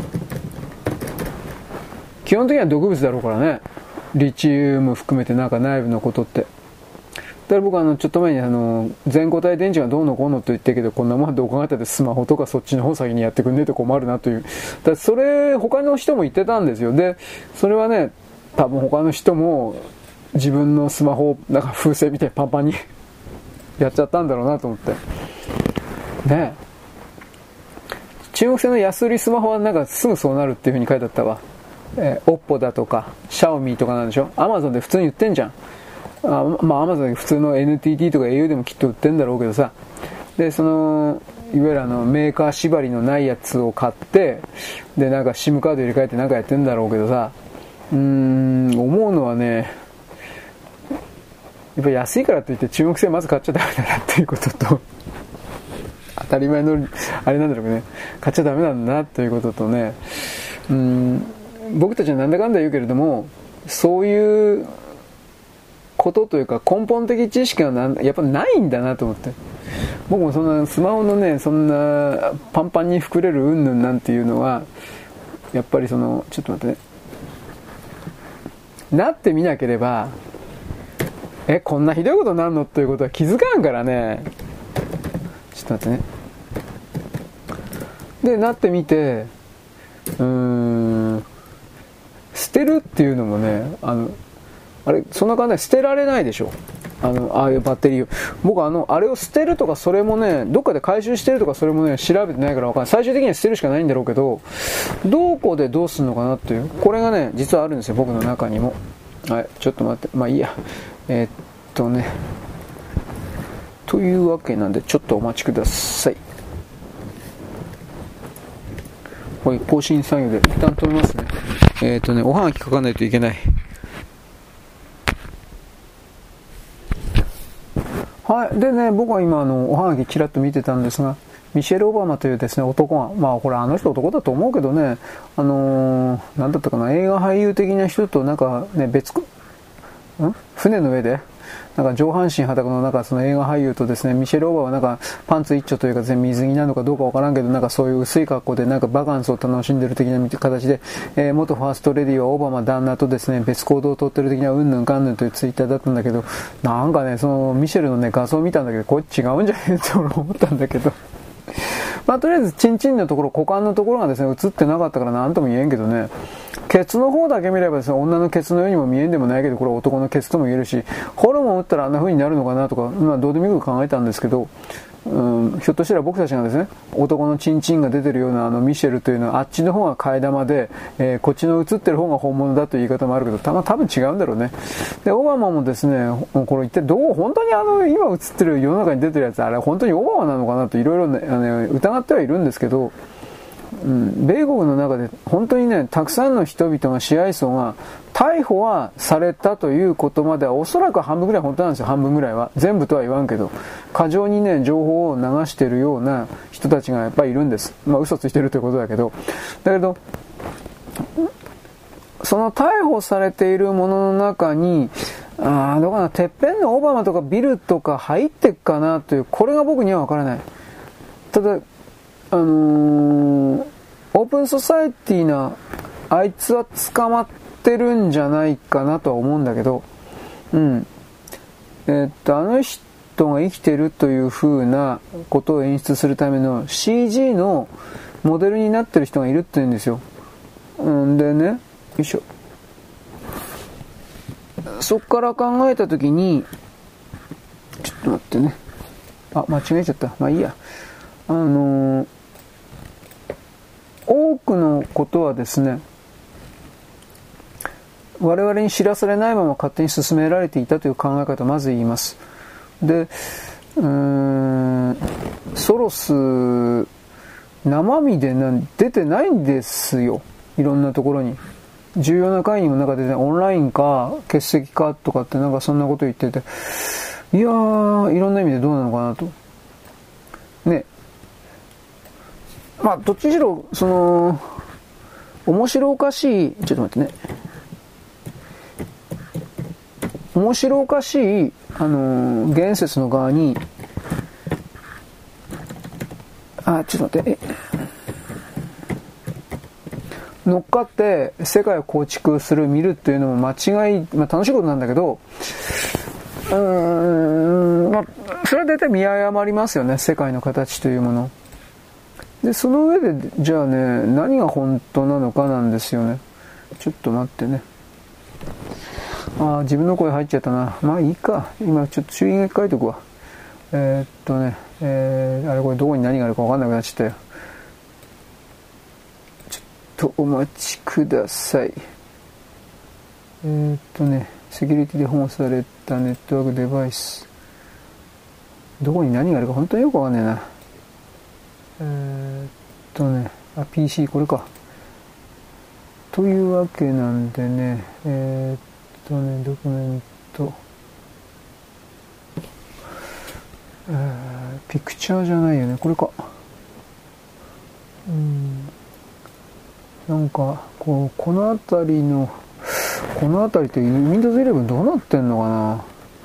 [SPEAKER 1] 基本的には毒物だろうからね、リチウム含めてなんか内部のことって。だから僕ちょっと前に全固体電池がどうのこうのと言ってるけど、こんなもんどう考えたってスマホとかそっちの方先にやってくんねえと困るなという。だそれ他の人も言ってたんですよ。でそれはね、多分他の人も自分のスマホをなんか風船みたいにパンパンにやっちゃったんだろうなと思ってね。中国製の安売りスマホはなんかすぐそうなるっていう風に書いてあったわ。OPPO だとかシャオミとかなんでしょ。 Amazon で普通に売ってんじゃん。まあ Amazon で普通の NTT とか au でもきっと売ってんだろうけどさ、でいわゆるメーカー縛りのないやつを買って、でなんか SIM カード入れ替えてなんかやってんだろうけどさ、思うのはね、やっぱり安いからといって中国製まず買っちゃダメだなっていうことと当たり前のあれなんだろうね、買っちゃダメなんだなということとね、僕たちはなんだかんだ言うけれども、そういうことというか根本的知識がやっぱないんだなと思って。僕もそんなスマホのね、そんなパンパンに膨れる云々なんていうのはやっぱりちょっと待ってね、なってみなければこんなひどいことになるのということは気づかんからね。ちょっと待ってね。でなってみて、捨てるっていうのもね、あれそんな感じで捨てられないでしょ。ああいうバッテリーを僕あれを捨てるとか、それもねどっかで回収してるとか、それもね調べてないから分かんない。最終的には捨てるしかないんだろうけど、どこでどうするのかなっていう、これがね実はあるんですよ、僕の中にも。はい、ちょっと待って、まあいいや。というわけなんでちょっとお待ちください。これ更新作業で一旦止めますね。おはがき書かないといけない。はい。でね、僕は今おはがきちらっと見てたんですが、ミシェル・オバマというですね、男が、まあこれあの人男だと思うけどね、なんだったかな、映画俳優的な人となんかね、船の上で、なんか上半身裸の中、その映画俳優とですね、ミシェル・オバマはなんかパンツ一丁というか全水着なのかどうかわからんけど、なんかそういう薄い格好でなんかバカンスを楽しんでる的な形で、元ファーストレディはオバマ旦那とですね、別行動をとってる的なうんぬんかんぬんというツイッターだったんだけど、なんかね、そのミシェルのね、画像を見たんだけど、これ違うんじゃねえって俺思ったんだけど、まあとりあえずチンチンのところ、股間のところがですね、映ってなかったからなんとも言えんけどね、ケツの方だけ見ればですね、女のケツのようにも見えんでもないけど、これ男のケツとも言えるし、ホルモン打ったらあんな風になるのかなとか、まあどうでもいいこと考えたんですけど、ひょっとしたら僕たちがですね、男のチンチンが出てるようなミシェルというのはあっちの方が替え玉で、こっちの映ってる方が本物だという言い方もあるけど、多分違うんだろうね。でオバマもですね、これ一体本当に今映ってる世の中に出てるやつ、あれ本当にオバマなのかなといろいろね、疑ってはいるんですけど、米国の中で本当にね、たくさんの人々が、支配層が逮捕はされたということまではおそらく半分ぐらい本当なんですよ。半分ぐらいは、全部とは言わんけど、過剰にね情報を流しているような人たちがやっぱりいるんです。まあ嘘ついてるということだけど、だけどその逮捕されているものの中にどうかな、てっぺんのオバマとかビルとか入ってっかなという、これが僕には分からない。ただオープンソサエティなあいつは捕まってるんじゃないかなとは思うんだけど、あの人が生きてるという風なことを演出するための CG のモデルになってる人がいるって言うんですよ。でね、よいしょ、そっから考えたときに、ちょっと待ってね、間違えちゃった、まあいいや。多くのことはですね、 我々に知らされないまま勝手に進められていたという考え方をまず言います。で、ソロス生身で出てないんですよ、いろんなところに。重要な会にも出てない、オンラインか欠席かとかってそんなこと言ってて、いやー、いろんな意味でどうなのかなとね。まあどっちにしろ面白おかしい、ちょっと待ってね、面白おかしい言説の側にちょっと待って、乗っかって世界を構築する、見るっていうのも間違い、楽しいことなんだけど、それは大体見誤りますよね、世界の形というもので。その上でじゃあね、何が本当なのかなんですよね。ちょっと待ってね、自分の声入っちゃったな。まあいいか、今ちょっと注意書いとくわ。あれこれどこに何があるか分かんなくなっちゃったよ。お待ちください。セキュリティで保護されたネットワークデバイス、どこに何があるか本当によくわかんねえな。PC これかというわけなんでね、ドキュメント、ピクチャーじゃないよね、これか。この辺りって Windows 11どうなってんのかな。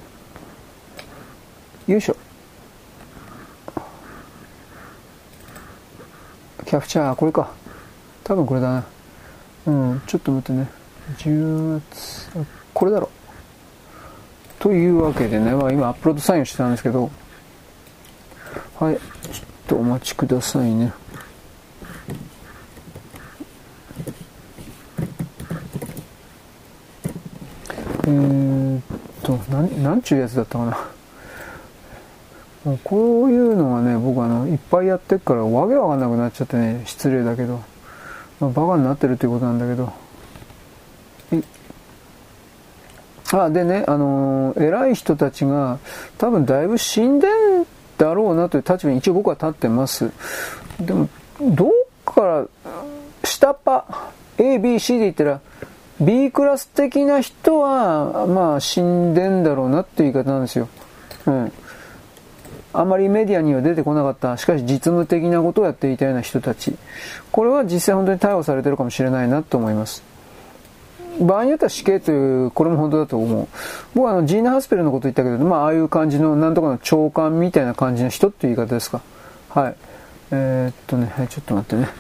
[SPEAKER 1] よいしょ。キャプチャー、これか。多分これだな。ちょっと待ってね。10月、これだろ。というわけでね、今アップロードサインをしてたんですけど、はい、ちょっとお待ちくださいね。なんちゅうやつだったかな。もうこういうのがね、僕いっぱいやってっからわけわかんなくなっちゃってね、失礼だけど、バカになってるっていうことなんだけど。でね、偉い人たちが多分だいぶ死んでんだろうなという立場に一応僕は立ってます。でもどっから下っ端 A、B、C で言ったらB クラス的な人は死んでんだろうなっていう言い方なんですよ。あまりメディアには出てこなかった、しかし実務的なことをやっていたような人たち、これは実際本当に逮捕されてるかもしれないなと思います。場合によっては死刑という、これも本当だと思う。僕はジーナ・ハスペルのこと言ったけど、ああいう感じのなんとかの長官みたいな感じの人っていう言い方ですか。はい。はい、ちょっと待ってね。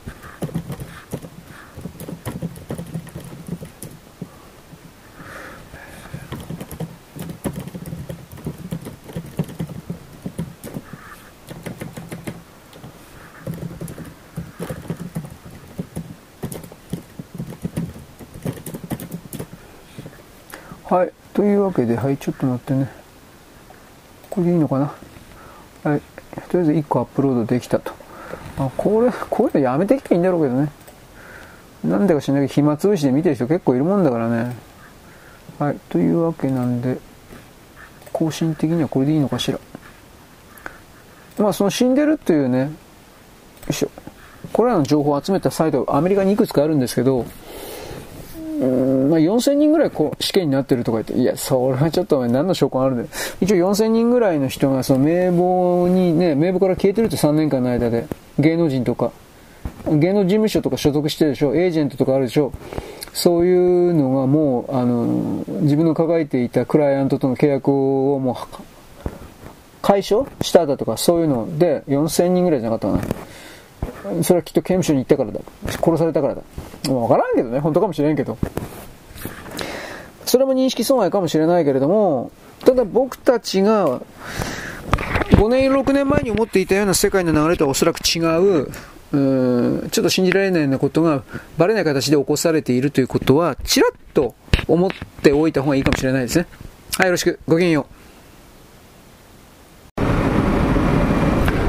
[SPEAKER 1] はい、というわけで、はい、ちょっと待ってね。これでいいのかな。はい、とりあえず1個アップロードできたと。こういうのやめてきていいんだろうけどね。なんでか知らないけど、暇つぶしで見てる人結構いるもんだからね。はい、というわけなんで、更新的にはこれでいいのかしら。その死んでるっていうね、よいしょ。これらの情報を集めたサイト、アメリカにいくつかあるんですけど、4000人ぐらい死刑になってるとか言って、いや、それはちょっと何の証拠あるんだよ。一応4000人ぐらいの人がその名簿から消えてるって3年間の間で、芸能人とか、芸能事務所とか所属してるでしょ、エージェントとかあるでしょ、そういうのがもう、自分の抱えていたクライアントとの契約をもう、解消しただとか、そういうので4000人ぐらいじゃなかったかな。それはきっと刑務所に行ったからだ、殺されたからだ、分からんけどね、本当かもしれんけど、それも認識障害かもしれないけれども、ただ僕たちが5年6年前に思っていたような世界の流れとはおそらく違う、ちょっと信じられないようなことがバレない形で起こされているということはちらっと思っておいた方がいいかもしれないですね。はい、よろしく、ごきげんよう。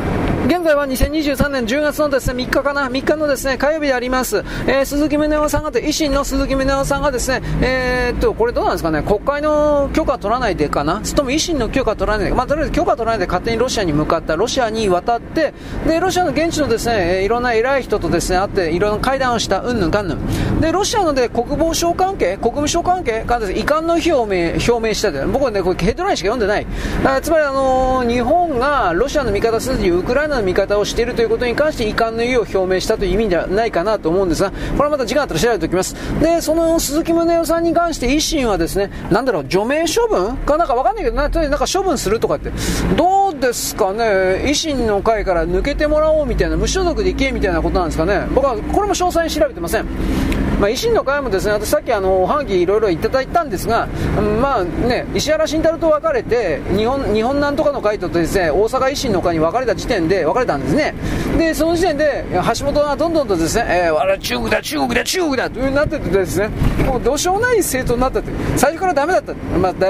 [SPEAKER 1] 現在は2023年10月のですね、3日かな、3日のですね、火曜日であります。鈴木宗男さんが、維新の鈴木宗男さんがですね、これどうなんですかね、国会の許可取らないでかな、それとも維新の許可取らないで、とりあえず許可取らないで勝手にロシアに向かった、ロシアに渡って、で、ロシアの現地のですね、いろんな偉い人とですね、会って、いろんな会談をした、うんぬんかんぬん。で、ロシアので、国務省関係がですね、遺憾の表明したで、僕はね、これヘッドラインしか読んでない。つまり日本がロシアの味方せずにウクライナの味方をしているということに関して遺憾の意を表明したという意味ではないかなと思うんですが、これはまた時間あったら調べておきます。で、その鈴木宗男さんに関して維新はですね、除名処分かなんかわかんないけど、なんか処分するとかって、どうですかね、維新の会から抜けてもらおうみたいな、無所属でいけみたいなことなんですかね。僕はこれも詳細に調べてません。維新の会もですね、私さっきおはがきいろいろいただいたんですが、石原慎太郎と別れて、日本なんとかの会とですね、大阪維新の会に別れた時点で別れたんですね。で、その時点で、橋本がどんどんとですね、中国だという風になっててですね、もうどうしようもない政党になったって、最初からダメだった、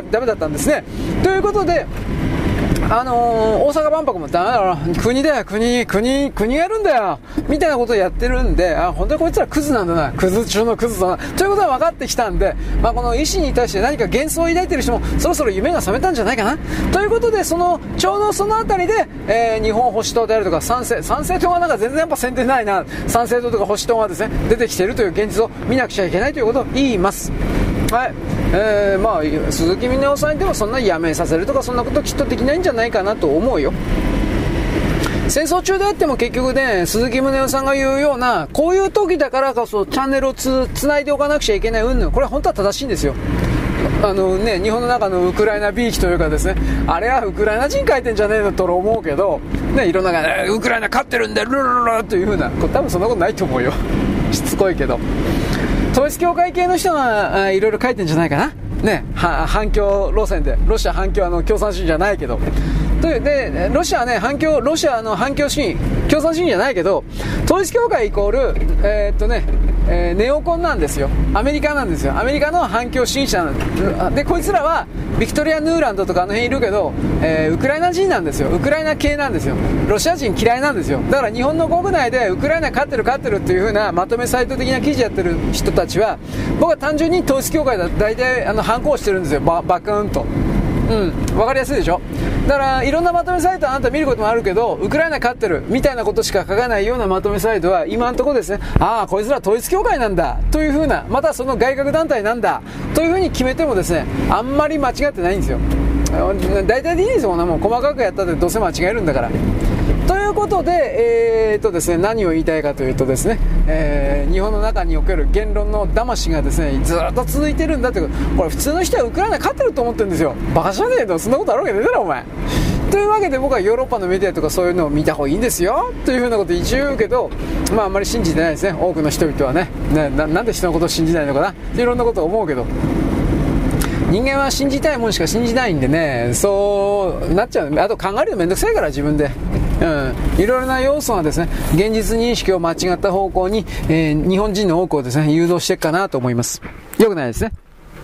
[SPEAKER 1] ダメだったんですね。ということで、大阪万博もダメだろ、国だよ、国やるんだよみたいなことをやってるんで、本当にこいつらクズなんだな、クズ中のクズだなということが分かってきたんで、この維新に対して何か幻想を抱いている人もそろそろ夢が覚めたんじゃないかなということで、ちょうどそのあたりで、日本保守党であるとか参政党がなんか全然やっぱ宣伝ないな、参政党とか保守党がですね出てきているという現実を見なくちゃいけないということを言います。はい、鈴木宗男さんにでもそんなに辞めさせるとかそんなこときっとできないんじゃないかなと思うよ。戦争中であっても結局ね、鈴木宗男さんが言うような、こういう時だからこそチャンネルをつないでおかなくちゃいけない云々、これは本当は正しいんですよ。日本の中のウクライナびいきというかですね、あれはウクライナ人書いてんじゃねえのと思うけど、いろんなウクライナ勝ってるんだルルルルという風な、これ多分そんなことないと思うよ。しつこいけど。統一教会系の人がいろいろ書いてんじゃないかな。反共路線で、ロシア反共共産主義じゃないけど。で、ロシアの反共主義、共産主義じゃないけど、統一教会イコール、ネオコンなんですよ。アメリカなんですよ。アメリカの反共主義者なんで、こいつらはビクトリア・ヌーランドとか辺いるけど、ウクライナ人なんですよ。ウクライナ系なんですよ。ロシア人嫌いなんですよ。だから日本の国内でウクライナ勝ってるっていう風なまとめサイト的な記事やってる人たちは、僕は単純に統一教会だ大体反抗してるんですよ。バクーンと。わかりやすいでしょ。だからいろんなまとめサイトあなた見ることもあるけど、ウクライナ勝ってるみたいなことしか書かないようなまとめサイトは今のところですね、こいつら統一教会なんだという風な、またその外郭団体なんだという風に決めてもですね、あんまり間違ってないんですよ。大体でいいんですよ。もう細かくやったってどうせ間違えるんだから。ということで、ですね、何を言いたいかというとですね、日本の中における言論の騙しがですね、ずっと続いてるんだって。これ普通の人はウクライナ勝ってると思ってるんですよ。バカじゃねえの、そんなことあるわけねえだろお前。というわけで僕はヨーロッパのメディアとかそういうのを見た方がいいんですよというふうなことを一応言うけど、あんまり信じてないですね、多くの人々はね。なんで人のことを信じないのかな、いろんなことを思うけど、人間は信じたいもんしか信じないんでね、そうなっちゃう。あと考えるのめんどくさいから自分で。いろいろな要素がですね、現実認識を間違った方向に、日本人の多くをですね、誘導していくかなと思います。よくないですね。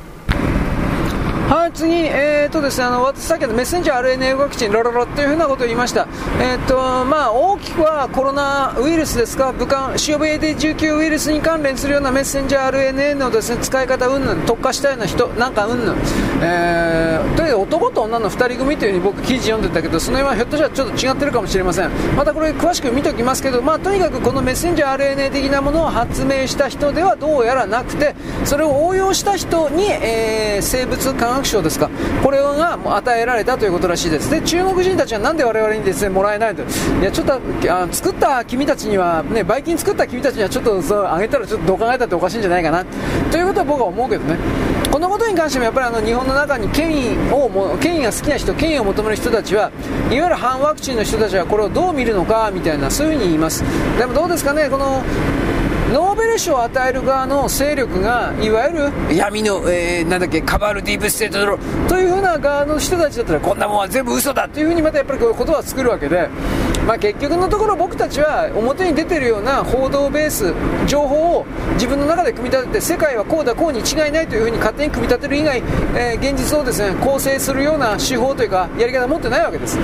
[SPEAKER 1] はい、次、ですね、私さっきのメッセンジャー RNA ワクチン、ロロロっていうふうなことを言いました。大きくはコロナウイルスですか、武漢、COVID-19 ウイルスに関連するようなメッセンジャー RNA のですね、使い方云々、特化したような人、なんか云々、とりあえず男と女の2人組というふうに僕記事読んでたけど、その辺はひょっとしたらちょっと違ってるかもしれません。またこれ詳しく見ておきますけど、とにかくこのメッセンジャー RNA 的なものを発明した人ではどうやらなくて、それを応用した人に、生物科学賞ですか、これが与えられたということらしいです。で、中国人たちはなんで我々にですね、もらえないと。いや、ちょっと作った君たちにはね、バイキン作った君たちにはちょっとあげたらちょっとどう考えたっておかしいんじゃないかなということは僕は思うけどね。このことに関してもやっぱり日本の中に権威が好きな人、権威を求める人たちは、いわゆる反ワクチンの人たちはこれをどう見るのかみたいな、そういうふうに言います。でもどうですかね、このノーベル賞を与える側の勢力がいわゆる闇の、カバールディープステートというふうな側の人たちだったら、こんなもんは全部嘘だというふうにまたやっぱりこういう言葉を作るわけで、結局のところ僕たちは表に出てるような報道ベース、情報を自分の中で組み立てて、世界はこうだこうに違いないというふうに勝手に組み立てる以外、現実をですね構成するような手法というかやり方を持ってないわけです。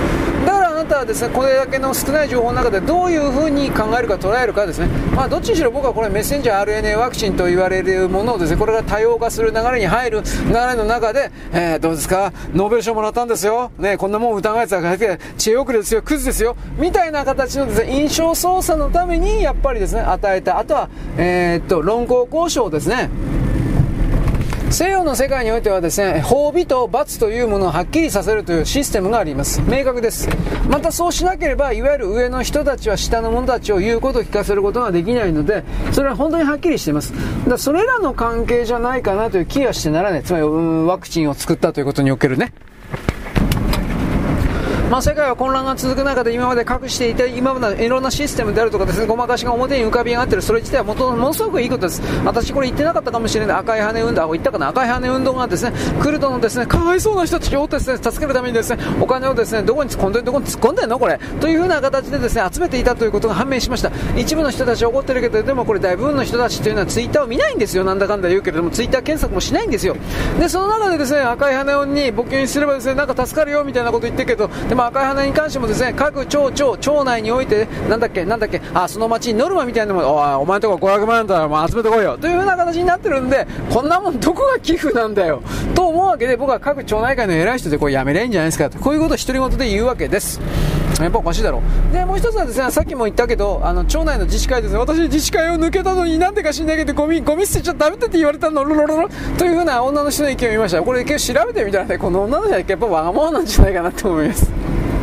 [SPEAKER 1] だからあなたはですね、これだけの少ない情報の中でどういうふうに考えるか捉えるかですね。どっちにしろ僕はこれメッセンジャー RNA ワクチンと言われるものをですね、これが多様化する流れに入る流れの中で、どうですか、ノーベル賞もらったんですよ、ね、こんなもん疑うやつが書いて知恵遅れですよ、クズですよみたいな形のですね、印象操作のためにやっぱりですね与えた。あとは論功行賞ですね。西洋の世界においてはですね、褒美と罰というものをはっきりさせるというシステムがあります。明確です。またそうしなければ、いわゆる上の人たちは下の者たちを言うことを聞かせることができないので、それは本当にはっきりしています。だからそれらの関係じゃないかなという気がしてならない。つまりワクチンを作ったということにおけるね。世界は混乱が続く中で今まで隠していた今までいろんなシステムであるとかですね、ごまかしが表に浮かび上がっている、それ自体はものすごくいいことです。私これ言ってなかったかもしれない。赤い羽運動、言ったかな、赤い羽運動がですね、クルドのですね、かわいそうな人たちをですね、助けるためにですね、お金をですね、どこに突っ込んでんのこれという風な形でですね、集めていたということが判明しました。一部の人たちは怒ってるけど、でもこれ大部分の人たちというのはツイッターを見ないんですよ。なんだかんだ言うけれども、ツイッター検索もしないんですよ。で、その中でですね、赤い羽に募金すればですね、なんか助かるよみたいなこと言ってるけど、でも赤い羽に関してもですね、各町内においてなんだっけ、その町にノルマみたいなもの、お前んとこ500万円だから集めてこいよという風な形になってるんで、こんなもんどこが寄付なんだよと思うわけで、僕は各町内会の偉い人でこれやめりゃいいんじゃないですかと、こういうことを独り言で言うわけです。やっぱおかしいだろう。でもう一つはですね、さっきも言ったけど、町内の自治会ですね、私自治会を抜けたのになんでか知んないけどゴミ捨てちゃダメって言われたのロロロロという風な女の人の意見を見ました。これ結構調べてみたらね、この女の人はやっぱわがままなんじゃないかなと思います。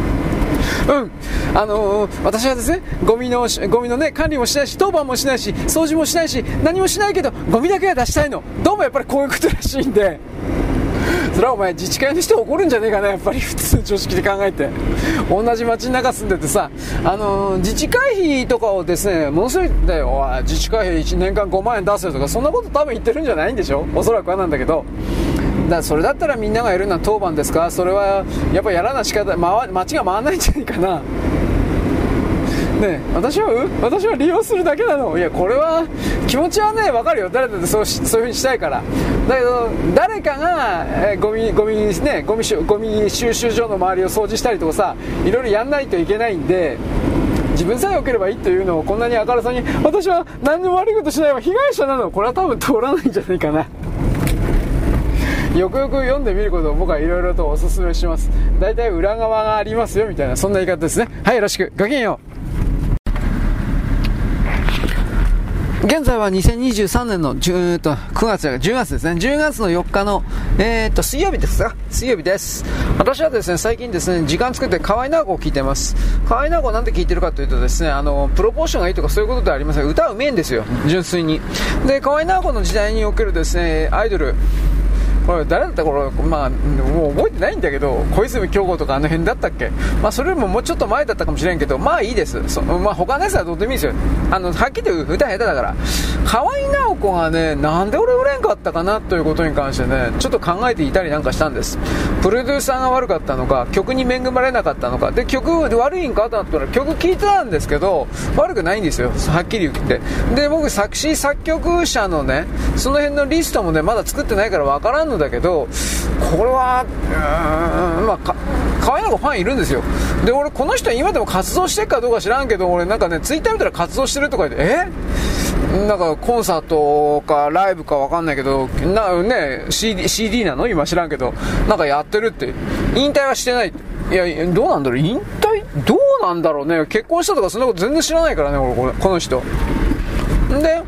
[SPEAKER 1] 私はですね、ゴミのね、管理もしないし、当番もしないし、掃除もしないし、何もしないけど、ゴミだけは出したいの。どうもやっぱりこういうことらしいんで、それはお前自治会の人怒るんじゃねえかな、やっぱり普通常識で考えて。同じ街の中住んでてさ、自治会費とかをですね、ものすごいだよ、自治会費1年間5万円出せよとか、そんなこと多分言ってるんじゃないんでしょ、おそらくはなんだけど。それだったらみんながやるのは当番ですか、それはやっぱやらな仕方、街が回らないんじゃないかな。ね、私は利用するだけなの。いや、これは気持ちはね分かるよ、誰だってそういう風にしたいから。だけど誰かがゴミ収集所の周りを掃除したりとかさ、いろいろやんないといけないんで、自分さえ良ければいいというのをこんなにあからさに、私は何も悪いことしないわ、被害者なの、これは多分通らないんじゃないかな。よくよく読んでみることを僕はいろいろとお勧めします。だいたい裏側がありますよみたいな、そんな言い方ですね。はい、よろしく、ごきげんよう。現在は2023年の10月ですね。10月の4日の、水曜日ですか？水曜日です。私はですね、最近ですね、時間作って河合直子を聴いてます。河合直子をなんで聴いてるかというとですね、プロポーションがいいとかそういうことではありません。歌はうめえんですよ、純粋に。で、河合直子の時代におけるですね、アイドル、これ誰だったこれ、もう覚えてないんだけど、小泉京子とかあの辺だったっけ。それよりももうちょっと前だったかもしれんけど、いいです。他のやつはどうでもいいですよ。はっきり言う歌下手だから。河合直子がね、なんで俺売れんかったかなということに関してね、ちょっと考えていたりなんかしたんです。プロデューサーが悪かったのか、曲に恵まれなかったのかで、曲悪いんかとなったら曲聴いてたんですけど悪くないんですよ、はっきり言って。で、僕作詞作曲者のね、その辺のリストもねまだ作ってないから分からんのだけど、これは河合直子ファンいるんですよ。で、俺この人今でも活動してるかどうか知らんけど、俺なんかねツイッター見たら活動してるとか言って、なんかコンサートかライブか分かんないけどCD なの今知らんけど、なんかやってるって。引退はしてない。いや、どうなんだろう、引退どうなんだろうね。結婚したとかそんなこと全然知らないからね、俺この人で、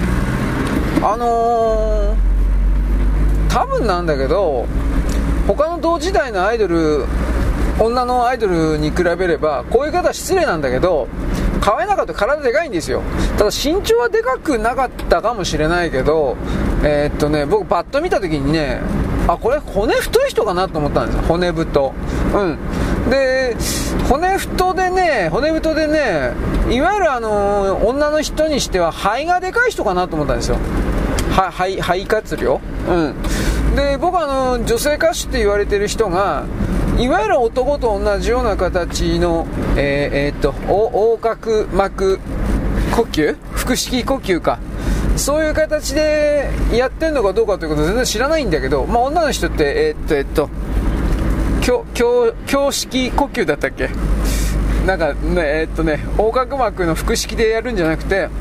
[SPEAKER 1] 多分なんだけど、他の同時代のアイドル、女のアイドルに比べればこういう方は失礼なんだけど、河合直子って体でかいんですよ。ただ身長はでかくなかったかもしれないけど、僕パッと見た時にね、これ骨太い人かなと思ったんですよ。骨太。で、骨太でね、いわゆる女の人にしては肺がでかい人かなと思ったんですよ。肺活量。で、僕は女性歌手って言われてる人が、いわゆる男と同じような形の、横隔膜呼吸、腹式呼吸か、そういう形でやってんのかどうかということは全然知らないんだけど、女の人って胸式呼吸だったっけ、なんかね横隔膜の腹式でやるんじゃなくて、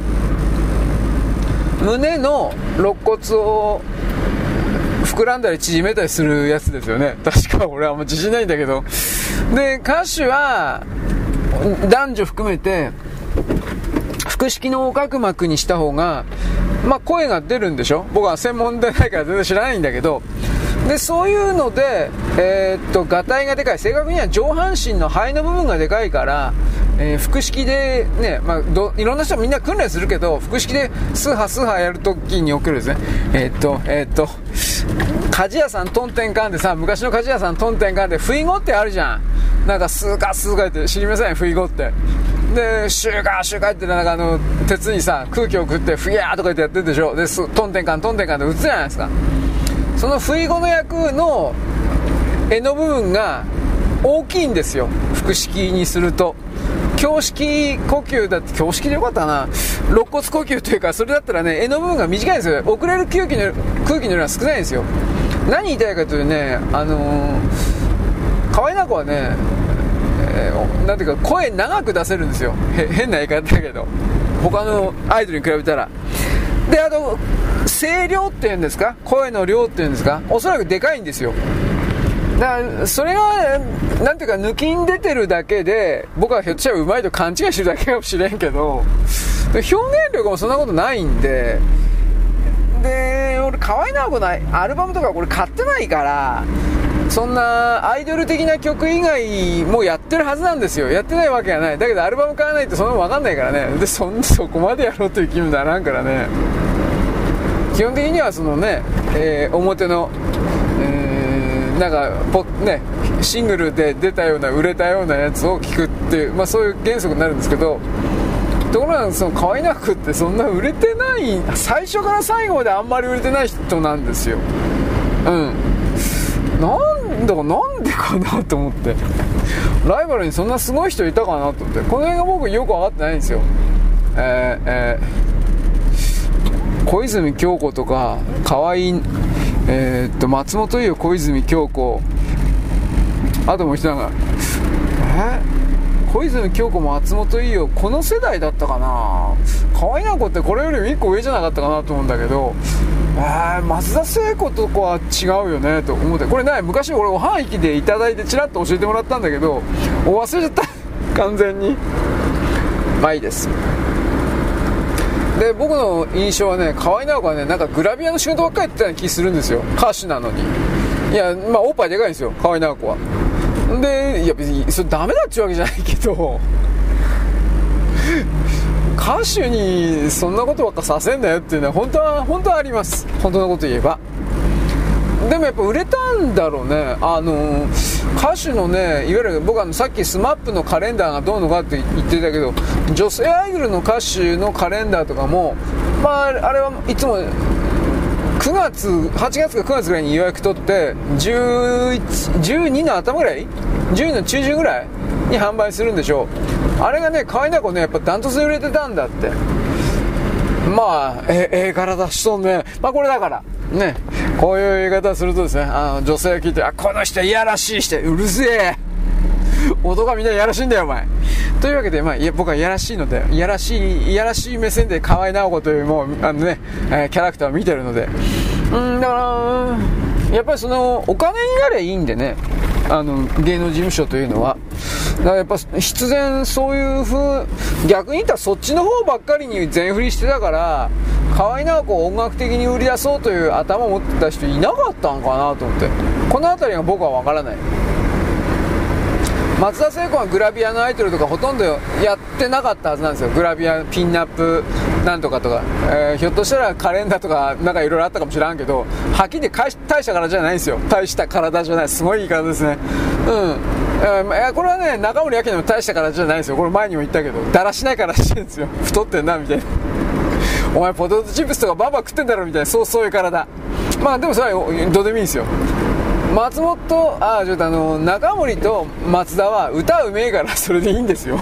[SPEAKER 1] 胸の肋骨を膨らんだり縮めたりするやつですよね。確か俺はあんま自信ないんだけど。で歌手は男女含めて腹式の横隔膜にした方が声が出るんでしょ。僕は専門でないから全然知らないんだけど、でそういうのでガタイがでかい、正確には上半身の肺の部分がでかいから、腹式でね、いろんな人みんな訓練するけど、腹式でスーハスーハやるときにおけるですね、鍛冶屋さんトンテンカンでさ、昔の鍛冶屋さんトンテンカンで不意語ってあるじゃん。なんかスーカスーカって知りません、不意語って。でシューカーシューカーってなんか鉄にさ空気を送ってフヤーとかってやってるでしょ。でトンテンカントンテンカンで打つじゃないですか。その不意語の役の柄の部分が大きいんですよ、腹式にすると。胸式呼吸だって、胸式でよかったな、肋骨呼吸というか、それだったらね柄の部分が短いんですよ。遅れる空気の量は少ないんですよ。何言いたいかというとね、河合奈子はね、なんていうか声長く出せるんですよ。変な言い方だけど、他のアイドルに比べたら。で声量っていうんですか、声の量っていうんですか、おそらくでかいんですよ。だからそれがなんていうか抜きん出てるだけで、僕はひょっとしたらうまいと勘違いしてるだけかもしれんけど、表現力もそんなことないんで。で俺河合奈子のアルバムとかこれ買ってないから、そんなアイドル的な曲以外もやってるはずなんですよ。やってないわけがない。だけどアルバム買わないとそんなの分かんないからね。でそこまでやろうという気分にならんからね。基本的にはそのね、表の、なんかね、シングルで出たような売れたようなやつを聴くっていう、そういう原則になるんですけど、ところがその河合奈子ってそんな売れてない、最初から最後まであんまり売れてない人なんですよ。なんでかなと思って、ライバルにそんなすごい人いたかなと思って、この辺が僕よく分かってないんですよ。小泉京子とか河合、松本伊代、小泉京子、あともう一人が小泉京子も松本伊代、この世代だったかな。河合奈子ってこれよりも1個上じゃなかったかなと思うんだけど、松田聖子とかは違うよねと思って、これね昔俺おはんいきでいただいてチラッと教えてもらったんだけど忘れちゃった完全に。いいです。で僕の印象はね、河合奈子はね、なんかグラビアの仕事ばっかりやってたような気するんですよ、歌手なのに。いやおっぱいでかいんですよ河合奈子は。でいや別にそれダメだっちゅうわけじゃないけど歌手にそんなことばっかさせんなよっていうのは本当はあります。本当のこと言えば。でもやっぱ売れたんだろうね。歌手のね、いわゆる僕はさっきスマップのカレンダーがどうのかって言ってたけど、女性アイドルの歌手のカレンダーとかもあれはいつも8月か9月ぐらいに予約取って12の頭ぐらい、12の中旬ぐらいに販売するんでしょう。あれがね、河合奈子ね、やっぱダントツで売れてたんだって。体しとんね。これだからね、こういう言い方するとですね、女性が聞いて、この人いやらしいして、うるせえ男がみんないやらしいんだよお前というわけで、僕はいやらしいので、いやらしい目線で河合奈子というキャラクターを見てるので、だからやっぱりそのお金になればいいんでね、芸能事務所というのは。だからやっぱ必然そういう逆に言ったらそっちの方ばっかりに全振りしてたから、河合奈子を音楽的に売り出そうという頭を持ってた人いなかったんかなと思って、この辺りが僕は分からない。松田聖子はグラビアのアイドルとかほとんどやってなかったはずなんですよ。グラビアピンナップなんとかとか、ひょっとしたらカレンダーとかなんかいろいろあったかもしれんけど、はっきり大した体じゃないんですよ。大した体じゃない、すごい言い方ですね。これはね、中森明菜も大した体じゃないですよ。これ前にも言ったけど、だらしないからしてるんですよ。太ってんなみたいなお前ポテトチップスとかバンバン食ってんだろみたいな、そういう体。でもそれはどうでもいいんですよ。中森と松田は歌うめえからそれでいいんですよ。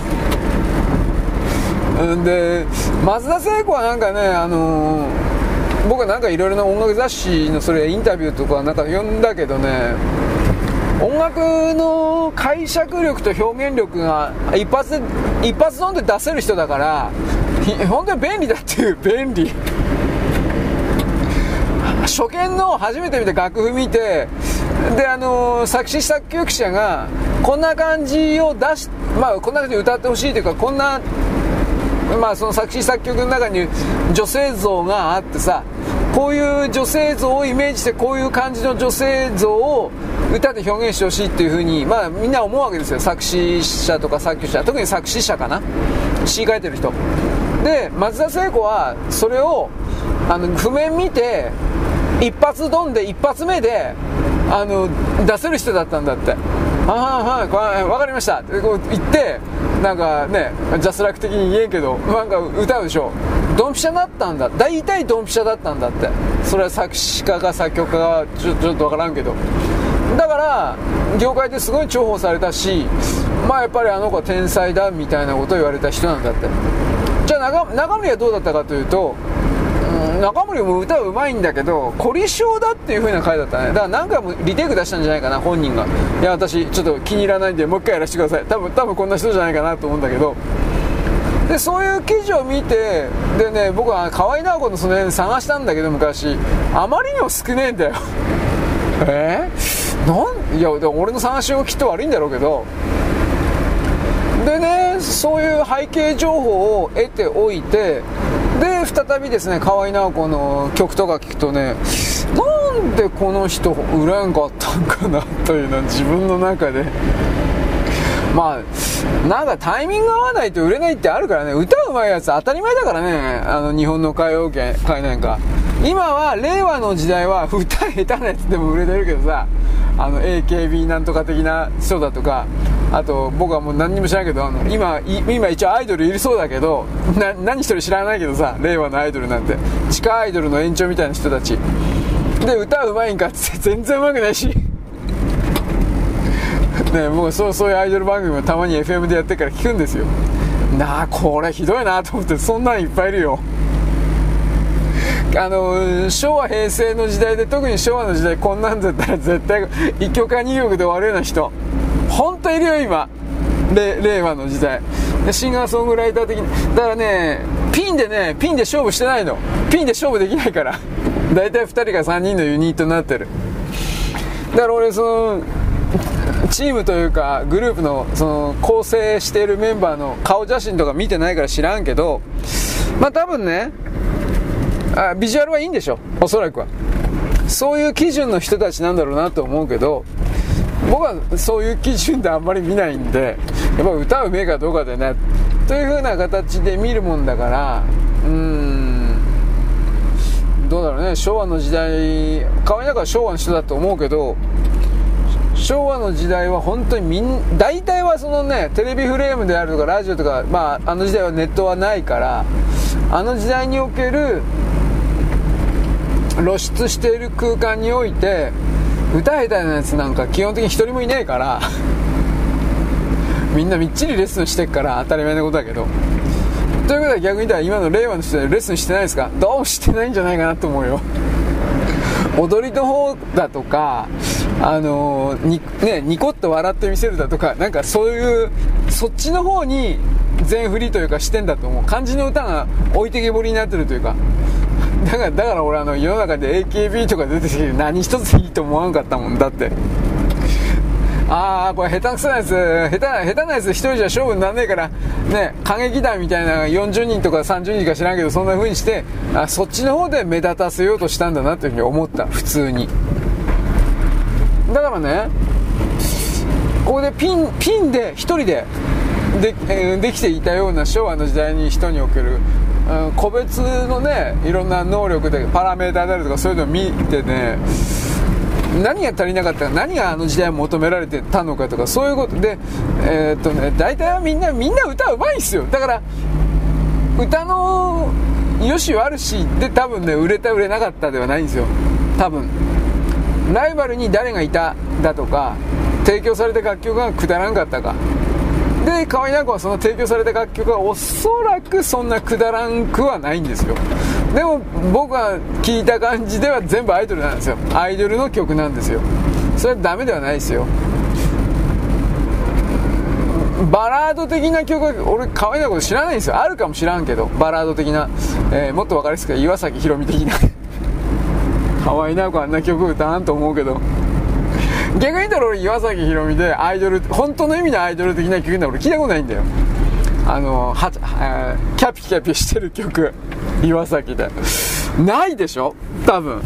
[SPEAKER 1] で松田聖子はなんかね、僕はなんかいろいろな音楽雑誌のそれインタビューとかなんか読んだけどね、 音楽の解釈力と表現力が一発ドンで出せる人だから、本当に便利だっていう。便利。初見の初めて見た楽譜見て、で作詞作曲者がこんな感じを出し、こんな感じで歌ってほしいというか、こんな、その作詞作曲の中に女性像があってさ、こういう女性像をイメージして、こういう感じの女性像を歌で表現してほしいっていう風に、みんな思うわけですよ。作詞者とか作曲者、特に作詞者かな、詩書いてる人で、松田聖子はそれを譜面見て一発ドンで一発目で出せる人だったんだって。はい分かりましたってこう言って、なんかね、ジャスラック的に言えんけど、なんか歌うでしょ。ドンピシャだったんだ。大体ドンピシャだったんだって。それは作詞家か作曲家かちょっと分からんけど、だから業界ですごい重宝されたし、やっぱりあの子は天才だみたいなことを言われた人なんだって。じゃあ中森はどうだったかというと、中森も歌うまいんだけど凝り性だっていう風な回だったね。だから何回もリテイク出したんじゃないかな、本人が。いや私ちょっと気に入らないんでもう一回やらせてください、多分こんな人じゃないかなと思うんだけど、でそういう記事を見て、でね、僕は河合直子のその辺探したんだけど、昔あまりにも少ねえんだよいや俺の探しようきっと悪いんだろうけど、でね、そういう背景情報を得ておいて、で再びですね、河合直子の曲とか聞くとね、なんでこの人売れんかったんかなというのは自分の中でなんかタイミング合わないと売れないってあるからね。歌うまいやつ当たり前だからね、日本の歌謡界なんか。今は令和の時代は歌下手なやつでも売れてるけどさ、AKB なんとか的な人だとか、あと僕はもう何にも知らないけど、今一応アイドルいるそうだけど、何一人知らないけどさ、令和のアイドルなんて地下アイドルの延長みたいな人たちで、歌うまいんかって全然うまくないしね、もうそういうアイドル番組もたまに FM でやってるから聞くんですよ。これひどいなと思って。そんなんいっぱいいるよ。昭和平成の時代で、特に昭和の時代こんなんだったら絶対1曲か2曲で終わるような人本当いるよ今、令和の時代で。シンガーソングライター的にだからね、ピンで勝負してないの。ピンで勝負できないからだいたい2人か3人のユニットになってる。だから俺そのチームというかグループのその構成しているメンバーの顔写真とか見てないから知らんけど、多分ね、ビジュアルはいいんでしょ、おそらくは。そういう基準の人たちなんだろうなと思うけど、僕はそういう基準であんまり見ないんで、やっぱ歌うめえかどうかでねという風な形で見るもんだから、どうだろうね。昭和の時代、河合なんかは昭和の人だと思うけど、昭和の時代は本当に大体はそのね、テレビフレームであるとかラジオとか、あの時代はネットはないから、あの時代における露出している空間において歌下手なやつなんか基本的に一人もいねえからみんなみっちりレッスンしてっから当たり前のことだけど。ということは逆に言ったら今の令和の人でレッスンしてないですか？どうもしてないんじゃないかなと思うよ踊りの方だとか、ニコッと笑ってみせるだとか、なんかそういうそっちの方に全振りというかしてんだと思う。漢字の歌が置いてけぼりになってるというか、だから俺世の中で AKB とか出てきて何一ついいと思わんかったもんだって。これ下手くそなやつ、下手なやつ一人じゃ勝負にならねえからね、歌劇団みたいな40人とか30人か知らんけど、そんな風にしてそっちの方で目立たせようとしたんだなというふうに思った。普通に。だからね、ここでピンで一人でできていたような昭和の時代に人における個別のね、いろんな能力でパラメーターであるとかそういうのを見てね、何が足りなかったか、何があの時代求められてたのかとか、そういうことで大体はみんな歌うまいんですよ。だから歌の良し悪しで多分ね、売れた売れなかったではないんですよ。多分ライバルに誰がいただとか、提供された楽曲がくだらんかったかで河合奈子はその提供された楽曲はおそらくそんなくだらんくはないんですよ。でも僕が聞いた感じでは全部アイドルなんですよ。アイドルの曲なんですよ。それはダメではないですよ。バラード的な曲は俺河合奈子知らないんですよ。あるかもしらんけどバラード的な、もっと分かりやすく岩崎宏美的な河合奈子あんな曲歌わんと思うけど、逆に言ったら俺岩崎宏美でアイドル、本当の意味のアイドル的な曲って俺聞いたことないんだよ。キャピキャピしてる曲岩崎でないでしょ多分。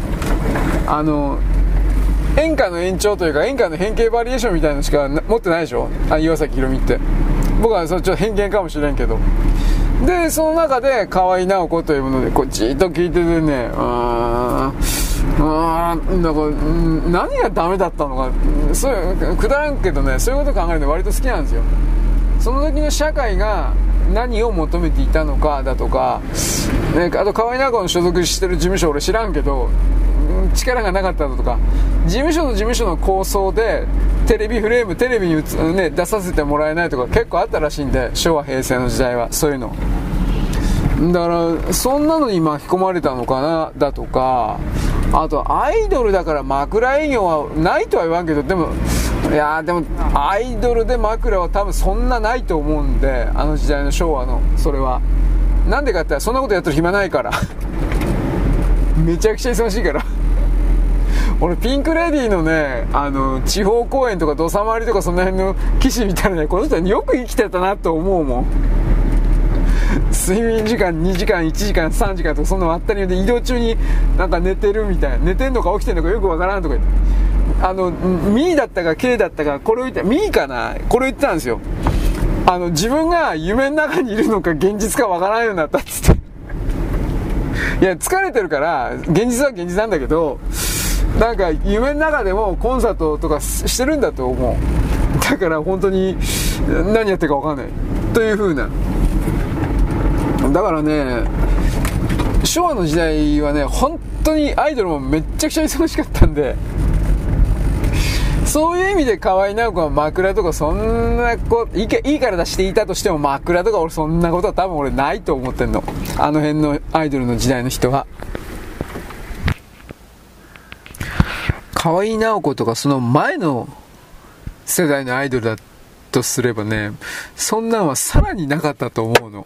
[SPEAKER 1] 演歌の延長というか演歌の変形バリエーションみたいなのしか持ってないでしょ岩崎宏美って。僕はそれちょっと偏見かもしれんけど、でその中で河合奈子というものでこうじーっと聞いててね、なんか何がダメだったのか、そういうくだらんけどね、そういうこと考えるの割と好きなんですよ。その時の社会が何を求めていたのかだとか、あと河合奈子の所属してる事務所俺知らんけど力がなかっただとか、事務所の構想でテレビフレームテレビに出させてもらえないとか結構あったらしいんで、昭和平成の時代はそういうのだからそんなのに巻き込まれたのかなだとか、あとアイドルだから枕営業はないとは言わんけど、でもアイドルで枕は多分そんなないと思うんで、あの時代の昭和のそれはなんでかって言ったらそんなことやってる暇ないからめちゃくちゃ忙しいから俺ピンクレディーのね地方公演とか土佐回りとかその辺の騎士見たらね、この人はよく生きてたなと思うもん。睡眠時間2時間1時間3時間とかそんなのあったりで、移動中になんか寝てるみたいな、寝てんのか起きてんのかよくわからんとか言って、ミーだったか K だったかこれを言ってミーかなこれを言ってたんですよ。自分が夢の中にいるのか現実かわからんようになったっつっていや疲れてるから現実は現実なんだけど、なんか夢の中でもコンサートとかしてるんだと思う。だから本当に何やってるかわかんないという風な。だからね、昭和の時代はね本当にアイドルもめっちゃくちゃ忙しかったんで、そういう意味で河合奈子は枕とかそんなこといいから出していたとしても枕とか俺そんなことは多分俺ないと思ってんの、あの辺のアイドルの時代の人は。河合奈子とかその前の世代のアイドルだとすればね、そんなんはさらになかったと思うの。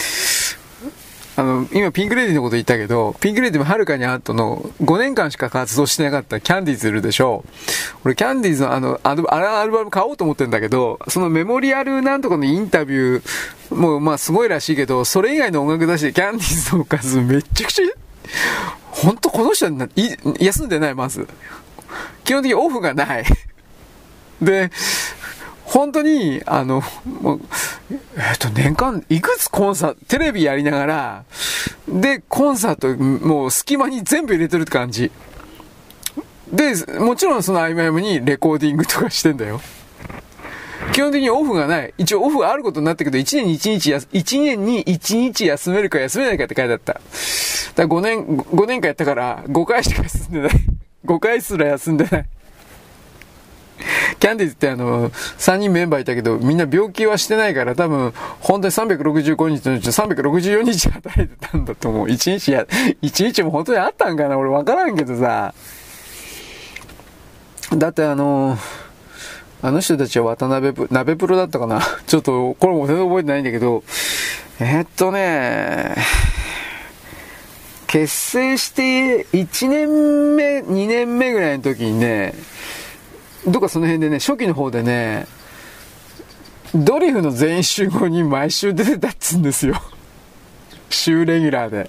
[SPEAKER 1] 今ピンクレディーのこと言ったけど、ピンクレディーもはるかに後の5年間しか活動してなかったキャンディーズいるでしょ。俺キャンディーズのアルバム買おうと思ってんだけど、そのメモリアルなんとかのインタビューもまあすごいらしいけど、それ以外の音楽出してキャンディーズの数めっちゃくちゃ、本当この人は休んでない。まず基本的にオフがないで本当にもう年間いくつコンサートテレビやりながらでコンサートもう隙間に全部入れてるって感じで、もちろんその合間にレコーディングとかしてんだよ。基本的にオフがない。一応オフがあることになったけど1年に1日休めるか休めないかって書いてあった。だから5年間やったから5回しか休んでない5回すら休んでない。キャンディーズって3人メンバーいたけどみんな病気はしてないから、多分本当に365日のうち364日働いてたんだと思う。1日も本当にあったんかな俺分からんけどさ。だってあの人たちは鍋プロだったかなちょっとこれも全然覚えてないんだけど、結成して1年目2年目ぐらいの時にね、どっかその辺でね、初期の方でね、ドリフの全員集合に毎週出てたっつうんですよ週レギュラーで。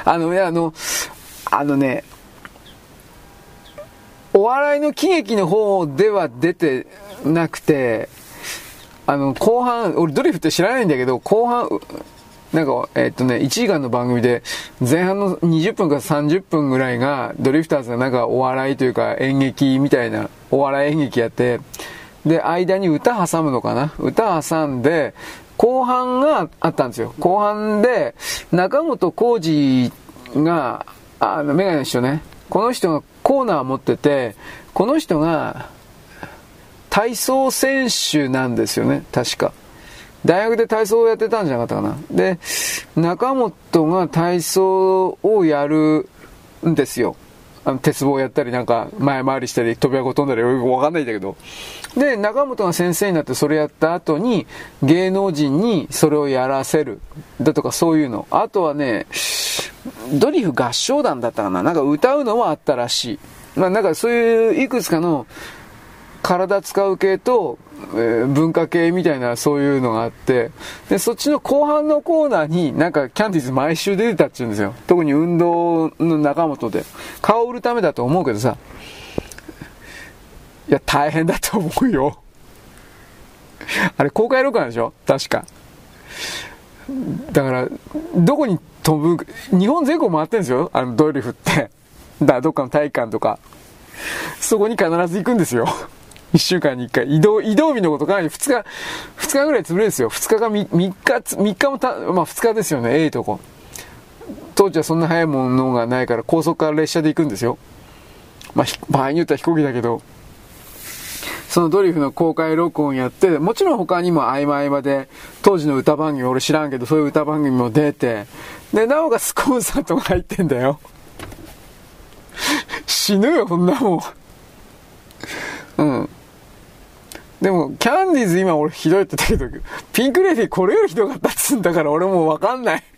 [SPEAKER 1] お笑いの喜劇の方では出てなくて、後半俺ドリフって知らないんだけど、後半なんか1時間の番組で前半の20分から30分ぐらいがドリフターズがなんかお笑いというか演劇みたいなお笑い演劇やって、で間に歌挟むのかな、歌挟んで後半があったんですよ。後半で中本浩二がメガネの人ね、この人がコーナー持ってて、この人が体操選手なんですよね確か大学で体操をやってたんじゃなかったかな。で、中本が体操をやるんですよ。鉄棒やったりなんか前回りしたり飛び箱飛んだりわかんないんだけど。で、中本が先生になってそれやった後に芸能人にそれをやらせる。だとかそういうの。あとはね、ドリフ合唱団だったかな。なんか歌うのはあったらしい。まあなんかそういういくつかの体使う系と、文化系みたいなそういうのがあって、で、そっちの後半のコーナーになんかキャンディーズ毎週出てたって言うんですよ。特に運動の中本で。顔を売るためだと思うけどさ。いや、大変だと思うよ。あれ公開録画でしょ確か。だから、どこに飛ぶ、日本全国回ってるんですよ。ドリフって。どっかの体育館とか。そこに必ず行くんですよ。1週間に1回。移動日のことかなり2日ぐらい潰れるんですよ。2日か3日もまあ2日ですよね、とこ。当時はそんな早いものがないから高速から列車で行くんですよ。まあ、場合によっては飛行機だけど、そのドリフの公開録音やって、もちろん他にも合間合間で、当時の歌番組、俺知らんけど、そういう歌番組も出て、で、なおかつコンサートが入ってんだよ。死ぬよ、こんなもん。うん。でも、キャンディーズ今俺ひどいって言ったけど、ピンクレディーこれよりひどかったっつうんだから俺もうわかんない。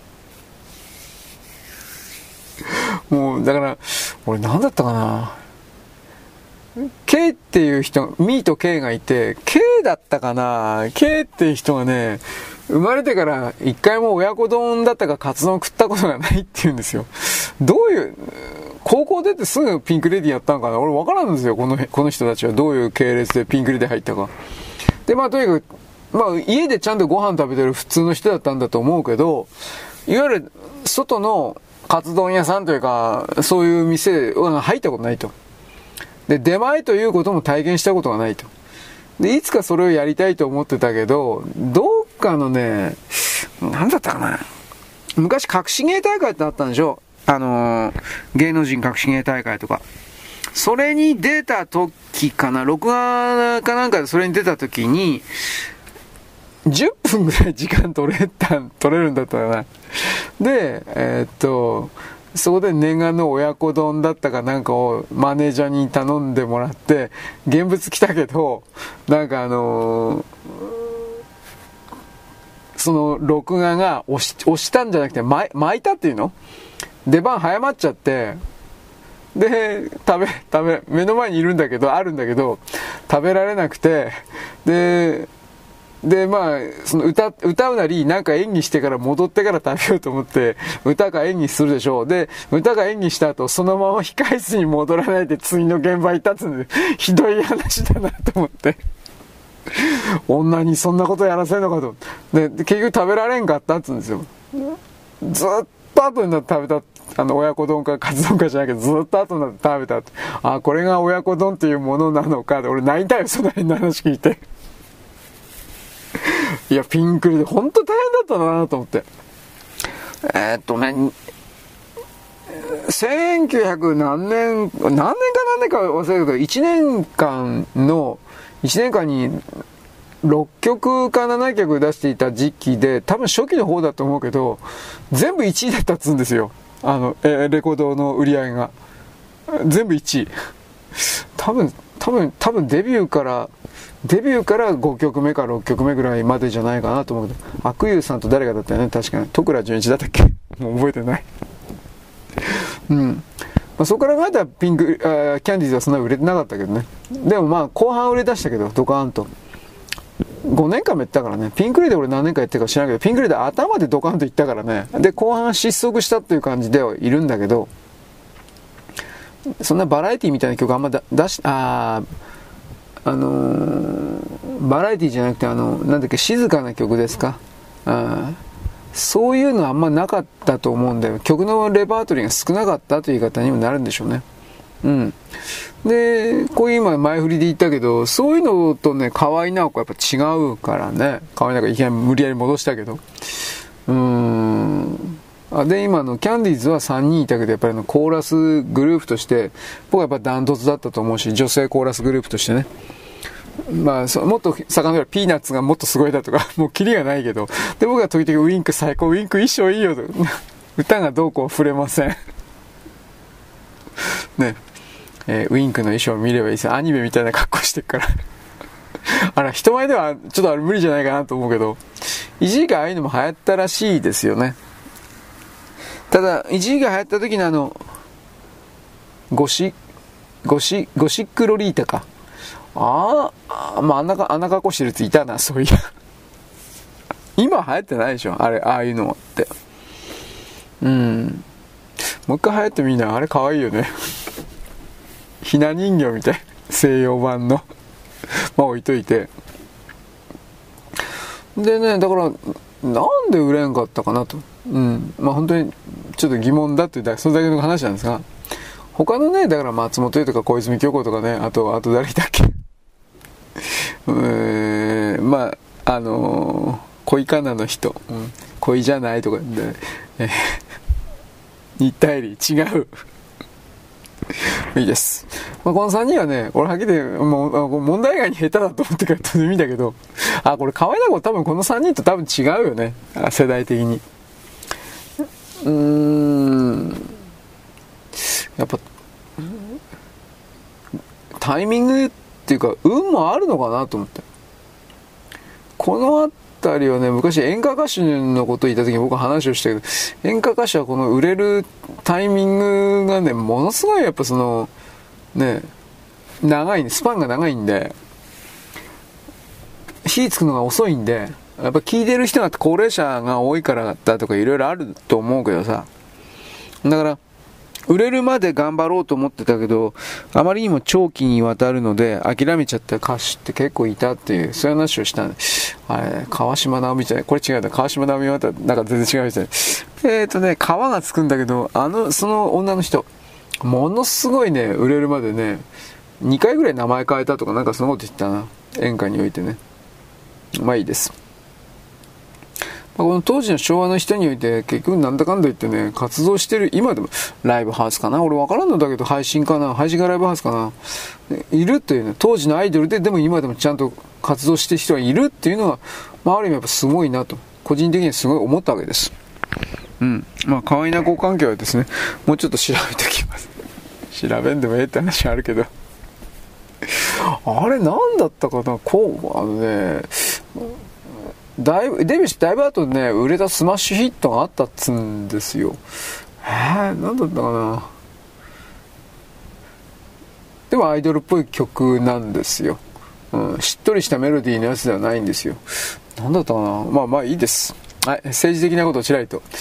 [SPEAKER 1] もう、だから、俺何だったかな。K っていう人、ミーと K がいて、K だったかな ?K っていう人がね、生まれてから一回も親子丼だったかカツ丼食ったことがないって言うんですよ。どういう、高校出てすぐピンクレディーやったのかな俺分からんですよ、この人たちはどういう系列でピンクレディー入ったか。で、まあとにかく、まあ家でちゃんとご飯食べてる普通の人だったんだと思うけど、いわゆる外のカツ丼屋さんというか、そういう店は入ったことないと。で、出前ということも体験したことがないと。で、いつかそれをやりたいと思ってたけど、どっかのね、なんだったかな。昔隠し芸大会ってあったんでしょ芸能人隠し芸大会とか。それに出た時かな、録画かなんかでそれに出た時に、10分ぐらい時間取れるんだったかな。で、そこで念願の親子丼だったかなんかをマネージャーに頼んでもらって、現物来たけど、なんかその録画が押したんじゃなくて巻いたっていうの？出番早まっちゃって、で、目の前にあるんだけど、食べられなくて、で、まあ、その歌うなり、なんか演技してから戻ってから食べようと思って、歌が演技するでしょう。で、歌が演技した後、そのまま控室に戻らないで次の現場に立つんで、ひどい話だなと思って。女にそんなことやらせるのかと。で、結局食べられんかったっつうんですよ。ずっと後になって食べた、親子丼かカツ丼かじゃないけど、ずっと後になって食べたって。あ、これが親子丼っていうものなのか。俺泣いたよ、その辺の話聞いて。いや、ピンクレで本当大変だったなと思って。1900何年か忘れるけど、1年間に6曲か7曲出していた時期で、多分初期の方だと思うけど、全部1位だったっつうんですよ。レコードの売り上げが。全部1位。多分デビューから5曲目か6曲目ぐらいまでじゃないかなと思うけど、阿久悠さんと誰かだったよね、確かに。徳良純一だったっけもう覚えてない。うん。まあ、そこから考えたらキャンディーズはそんなに売れてなかったけどね。でもまあ後半売れ出したけど、ドカーンと。5年間もやったからね。ピンクレディ俺何年間やってるか知らないけど、ピンクレディ頭でドカーンといったからね。で、後半失速したっていう感じではいるんだけど、そんなバラエティみたいな曲あんまバラエティじゃなくてなんだっけ、静かな曲ですか。そういうのはあんまなかったと思うんだよ。曲のレパートリーが少なかったという言い方にもなるんでしょうね。うん。で、こういう今前振りで言ったけど、そういうのとね、河合直子やっぱ違うからね。河合直子いきなり無理やり戻したけど。で、今キャンディーズは3人いたけど、やっぱりコーラスグループとして、僕はやっぱダントツだったと思うし、女性コーラスグループとしてね。 まあ、もっと遡ればピーナッツがもっとすごいだとか、もうキリがないけど、で、僕は時々ウィンク最高、ウィンク衣装いいよと。歌がどうこう触れません。ね。ウィンクの衣装を見ればいいですよ。アニメみたいな格好してるから。あら、人前ではちょっとあれ無理じゃないかなと思うけど、一時期ああいうのも流行ったらしいですよね。ただ、一時期流行った時のゴシックロリータか。まあ、あんな格好してるやついたな、そういや。今は流行ってないでしょ、あれ、ああいうのって。もう一回流行ってみんな、あれ可愛いよね。ひな人形みたい。西洋版の。まあ置いといて。でね、だから、なんで売れんかったかなと。まあ本当に、ちょっと疑問だっていう、それだけの話なんですが、他のね、だから松本優とか小泉京子とかね、あと誰だっけ。まあ、恋かなの人、恋じゃないとかで、似たり違う。いいです。まあ、この3人はね、俺はっきり言ってもう問題外に下手だと思ってからとてもいいんだけど、これ河合奈子多分この3人と多分違うよね、世代的に。やっぱタイミングっていうか運もあるのかなと思って。このあたりはね、昔演歌歌手のことを言った時に僕は話をしたけど、演歌歌手はこの売れるタイミングがね、ものすごいやっぱ長いね、スパンが長いんで、火つくのが遅いんで、やっぱ聞いてる人が高齢者が多いからだとかいろいろあると思うけどさ、だから売れるまで頑張ろうと思ってたけど、あまりにも長期にわたるので諦めちゃった歌手って結構いたっていう、そういう話をしたんで、川島直美じゃない、これ違うな、川島直美はなんか全然違うみたいな。川がつくんだけど、その女の人、ものすごいね、売れるまでね、2回ぐらい名前変えたとかなんかそのこと言ったな、演歌においてね。まあいいです。この当時の昭和の人において結局なんだかんだ言ってね、活動してる、今でもライブハウスかな、俺分からんのだけど配信かな、配信がライブハウスかな、いるっていうね、当時のアイドルででも今でもちゃんと活動してる人がいるっていうのは、まあある意味やっぱすごいなと個人的にすごい思ったわけです。まあ河合奈子関係はですね、もうちょっと調べておきます。調べんでもええって話あるけど、あれなんだったかな、デビューしてだいぶ後でね、売れたスマッシュヒットがあったっつんですよ。なんだったかな。でもアイドルっぽい曲なんですよ。しっとりしたメロディーのやつではないんですよ。なんだったかな。まあいいです。はい、政治的なことをちらりと。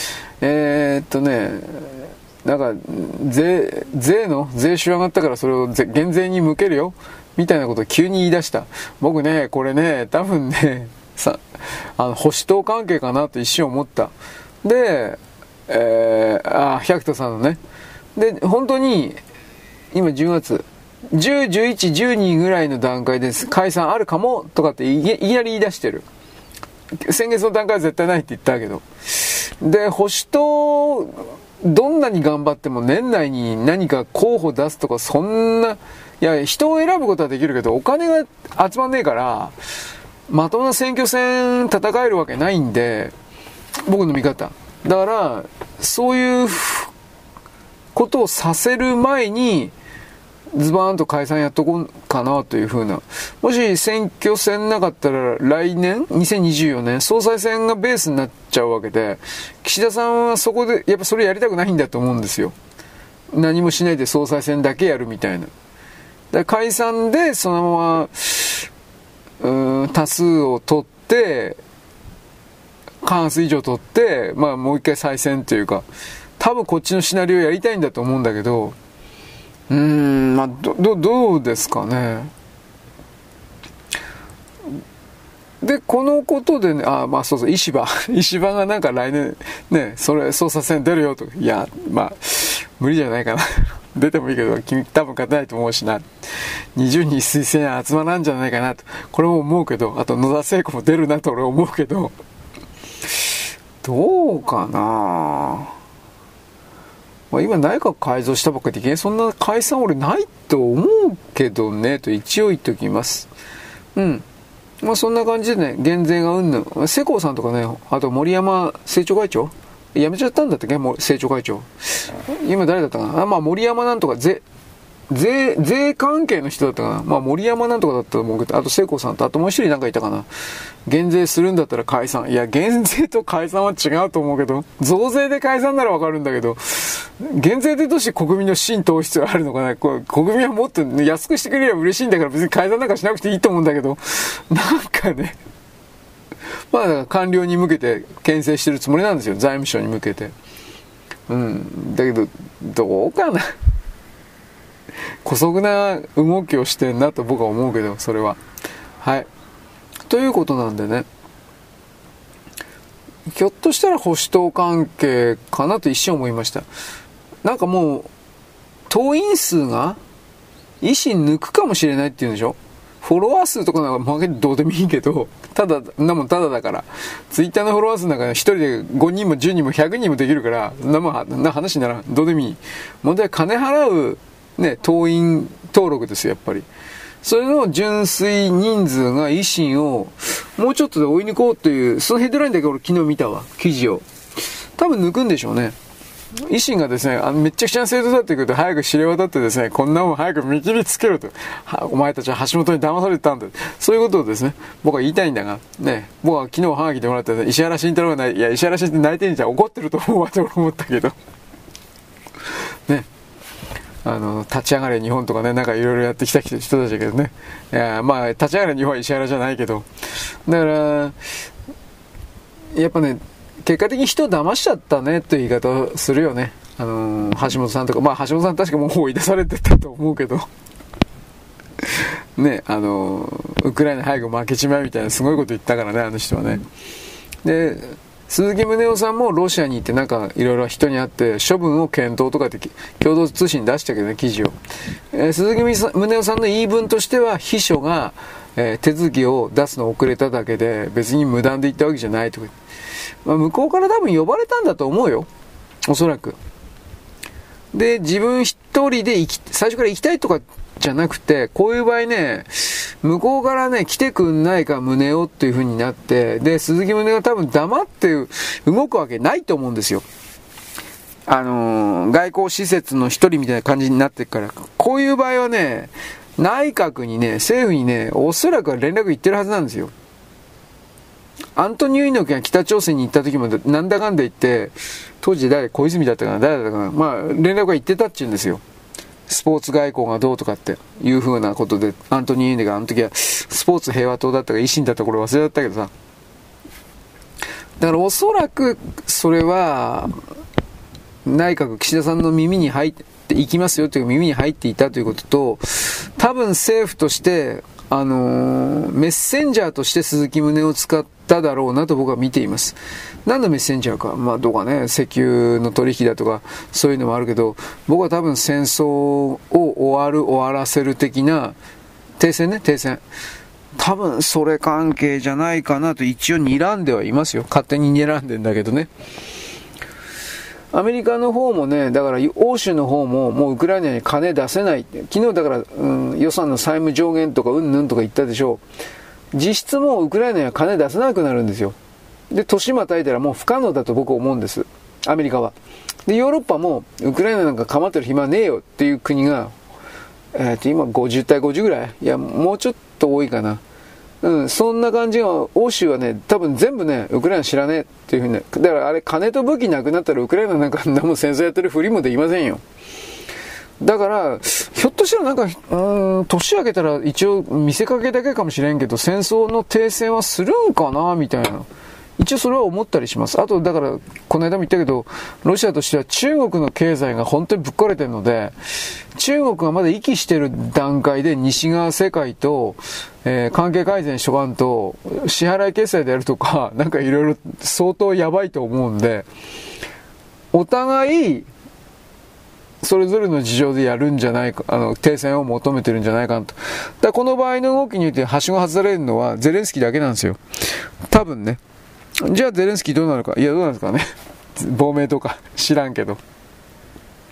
[SPEAKER 1] なんか税収上がったからそれを減税に向けるよみたいなことを急に言い出した。僕ね、これね、多分ね、保守党関係かなと一瞬思った。で、百人さんのね。で、本当に、今10月、10、11、12ぐらいの段階です。解散あるかもとかっていきなり言い出してる。先月の段階は絶対ないって言ったけど。で、保守党、どんなに頑張っても年内に何か候補出すとか、そんな、いや、人を選ぶことはできるけど、お金が集まんねえから、まともな選挙戦戦えるわけないんで、僕の見方。だから、そういうことをさせる前に、ズバーンと解散やっとこうかなというふうな。もし選挙戦なかったら来年、2024年、総裁選がベースになっちゃうわけで、岸田さんはそこで、やっぱそれやりたくないんだと思うんですよ。何もしないで総裁選だけやるみたいな。だから解散でそのまま、多数を取って過半数以上取って、まあ、もう一回再選というか、多分こっちのシナリオやりたいんだと思うんだけど、まあ、どうですかね。でこのことでね、まあそうそう、石破がなんか来年ね、それ総裁選出るよと、いやまあ無理じゃないかな。出てもいいけど君多分勝てないと思うしな、20人推薦集まらんじゃないかなと、これも思うけど、あと野田聖子も出るなと俺思うけど、どうかな。まあ、今内閣改造したばっかりでそんな解散俺ないと思うけどねと一応言っておきます。 まあそんな感じでね、減税がうんぬん。世耕さんとかね、あと森山政調会長辞めちゃったんだったっけ、もう政調会長。今誰だったかな。まあ森山なんとか税関係の人だったかな。まあ森山なんとかだったと思うけど、あと世耕さんと、あともう一人なんかいたかな。減税するんだったら解散。いや、減税と解散は違うと思うけど、増税で解散ならわかるんだけど、減税でどうして国民の真糖質があるのかな。国民はもっと安くしてくれれば嬉しいんだから別に解散なんかしなくていいと思うんだけど、なんかね、まあだから官僚に向けて牽制してるつもりなんですよ。財務省に向けて。だけど、どうかな。姑息な動きをしてんなと僕は思うけど、それは。はい。ということなんでね。ひょっとしたら保守党関係かなと一瞬思いました。なんかもう、党員数が維新抜くかもしれないっていうんでしょ。フォロワー数とかなんか負けてどうでもいいけど、ただだから。ツイッターのフォロワー数なんか一人で5人も10人も100人もできるから、な話ならどうでもいい。問題は金払う、ね、党員登録ですよ、やっぱり。それの純粋人数が維新をもうちょっとで追い抜こうという、そのヘッドラインだけ俺昨日見たわ、記事を。多分抜くんでしょうね。維新がですね、めっちゃくちゃな制度だってくると早く知れ渡ってですね、こんなもん早く見切りつけろと。お前たちは橋本に騙されてたんだ。そういうことをですね、僕は言いたいんだが、ね、僕は昨日ハガキでもらった、ね、石原慎太郎がいや、石原慎太郎泣いてんじゃん、怒ってると思うわと思ったけど。ね。立ち上がれ日本とかね、なんかいろいろやってきた人たちだけどね。いや、まあ、立ち上がれ日本は石原じゃないけど。だから、やっぱね、結果的に人を騙しちゃったねという言い方をするよね。橋本さんとか、まあ橋本さん確かもう追い出されてたと思うけど。ね、ウクライナ早く負けちまうみたいなすごいこと言ったからね、あの人はね。で、鈴木宗男さんもロシアに行ってなんかいろいろ人に会って処分を検討とかって共同通信に出したけどね、記事を。鈴木宗男さんの言い分としては秘書が、手続きを出すの遅れただけで別に無断で行ったわけじゃないとか。まあ、向こうから多分呼ばれたんだと思うよ。おそらく。で、自分一人で最初から行きたいとかじゃなくて、こういう場合ね、向こうからね、来てくんないか宗男っていう風になって、で、鈴木宗男が多分黙って動くわけないと思うんですよ。外交施設の一人みたいな感じになってるから、こういう場合はね、内閣にね、政府にね、おそらく連絡行ってるはずなんですよ。アントニオ猪木が北朝鮮に行った時もなんだかんだ言って、当時小泉だったかな、誰だったかな、まあ連絡が行ってたって言うんですよ。スポーツ外交がどうとかっていう風なことで、アントニオ猪木があの時はスポーツ平和党だったか維新だったかこれ忘れちゃったけどさ。だからおそらくそれは内閣岸田さんの耳に入っていきますよという耳に入っていたということと、多分政府としてメッセンジャーとして鈴木宗男を使っただろうなと僕は見ています。何のメッセンジャーか、まあどうかね、石油の取引だとかそういうのもあるけど、僕は多分戦争を終わらせる的な停戦。多分それ関係じゃないかなと一応睨んではいますよ。勝手に睨んでんだけどね。アメリカの方もね、だから欧州の方ももうウクライナに金出せないって、昨日だから、予算の債務上限とかうんぬんとか言ったでしょう。実質もうウクライナには金出せなくなるんですよ。で、年またいだらもう不可能だと僕は思うんです。アメリカは。で、ヨーロッパもウクライナなんか構ってる暇ねえよっていう国が、今50対50ぐらい？いや、もうちょっと多いかな。そんな感じが、欧州はね、多分全部ね、ウクライナ知らねえっていうふうにね、だからあれ、金と武器なくなったらウクライナなんか何も戦争やってるふりもできませんよ。だから、ひょっとしたらなんか、年明けたら一応見せかけだけかもしれんけど、戦争の停戦はするんかなみたいな。一応それは思ったりします。あと、だから、この間も言ったけど、ロシアとしては中国の経済が本当にぶっ壊れてるので、中国がまだ息してる段階で西側世界と、関係改善しとかんと、支払い決済でやるとか、なんかいろいろ相当やばいと思うんで、お互い、それぞれの事情でやるんじゃないか、停戦を求めてるんじゃないかなと。だからこの場合の動きによってはしご外されるのはゼレンスキーだけなんですよ。多分ね。じゃあゼレンスキーどうなるか。いや、どうなんですかね。亡命とか知らんけど。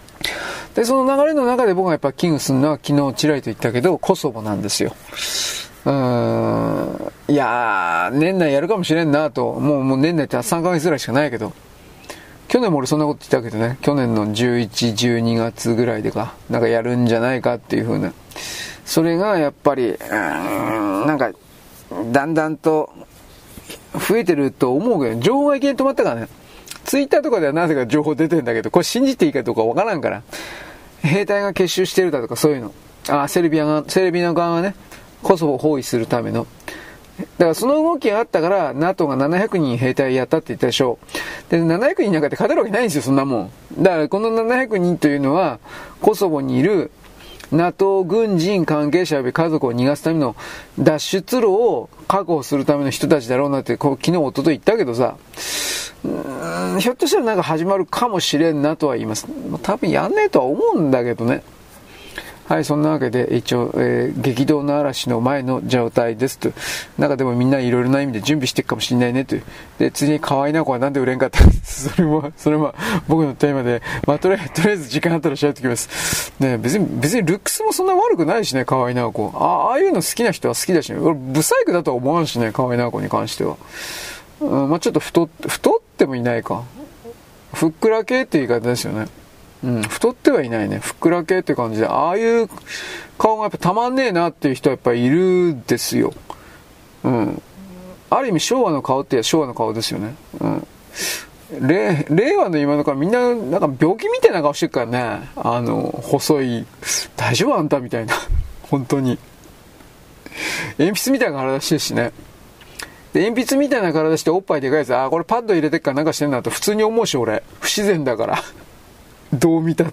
[SPEAKER 1] で、その流れの中で僕がやっぱ危惧するのは昨日ちらりと言ったけど、コソボなんですよ。 いやー、年内やるかもしれんなと。もう年内って3ヶ月ぐらいしかないけど。去年も俺そんなこと言ったけどね。去年の11、12月ぐらいでか。なんかやるんじゃないかっていう風な。それがやっぱり、なんか、だんだんと増えてると思うけど、情報がいきなり止まったからね。ツイッターとかではなぜか情報出てんだけど、これ信じていいかどうかわからんから。兵隊が結集してるだとかそういうの。セルビアの側がね、コソボを包囲するための。だからその動きがあったから NATO が700人兵隊やったって言ったでしょう。で、700人なんかって勝てるわけないんですよ、そんなもん。だからこの700人というのは、コソボにいる NATO 軍人関係者及び家族を逃がすための脱出路を確保するための人たちだろうなって、昨日、一昨日言ったけどさ、ひょっとしたらなんか始まるかもしれんなとは言います。多分やんねえとは思うんだけどね。はい、そんなわけで一応、激動の嵐の前の状態ですと。なんかでもみんないろいろな意味で準備していくかもしれないねという。で、次に河合直子はなんで売れんかったそれも僕のテーマで、とりあえず時間あったらしゃべってきます。ね、別にルックスもそんな悪くないしね、河合直子。ああいうの好きな人は好きだしね。俺、ブサイクだとは思わんしね、河合直子に関しては。ちょっと太ってもいないか。ふっくら系って言い方ですよね。太ってはいないね。ふっくら系って感じで、ああいう顔がやっぱたまんねえなっていう人はやっぱりいるんですよ。ある意味昭和の顔って昭和の顔ですよね。令和の今の顔みんななんか病気みたいな顔してるからね。細い、大丈夫あんたみたいな。本当に。鉛筆みたいな体してるしね。で、鉛筆みたいな体しておっぱいでかいやつ、これパッド入れてっからなんかしてんなと普通に思うし俺。不自然だから。どう見たって。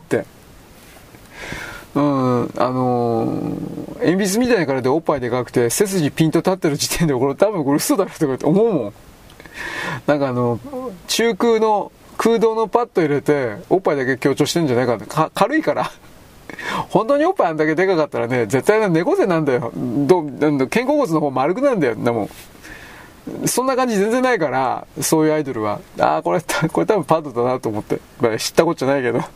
[SPEAKER 1] 鉛筆みたいな体でおっぱいでかくて、背筋ピンと立ってる時点で多分これ嘘だろとかって思うもん。なんか中空の空洞のパッド入れて、おっぱいだけ強調してんじゃないかって、軽いから。本当におっぱいあんだけでかかったらね、絶対猫背なんだよ。肩甲骨の方丸くなんだよ。でもそんな感じ全然ないから、そういうアイドルは。これ多分パッドだなと思って。知ったことじゃないけど。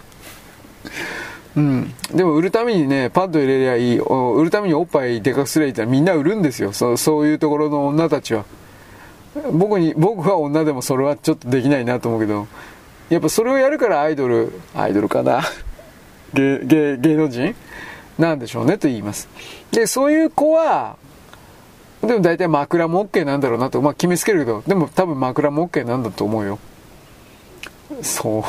[SPEAKER 1] でも売るためにね、パッド入れりゃいい。売るためにおっぱいでかくすりゃいいってみんな売るんですよ。そういうところの女たちは。僕は女でもそれはちょっとできないなと思うけど、やっぱそれをやるからアイドルかな。芸能人なんでしょうねと言います。で、そういう子は、でも大体枕も OK なんだろうなと、決めつけるけど、でも多分枕も OK なんだと思うよ。そう、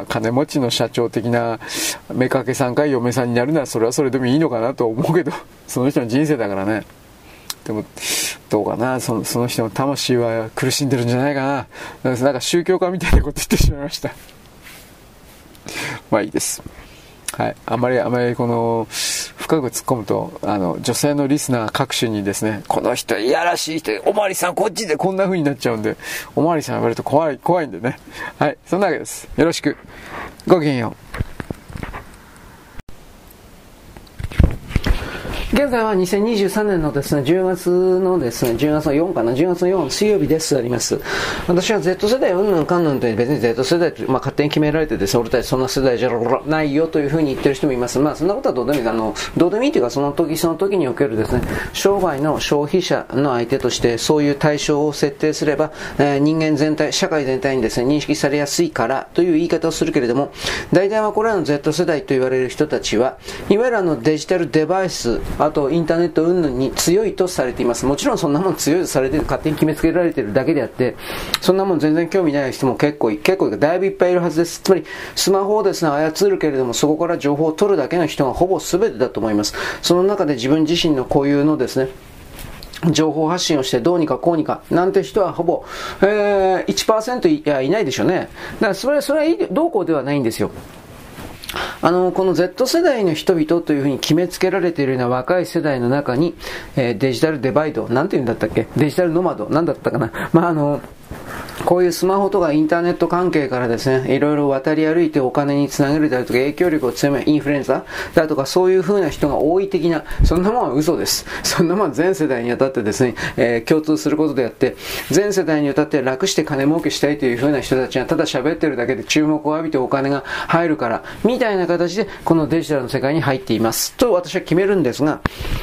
[SPEAKER 1] 金持ちの社長的な妾さんか嫁さんになるならそれはそれでもいいのかなと思うけど、その人の人生だからね。でも、どうかな、その人の魂は苦しんでるんじゃないかな。なんか宗教家みたいなこと言ってしまいました。いいです。はい。あまりこの、深く突っ込むと、女性のリスナー各種にですね、この人いやらしい人、おまわりさんこっちでこんな風になっちゃうんで、おまわりさん言われると怖いんでね。はい。そんなわけです。よろしく。ごきげんよう。現在は2023年のですね、10月の4かな、10月の4水曜日ですあります。私は Z 世代うんぬんかんぬんと別に Z 世代と、勝手に決められてですね、俺たちそんな世代じゃないよというふうに言ってる人もいます。そんなことはどうでもいい。どうでもいいというか、その時におけるですね、商売の消費者の相手としてそういう対象を設定すれば、人間全体、社会全体にですね、認識されやすいからという言い方をするけれども、大体はこれらの Z 世代と言われる人たちは、いわゆるデジタルデバイス、あとインターネット云々に強いとされています。もちろんそんなもん強いとされて勝手に決めつけられているだけであって、そんなもん全然興味ない人も結構だいぶいっぱいいるはずです。つまりスマホをですね操るけれども、そこから情報を取るだけの人がほぼ全てだと思います。その中で自分自身の固有のですね情報発信をしてどうにかこうにかなんて人はほぼ、1% いないでしょうね。だからそれはどうこうではないんですよ。この Z 世代の人々というふうに決めつけられているような若い世代の中に、デジタルデバイド、なんて言うんだったっけ、デジタルノマド、なんだったかな、こういうスマホとかインターネット関係からですね、いろいろ渡り歩いてお金につなげるであるとか、影響力を強めるインフルエンザだとか、そういう風な人が多い的な、そんなもんは嘘です。そんなもん全世代にわたってですね、共通することであって、全世代にわたって楽して金儲けしたいという風な人たちがただ喋ってるだけで注目を浴びてお金が入るから、みたいな形でこのデジタルの世界に入っています。と私は決めるんですが、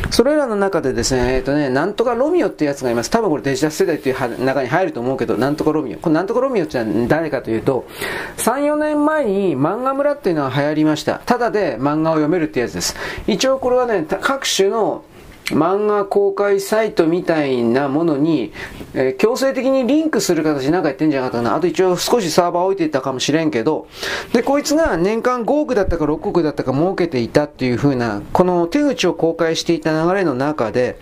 [SPEAKER 1] それらの中でですね、なんとかロミオってやつがいます。多分これデジタル世代っていう中に入ると思うけど、なんとかロミオ。このなんとかロミオってのは誰かというと、3、4年前に漫画村っていうのは流行りました。ただで漫画を読めるってやつです。一応これはね、各種の漫画公開サイトみたいなものに、強制的にリンクする形でなんかやってんじゃなかったかな。あと一応少しサーバー置いていたかもしれんけど、で、こいつが年間5億だったか6億だったか儲けていたっていう風な、この手口を公開していた流れの中で、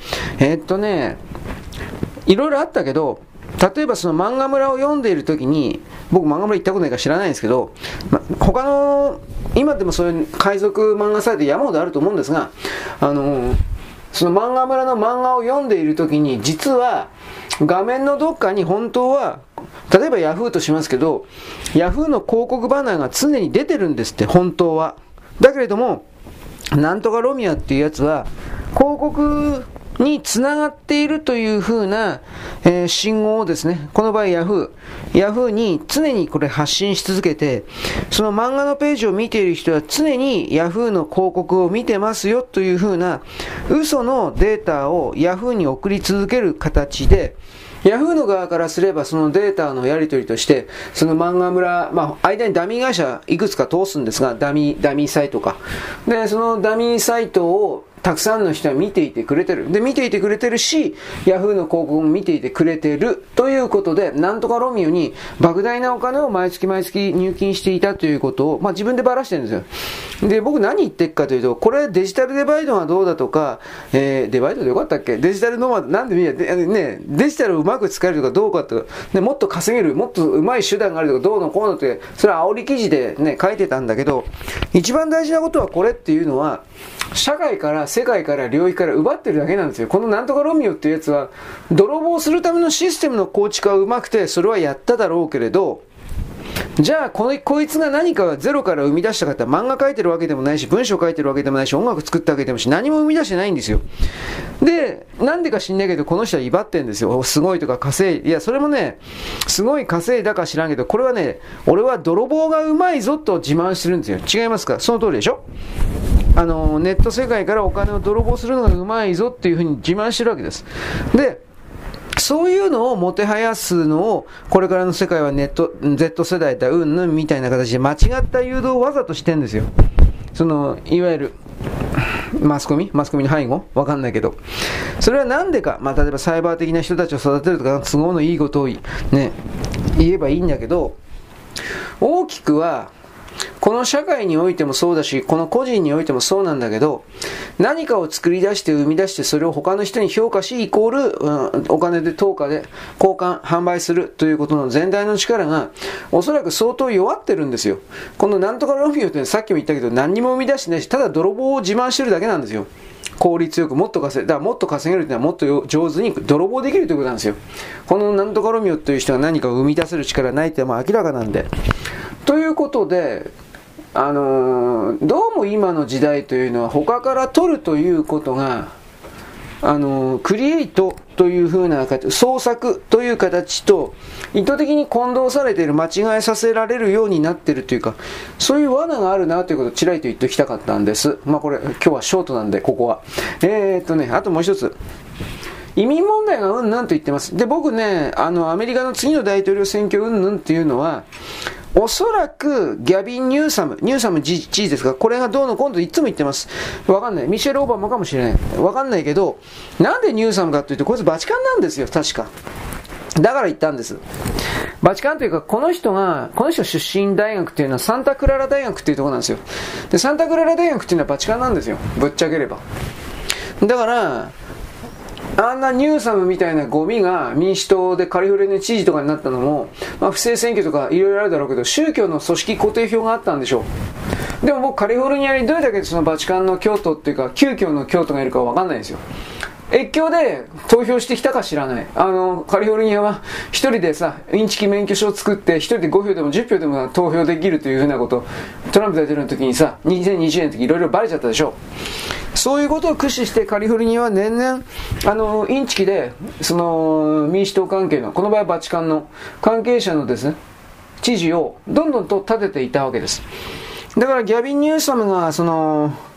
[SPEAKER 1] いろいろあったけど、例えばその漫画村を読んでいるときに、僕漫画村行ったことないから知らないんですけど、他の、今でもそういう海賊漫画サイト山ほどあると思うんですが、その漫画村の漫画を読んでいるときに、実は画面のどっかに本当は、例えばヤフーとしますけど、ヤフーの広告バナーが常に出てるんですって、本当は。だけれども、なんとかロミアっていうやつは、広告につながっているという風な、信号をですね、この場合ヤフーに常にこれ発信し続けて、その漫画のページを見ている人は常にヤフーの広告を見てますよという風な嘘のデータをヤフーに送り続ける形で、ヤフーの側からすればそのデータのやり取りとして、その漫画村、間にダミー会社いくつか通すんですが、ダミーサイトか。で、そのダミーサイトをたくさんの人は見ていてくれてる。で、見ていてくれてるし、ヤフーの広告も見ていてくれてる。ということで、なんとかロミオに莫大なお金を毎月毎月入金していたということを、自分でばらしてるんですよ。で、僕何言ってるかというと、これデジタルデバイドがどうだとか、デバイドでよかったっけ？デジタルノマド、なんでもいいや、デジタルをうまく使えるとかどうかとか、もっと稼げる、もっとうまい手段があるとかどうのこうのって、それは煽り記事でね、書いてたんだけど、一番大事なことはこれっていうのは、社会から世界から領域から奪ってるだけなんですよ。このなんとかロミオっていうやつは泥棒するためのシステムの構築はうまくてそれはやっただろうけれど、じゃあこいつが何かゼロから生み出した方、漫画描いてるわけでもないし文章書いてるわけでもないし音楽作ったわけでもないし何も生み出してないんですよ。で、なんでか知んないけどこの人は威張ってんですよ。すごいとか稼い、いやそれもね、すごい稼いだか知らんけど、これはね、俺は泥棒がうまいぞと自慢してるんですよ。違いますか？その通りでしょ。ネット世界からお金を泥棒するのがうまいぞっていうふうに自慢してるわけです。で、そういうのをもてはやすのを、これからの世界はネット、Z 世代だ、うんぬんみたいな形で間違った誘導をわざとしてるんですよ。いわゆる、マスコミの背後わかんないけど。それはなんでか、例えばサイバー的な人たちを育てるとか、都合のいいことを言えばいいんだけど、大きくは、この社会においてもそうだし、この個人においてもそうなんだけど、何かを作り出して生み出してそれを他の人に評価しイコール、お金で等価で交換販売するということの全体の力がおそらく相当弱ってるんですよ。このなんとかロミオってさっきも言ったけど何にも生み出してないし、ただ泥棒を自慢してるだけなんですよ。効率よくもっと稼げるというのはもっと上手に泥棒できるということなんですよ。このなんとかロミオという人が何かを生み出せる力がないっていうのは明らかなんで。ということで、どうも今の時代というのは他から取るということが、クリエイトという風な創作という形と意図的に混同されている、間違えさせられるようになっているというか、そういう罠があるなということをちらりと言っておきたかったんです。これ今日はショートなんでここはあともう一つ、移民問題がうんなんと言ってます。で、僕ね、アメリカの次の大統領選挙うんぬんっていうのは、おそらくギャビン・ニューサム知事ですが、これがどうの今度いつも言ってます。わかんない。ミシェル・オバマかもしれない。わかんないけど、なんでニューサムかというと、こいつバチカンなんですよ、確か。だから言ったんです。バチカンというか、この人出身大学っていうのはサンタクララ大学っていうところなんですよ。で、サンタクララ大学っていうのはバチカンなんですよ。ぶっちゃければ。だから、あんなニューサムみたいなゴミが民主党でカリフォルニア知事とかになったのも、不正選挙とかいろいろあるだろうけど、宗教の組織固定票があったんでしょう。でも僕カリフォルニアにどれだけそのバチカンの教徒っていうか、旧教の教徒がいるかわかんないんですよ。越境で投票してきたか知らない。カリフォルニアは一人でさ、インチキ免許証を作って一人で5票でも10票でも投票できるというふうなこと、トランプ大統領の時にさ、2020年の時いろいろバレちゃったでしょ。そういうことを駆使してカリフォルニアは年々インチキで民主党関係の、この場合バチカンの関係者のですね知事をどんどんと立てていたわけです。だからギャビン・ニューサムが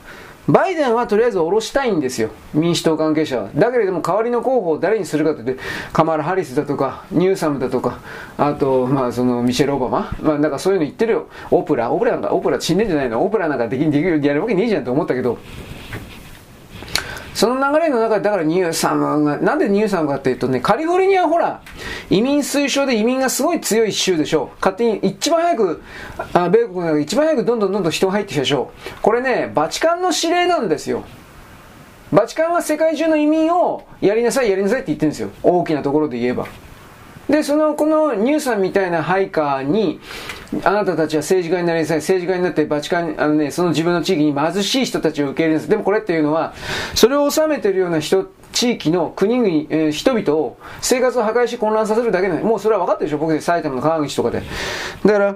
[SPEAKER 1] バイデンはとりあえず下ろしたいんですよ、民主党関係者は。だけれども代わりの候補を誰にするかといって、カマラ・ハリスだとかニューサムだとか、あとそのミシェル・オバマ、なんかそういうの言ってるよ。オプラ死んでんじゃないの、オプラなんかできるやるわけねえじゃんと思ったけど、その流れの中で、だからニューサムが、なんでニューサムかっていうとね、カリフォルニアはほら、移民推奨で移民がすごい強い州でしょ。勝手に一番早く、米国の中で一番早くどんどん人が入ってきたでしょ。これね、バチカンの指令なんですよ。バチカンは世界中の移民をやりなさいって言ってるんですよ。大きなところで言えば。で、このニューさんみたいなハイカーに、あなたたちは政治家になりなさい、政治家になってバチカン、その自分の地域に貧しい人たちを受け入れるんです。でもこれっていうのは、それを治めているような地域の国々、人々を、生活を破壊し混乱させるだけなの。もうそれは分かってるでしょ、僕で埼玉の川口とかで。だから、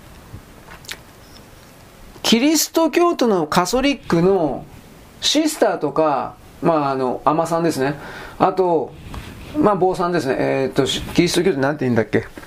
[SPEAKER 1] キリスト教徒のカソリックのシスターとか、アマさんですね。あと、坊さんですね。キリスト教ってなんて言うんだっけ。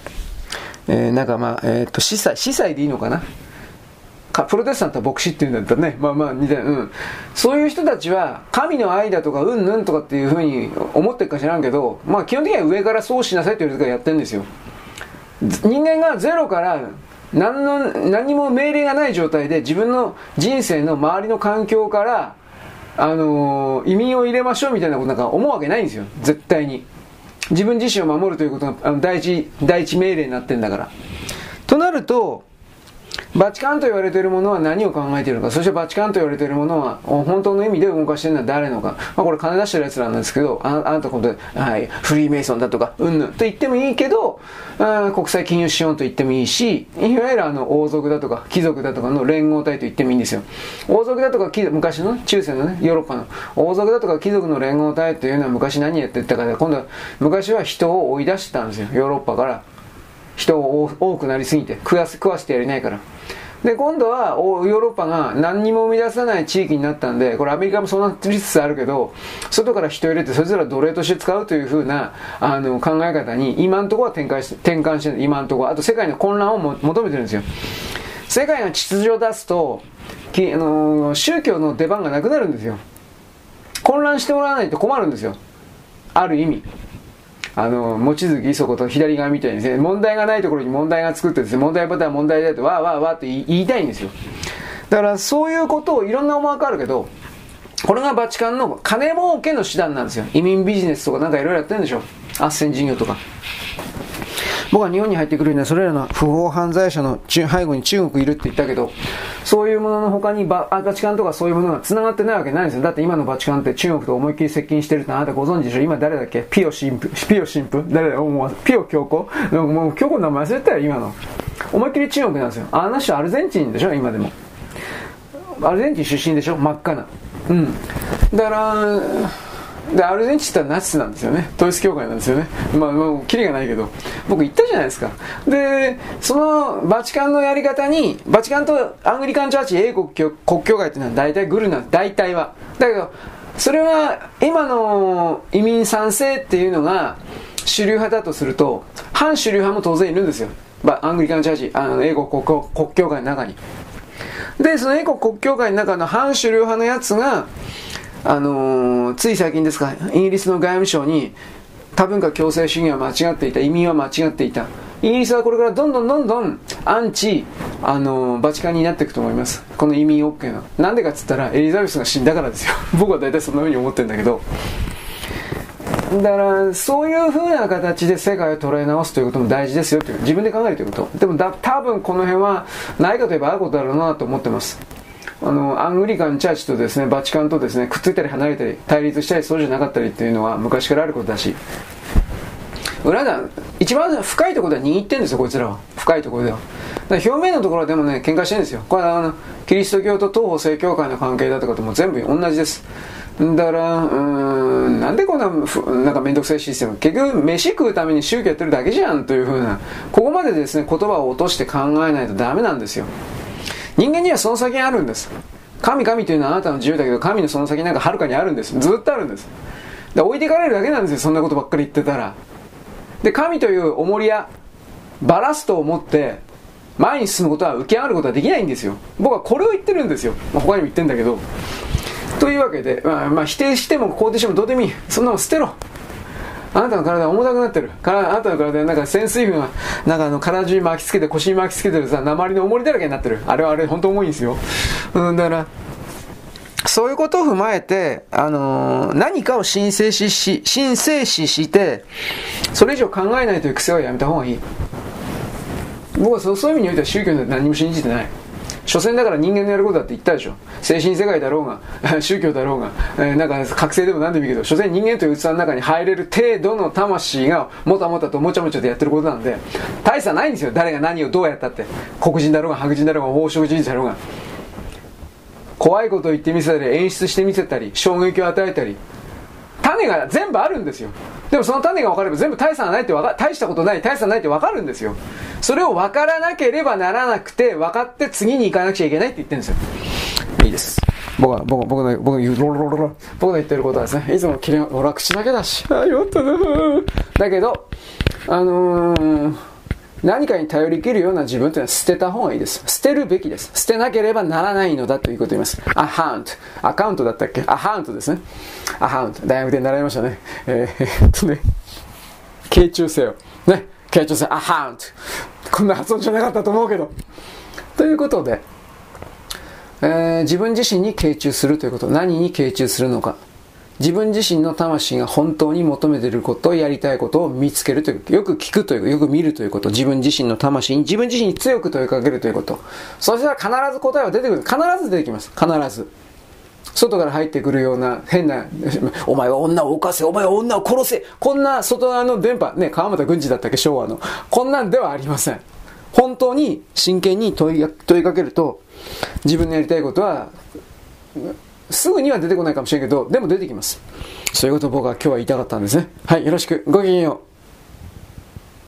[SPEAKER 1] 司祭でいいのかな。プロテスタントは牧師って言うんだったらね。みたいな。そういう人たちは、神の愛だとか、うんぬんとかっていうふうに思ってるか知らんけど、基本的には上からそうしなさいということからやってるんですよ。人間がゼロから、何にも命令がない状態で、自分の人生の周りの環境から、移民を入れましょうみたいなことなんか思うわけないんですよ。絶対に。自分自身を守るということが第一命令になってんだから。となると、バチカンと言われているものは何を考えているのか、そしてバチカンと言われているものは本当の意味で動かしているのは誰なのか。これ金出してるやつらなんですけど、あなた今度、フリーメイソンだとか、うんぬんと言ってもいいけど、国際金融資本と言ってもいいし、いわゆる王族だとか貴族だとかの連合体と言ってもいいんですよ。王族だとか昔の中世のね、ヨーロッパの王族だとか貴族の連合体というのは昔何やってたかで、今度は昔は人を追い出したんですよ。ヨーロッパから人を多くなりすぎて食わせてやれないから。で、今度はヨーロッパが何にも生み出さない地域になったんで、これアメリカもそうなってりつつあるけど、外から人を入れてそいつら奴隷として使うというふうな考え方に今のところは転換してる。今のところあと世界の混乱を求めてるんですよ。世界が秩序を出すと宗教の出番がなくなるんですよ。混乱してもらわないと困るんですよ、ある意味。望月磯子と左側みたいにですね、問題がないところに問題が作ってですね、問題パターン問題だとわーわーわーって言いたいんですよ。だからそういうことをいろんな思惑あるけど、これがバチカンの金儲けの手段なんですよ。移民ビジネスとかなんかいろいろやってるんでしょ、斡旋事業とか。僕は日本に入ってくるにはそれらの不法犯罪者の背後に中国いるって言ったけど、そういうものの他にバチカンとかそういうものが繋がってないわけないんですよ。だって今のバチカンって中国と思いっきり接近してるってあなたご存知でしょ。今誰だっけ、ピオ神父誰だよ、もうピオ教皇、もう教皇の名前忘れたよ今の。思いっきり中国なんですよ。あの人アルゼンチンでしょ、今でもアルゼンチン出身でしょ、真っ赤な。だからでアルゼンチンって言ったらナチスなんですよね。統一教会なんですよね。もうキリがないけど、僕言ったじゃないですか。でそのバチカンのやり方に、バチカンとアングリカンチャーチ英国教会っていうのは大体グルなんです、大体は。だけどそれは今の移民賛成っていうのが主流派だとすると、反主流派も当然いるんですよ、アングリカンチャーチ英国国教会の中に。でその英国国教会の中の反主流派のやつがつい最近ですか、イギリスの外務省に多文化共生主義は間違っていた、移民は間違っていた。イギリスはこれからどんどんアンチバチカンになっていくと思います、この移民 OK の。なんでかっつったらエリザベスが死んだからですよ僕は大体そんな風に思ってるんだけど。だからそういう風な形で世界を捉え直すということも大事ですよという、自分で考えるということ。でも多分この辺はないかといえばあることだろうなと思ってます。アングリカンチャーチとですね、バチカンとですね、くっついたり離れたり対立したりそうじゃなかったりっていうのは昔からあることだし、裏だ一番深いところでは握ってるんですよ、こいつらは。深いところでは。だから表面のところでもね、喧嘩してるんですよ。これはキリスト教と東方正教会の関係だとかとも全部同じです。だからなんでこんなんかめんどくさいシステム、結局飯食うために宗教やってるだけじゃんという風な、ここまでですね言葉を落として考えないとダメなんですよ。人間にはその先にあるんです。神というのはあなたの自由だけど、神のその先なんかはるかにあるんです。ずっとあるんです。で置いていかれるだけなんですよ、そんなことばっかり言ってたら。で神という重りやバラストを持って前に進むことは、浮き上がることはできないんですよ。僕はこれを言ってるんですよ。他にも言ってるんだけど、 というわけで、否定しても肯定してもどうでもいい。そんなの捨てろ。あなたの体は重たくなってる。あなたの体でなんか潜水群が体中に巻きつけて、腰に巻きつけてるさ、鉛の重りだらけになってる。あれは本当重いんですよ。だからそういうことを踏まえて、何かを神聖視して、それ以上考えないという癖はやめた方がいい。僕はそういう意味においては宗教で何も信じてない。所詮だから人間のやることだって言ったでしょ。精神世界だろうが、宗教だろうが、なんか覚醒でも何でもいいけど、所詮人間という器の中に入れる程度の魂がもたもたともちゃもちゃでやってることなんで、大差ないんですよ。誰が何をどうやったって。黒人だろうが白人だろうが黄色人種だろうが。怖いことを言ってみせたり、演出してみせたり、衝撃を与えたり、種が全部あるんですよ。でもその種が分かれば全部大差ないって大したことない、大差ないって分かるんですよ。それを分からなければならなくて、分かって次に行かなくちゃいけないって言ってるんですよ。いいです。僕の言ってることはですね、いつも俺は口だけだし、よったな。だけど、何かに頼り切るような自分というのは捨てた方がいいです。捨てるべきです。捨てなければならないのだということを言います。アカウントだったっけ？アハウントですね。アハウント。大学で習いましたね。傾注せよ。ね。傾注せよ。アハウント。こんな発音じゃなかったと思うけど。ということで、自分自身に傾注するということ。何に傾注するのか。自分自身の魂が本当に求めていることをやりたいことを見つけるという、よく聞くという、よく見るということ、自分自身の魂に、自分自身に強く問いかけるということ。そしたら必ず答えは出てくる。必ず出てきます。必ず。外から入ってくるような変な、お前は女を犯せ、お前は女を殺せ、こんな外側の電波、ね、川俣軍司だったっけ、昭和の。こんなんではありません。本当に真剣に問いかけると、自分のやりたいことは、すぐには出てこないかもしれんけど、でも出てきます。そういうことを僕は今日は言いたかったんですね。はい、よろしく。ごきげんよう。